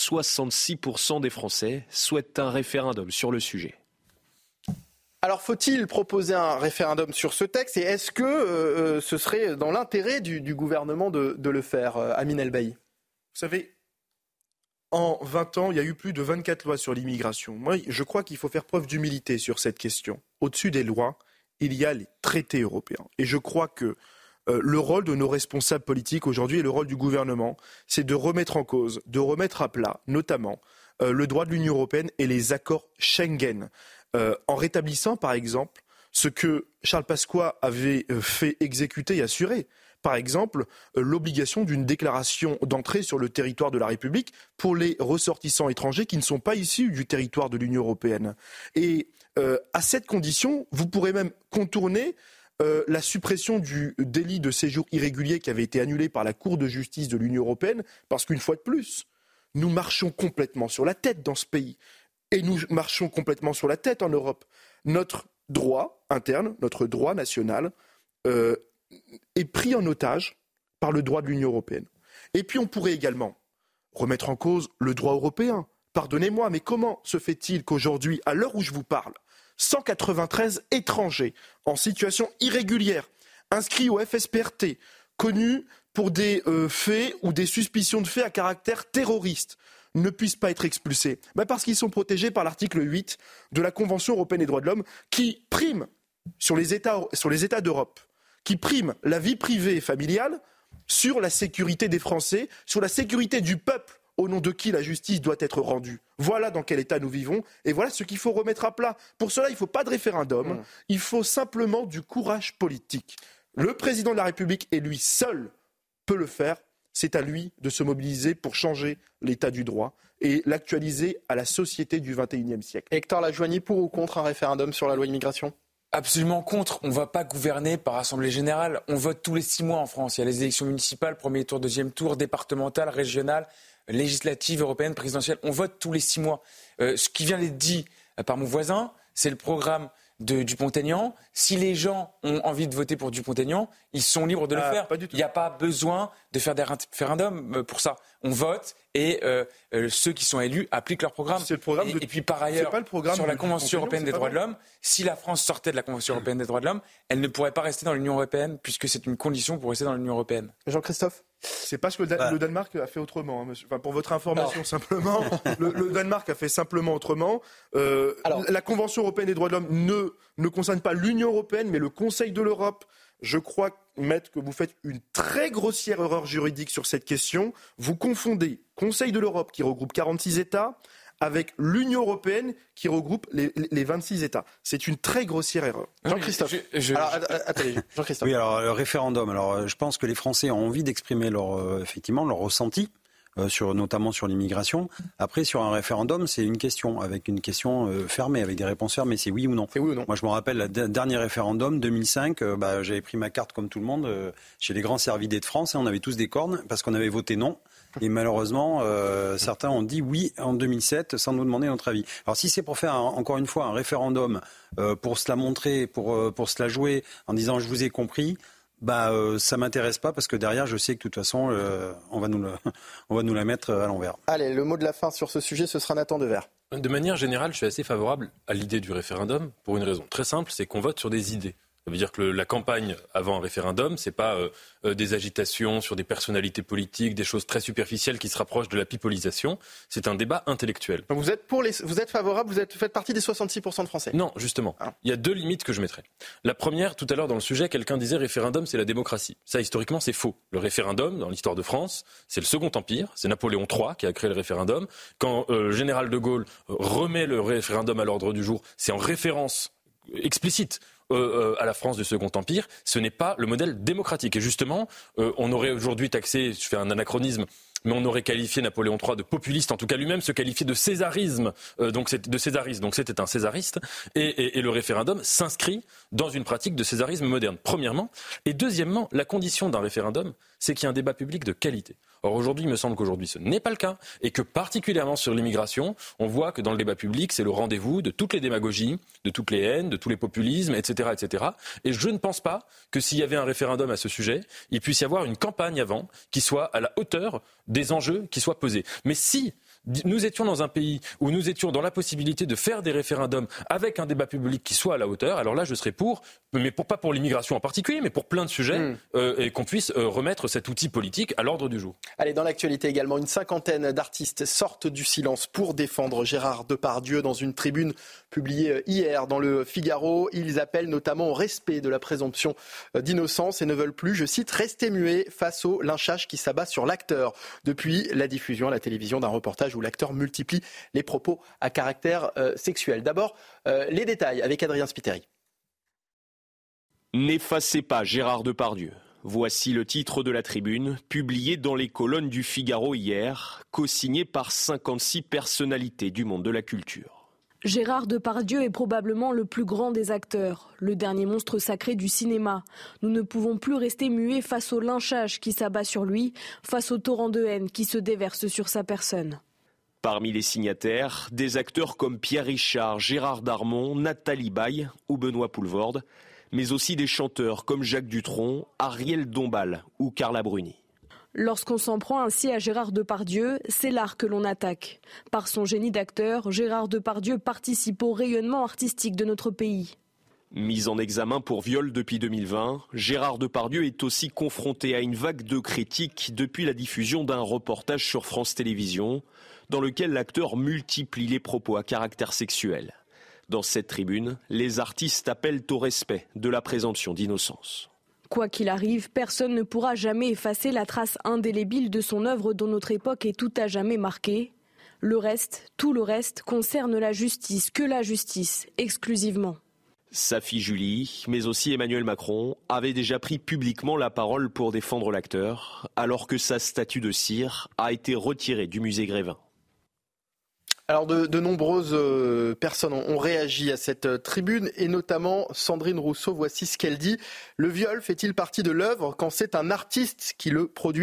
66% des Français souhaitent un référendum sur le sujet. Alors faut-il proposer un référendum sur ce texte et est-ce que ce serait dans l'intérêt du gouvernement de le faire, Amine El-Bailly ? Vous savez, en 20 ans, il y a eu plus de 24 lois sur l'immigration. Moi, je crois qu'il faut faire preuve d'humilité sur cette question. Au-dessus des lois, il y a les traités européens. Et je crois que le rôle de nos responsables politiques aujourd'hui et le rôle du gouvernement, c'est de remettre en cause, de remettre à plat, notamment, le droit de l'Union européenne et les accords Schengen. En rétablissant, par exemple, ce que Charles Pasqua avait fait exécuter et assurer. Par exemple, l'obligation d'une déclaration d'entrée sur le territoire de la République pour les ressortissants étrangers qui ne sont pas issus du territoire de l'Union européenne. Et à cette condition, vous pourrez même contourner la suppression du délit de séjour irrégulier qui avait été annulé par la Cour de justice de l'Union européenne, parce qu'une fois de plus, nous marchons complètement sur la tête dans ce pays. Et nous marchons complètement sur la tête en Europe. Notre droit interne, notre droit national est pris en otage par le droit de l'Union européenne. Et puis on pourrait également remettre en cause le droit européen. Pardonnez-moi, mais comment se fait-il qu'aujourd'hui, à l'heure où je vous parle, 193 étrangers en situation irrégulière, inscrits au FSPRT, connus pour des faits ou des suspicions de faits à caractère terroriste, ne puissent pas être expulsés ? Parce qu'ils sont protégés par l'article 8 de la Convention européenne des droits de l'homme qui prime sur les États d'Europe, qui prime la vie privée et familiale sur la sécurité des Français, sur la sécurité du peuple au nom de qui la justice doit être rendue. Voilà dans quel état nous vivons et voilà ce qu'il faut remettre à plat. Pour cela, il ne faut pas de référendum, il faut simplement du courage politique. Le président de la République et lui seul peut le faire. C'est à lui de se mobiliser pour changer l'état du droit et l'actualiser à la société du XXIe siècle. Hector Lajoigny, pour ou contre un référendum sur la loi immigration ? Absolument contre. On ne va pas gouverner par assemblée générale. On vote tous les 6 mois en France. Il y a les élections municipales, premier tour, deuxième tour, départementales, régionales, législatives, européennes, présidentielles. On vote tous les 6 mois. Ce qui vient d'être dit par mon voisin, c'est le programme de Dupont-Aignan. Si les gens ont envie de voter pour Dupont-Aignan, ils sont libres de le faire. Il n'y a pas besoin de faire des référendums pour ça. On vote et ceux qui sont élus appliquent leur programme. C'est le programme et puis par ailleurs, sur la Convention européenne des droits de l'homme, si la France sortait de la Convention européenne des droits de l'homme, elle ne pourrait pas rester dans l'Union européenne puisque c'est une condition pour rester dans l'Union européenne. Jean-Christophe ? C'est pas ce que le Danemark a fait autrement, hein, monsieur. Enfin, pour votre information, simplement, le Danemark a fait simplement autrement. La Convention européenne des droits de l'homme ne concerne pas l'Union européenne, mais le Conseil de l'Europe. Je crois, Maître, que vous faites une très grossière erreur juridique sur cette question. Vous confondez Conseil de l'Europe, qui regroupe 46 États, avec l'Union européenne, qui regroupe les 26 États. C'est une très grossière erreur. Jean-Christophe. Attendez, Jean-Christophe. Oui, alors le référendum. Alors, je pense que les Français ont envie d'exprimer effectivement leur ressenti. Notamment sur l'immigration. Après, sur un référendum, c'est une question, avec une question fermée, avec des réponses fermées. C'est oui ou non. Moi, je me rappelle, le dernier référendum, 2005, j'avais pris ma carte comme tout le monde chez les grands cervidés de France et on avait tous des cornes parce qu'on avait voté non. Et malheureusement, certains ont dit oui en 2007 sans nous demander notre avis. Alors si c'est pour faire, encore une fois, un référendum pour se la montrer, pour se la jouer en disant « je vous ai compris », ça m'intéresse pas parce que derrière, je sais que de toute façon, on va nous la mettre à l'envers. Allez, le mot de la fin sur ce sujet, ce sera Nathan Devers. De manière générale, je suis assez favorable à l'idée du référendum pour une raison très simple, c'est qu'on vote sur des idées. Ça veut dire que la campagne avant un référendum, c'est pas des agitations sur des personnalités politiques, des choses très superficielles qui se rapprochent de la pipolisation. C'est un débat intellectuel. Donc vous êtes favorable, vous faites partie des 66% de Français. Non, justement. Il y a 2 limites que je mettrais. La première, tout à l'heure dans le sujet, quelqu'un disait référendum, c'est la démocratie. Ça, historiquement, c'est faux. Le référendum, dans l'histoire de France, c'est le Second Empire. C'est Napoléon III qui a créé le référendum. Quand le général de Gaulle remet le référendum à l'ordre du jour, c'est en référence explicite à la France du Second Empire. Ce n'est pas le modèle démocratique. Et justement, on aurait aujourd'hui taxé, je fais un anachronisme, mais on aurait qualifié Napoléon III de populiste, en tout cas lui-même se qualifiait de césarisme, donc c'était un césariste, et le référendum s'inscrit dans une pratique de césarisme moderne, premièrement. Et deuxièmement, la condition d'un référendum, c'est qu'il y ait un débat public de qualité. Or aujourd'hui, il me semble qu'aujourd'hui ce n'est pas le cas, et que particulièrement sur l'immigration, on voit que dans le débat public, c'est le rendez-vous de toutes les démagogies, de toutes les haines, de tous les populismes, etc., etc. Et je ne pense pas que s'il y avait un référendum à ce sujet, il puisse y avoir une campagne avant qui soit à la hauteur des enjeux qui soient posés. Mais si nous étions dans un pays où nous étions dans la possibilité de faire des référendums avec un débat public qui soit à la hauteur, alors là je serais pour, mais pas pour l'immigration en particulier, mais pour plein de sujets, et qu'on puisse remettre cet outil politique à l'ordre du jour. Allez, dans l'actualité également, une cinquantaine d'artistes sortent du silence pour défendre Gérard Depardieu dans une tribune publiée hier dans le Figaro. Ils appellent notamment au respect de la présomption d'innocence et ne veulent plus, je cite, rester muets face au lynchage qui s'abat sur l'acteur depuis la diffusion à la télévision d'un reportage où l'acteur multiplie les propos à caractère sexuel. D'abord, les détails avec Adrien Spiteri. N'effacez pas Gérard Depardieu. Voici le titre de la tribune, publié dans les colonnes du Figaro hier, co-signé par 56 personnalités du monde de la culture. Gérard Depardieu est probablement le plus grand des acteurs, le dernier monstre sacré du cinéma. Nous ne pouvons plus rester muets face au lynchage qui s'abat sur lui, face au torrent de haine qui se déverse sur sa personne. Parmi les signataires, des acteurs comme Pierre Richard, Gérard Darmon, Nathalie Baye ou Benoît Poelvoorde, mais aussi des chanteurs comme Jacques Dutronc, Ariel Dombal ou Carla Bruni. Lorsqu'on s'en prend ainsi à Gérard Depardieu, c'est l'art que l'on attaque. Par son génie d'acteur, Gérard Depardieu participe au rayonnement artistique de notre pays. Mis en examen pour viol depuis 2020, Gérard Depardieu est aussi confronté à une vague de critiques depuis la diffusion d'un reportage sur France Télévisions, dans lequel l'acteur multiplie les propos à caractère sexuel. Dans cette tribune, les artistes appellent au respect de la présomption d'innocence. Quoi qu'il arrive, personne ne pourra jamais effacer la trace indélébile de son œuvre dont notre époque est tout à jamais marquée. Le reste, tout le reste, concerne la justice, que la justice, exclusivement. Sa fille Julie, mais aussi Emmanuel Macron, avaient déjà pris publiquement la parole pour défendre l'acteur, alors que sa statue de cire a été retirée du musée Grévin. Alors de nombreuses personnes ont réagi à cette tribune et notamment Sandrine Rousseau. Voici ce qu'elle dit. Le viol fait-il partie de l'œuvre quand c'est un artiste qui le produit ?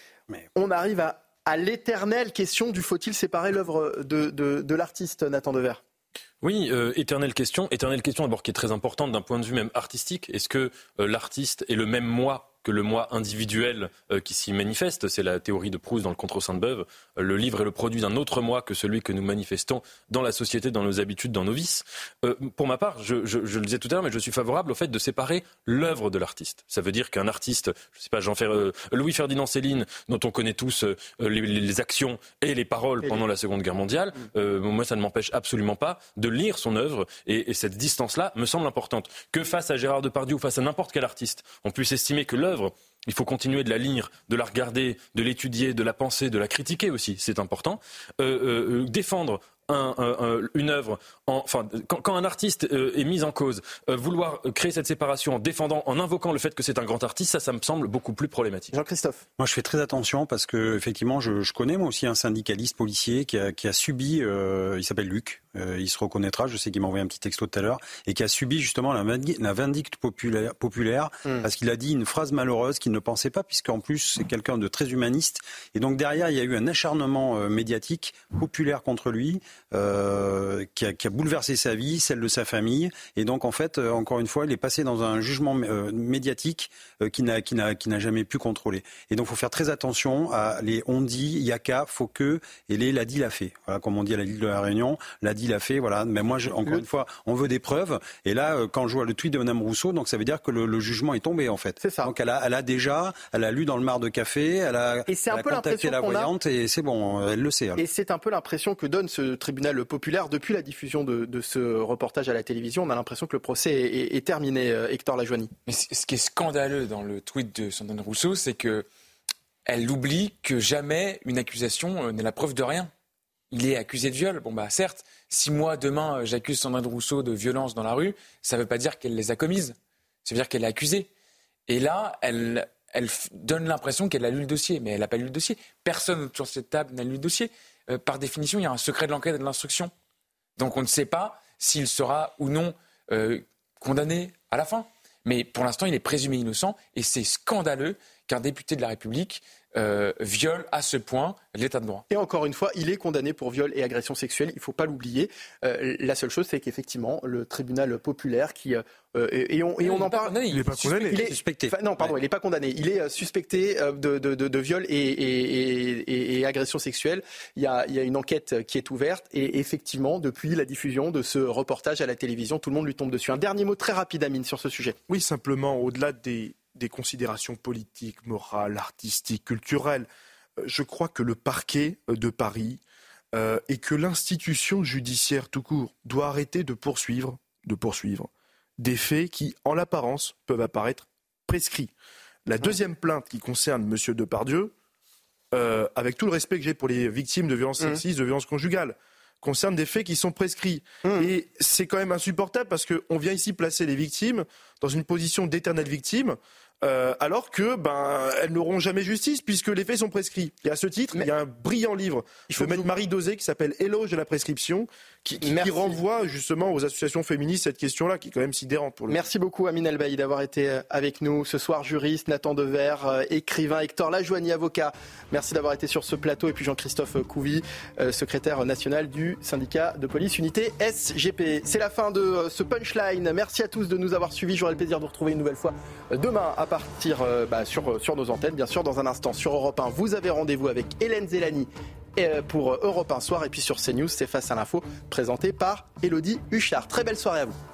On arrive à l'éternelle question du faut-il séparer l'œuvre de l'artiste, Nathan Dever ? Oui, éternelle question d'abord qui est très importante d'un point de vue même artistique. Est-ce que l'artiste est le même moi que le moi individuel qui s'y manifeste? C'est la théorie de Proust dans le Contre Sainte-Beuve. Le livre est le produit d'un autre moi que celui que nous manifestons dans la société, dans nos habitudes, dans nos vices. Pour ma part, je le disais tout à l'heure, mais je suis favorable au fait de séparer l'œuvre de l'artiste. Ça veut dire qu'un artiste, je sais pas, Louis-Ferdinand Céline, dont on connaît tous les actions et les paroles pendant la Seconde Guerre mondiale, moi ça ne m'empêche absolument pas de lire son œuvre et cette distance-là me semble importante. Que face à Gérard Depardieu ou face à n'importe quel artiste, on puisse estimer que l'œuvre, il faut continuer de la lire, de la regarder, de l'étudier, de la penser, de la critiquer aussi, c'est important. Défendre une œuvre, quand un artiste est mis en cause, vouloir créer cette séparation en invoquant le fait que c'est un grand artiste, ça me semble beaucoup plus problématique. Jean-Christophe. Moi, je fais très attention parce que effectivement, je connais moi aussi un syndicaliste policier qui a subi, il s'appelle Luc, il se reconnaîtra, je sais qu'il m'a envoyé un petit texto tout à l'heure, et qui a subi justement la vindicte populaire parce qu'il a dit une phrase malheureuse qu'il ne pensait pas, puisqu'en plus c'est quelqu'un de très humaniste, et donc derrière il y a eu un acharnement médiatique populaire contre lui, qui a bouleversé sa vie, celle de sa famille, et donc en fait, encore une fois, il est passé dans un jugement médiatique qui n'a jamais pu contrôler. Et donc il faut faire très attention à les on dit, yaka, faut que, et les l'a dit, l'a fait. Voilà, comme on dit à l'île de la Réunion, l'a dit, l'a fait, voilà. Mais moi, encore une fois, on veut des preuves, et là, quand je vois le tweet de Mme Rousseau, donc ça veut dire que le jugement est tombé, en fait. C'est ça. Donc elle a lu dans le mar de café, elle a contacté la voyante, et c'est bon, elle le sait. Alors. Et c'est un peu l'impression que donne ce tribunal populaire depuis la diffusion de ce reportage à la télévision. On a l'impression que le procès est terminé, Hector Lajoigny. Mais ce qui est scandaleux dans le tweet de Sandrine Rousseau, c'est qu'elle oublie que jamais une accusation n'est la preuve de rien. Il est accusé de viol. Bon, certes, Si moi, demain, j'accuse Sandrine Rousseau de violence dans la rue, ça ne veut pas dire qu'elle les a commises. Ça veut dire qu'elle est accusée. Et là, elle donne l'impression qu'elle a lu le dossier, mais elle n'a pas lu le dossier. Personne autour de cette table n'a lu le dossier. Par définition, il y a un secret de l'enquête et de l'instruction. Donc on ne sait pas s'il sera ou non condamné à la fin. Mais pour l'instant, il est présumé innocent et c'est scandaleux qu'un député de la République viole à ce point l'état de droit. Et encore une fois, il est condamné pour viol et agression sexuelle, il ne faut pas l'oublier. La seule chose, c'est qu'effectivement, le tribunal populaire qui... on en parle... Il n'est pas condamné. Il est suspecté. Non, pardon, il n'est pas condamné. Il est suspecté de viol et agression sexuelle. Il y a une enquête qui est ouverte et effectivement, depuis la diffusion de ce reportage à la télévision, tout le monde lui tombe dessus. Un dernier mot très rapide, Amine, sur ce sujet. Oui, simplement, au-delà des considérations politiques, morales, artistiques, culturelles, je crois que le parquet de Paris et que l'institution judiciaire tout court doit arrêter de poursuivre des faits qui, en l'apparence, peuvent apparaître prescrits. La deuxième plainte qui concerne M. Depardieu, avec tout le respect que j'ai pour les victimes de violences sexistes, de violences conjugales, concerne des faits qui sont prescrits. Et c'est quand même insupportable parce qu'on vient ici placer les victimes dans une position d'éternelle victime, alors que elles n'auront jamais justice puisque les faits sont prescrits. Et à ce titre, il y a un brillant livre de maître Marie Dosé qui s'appelle Éloge de la prescription, qui renvoie justement aux associations féministes cette question-là, qui est quand même sidérante pour le Merci beaucoup Amine Elbaï d'avoir été avec nous ce soir. Juriste, Nathan Dever, écrivain, Hector Lajoigny, avocat. Merci d'avoir été sur ce plateau. Et puis Jean-Christophe Couvi, secrétaire national du syndicat de police unité SGP. C'est la fin de ce punchline. Merci à tous de nous avoir suivis. J'aurai le plaisir de vous retrouver une nouvelle fois demain à partir sur nos antennes. Bien sûr, dans un instant sur Europe 1, vous avez rendez-vous avec Hélène Zélani pour Europe 1 Soir. Et puis sur CNews, c'est Face à l'info, présenté par Élodie Huchard. Très belle soirée à vous.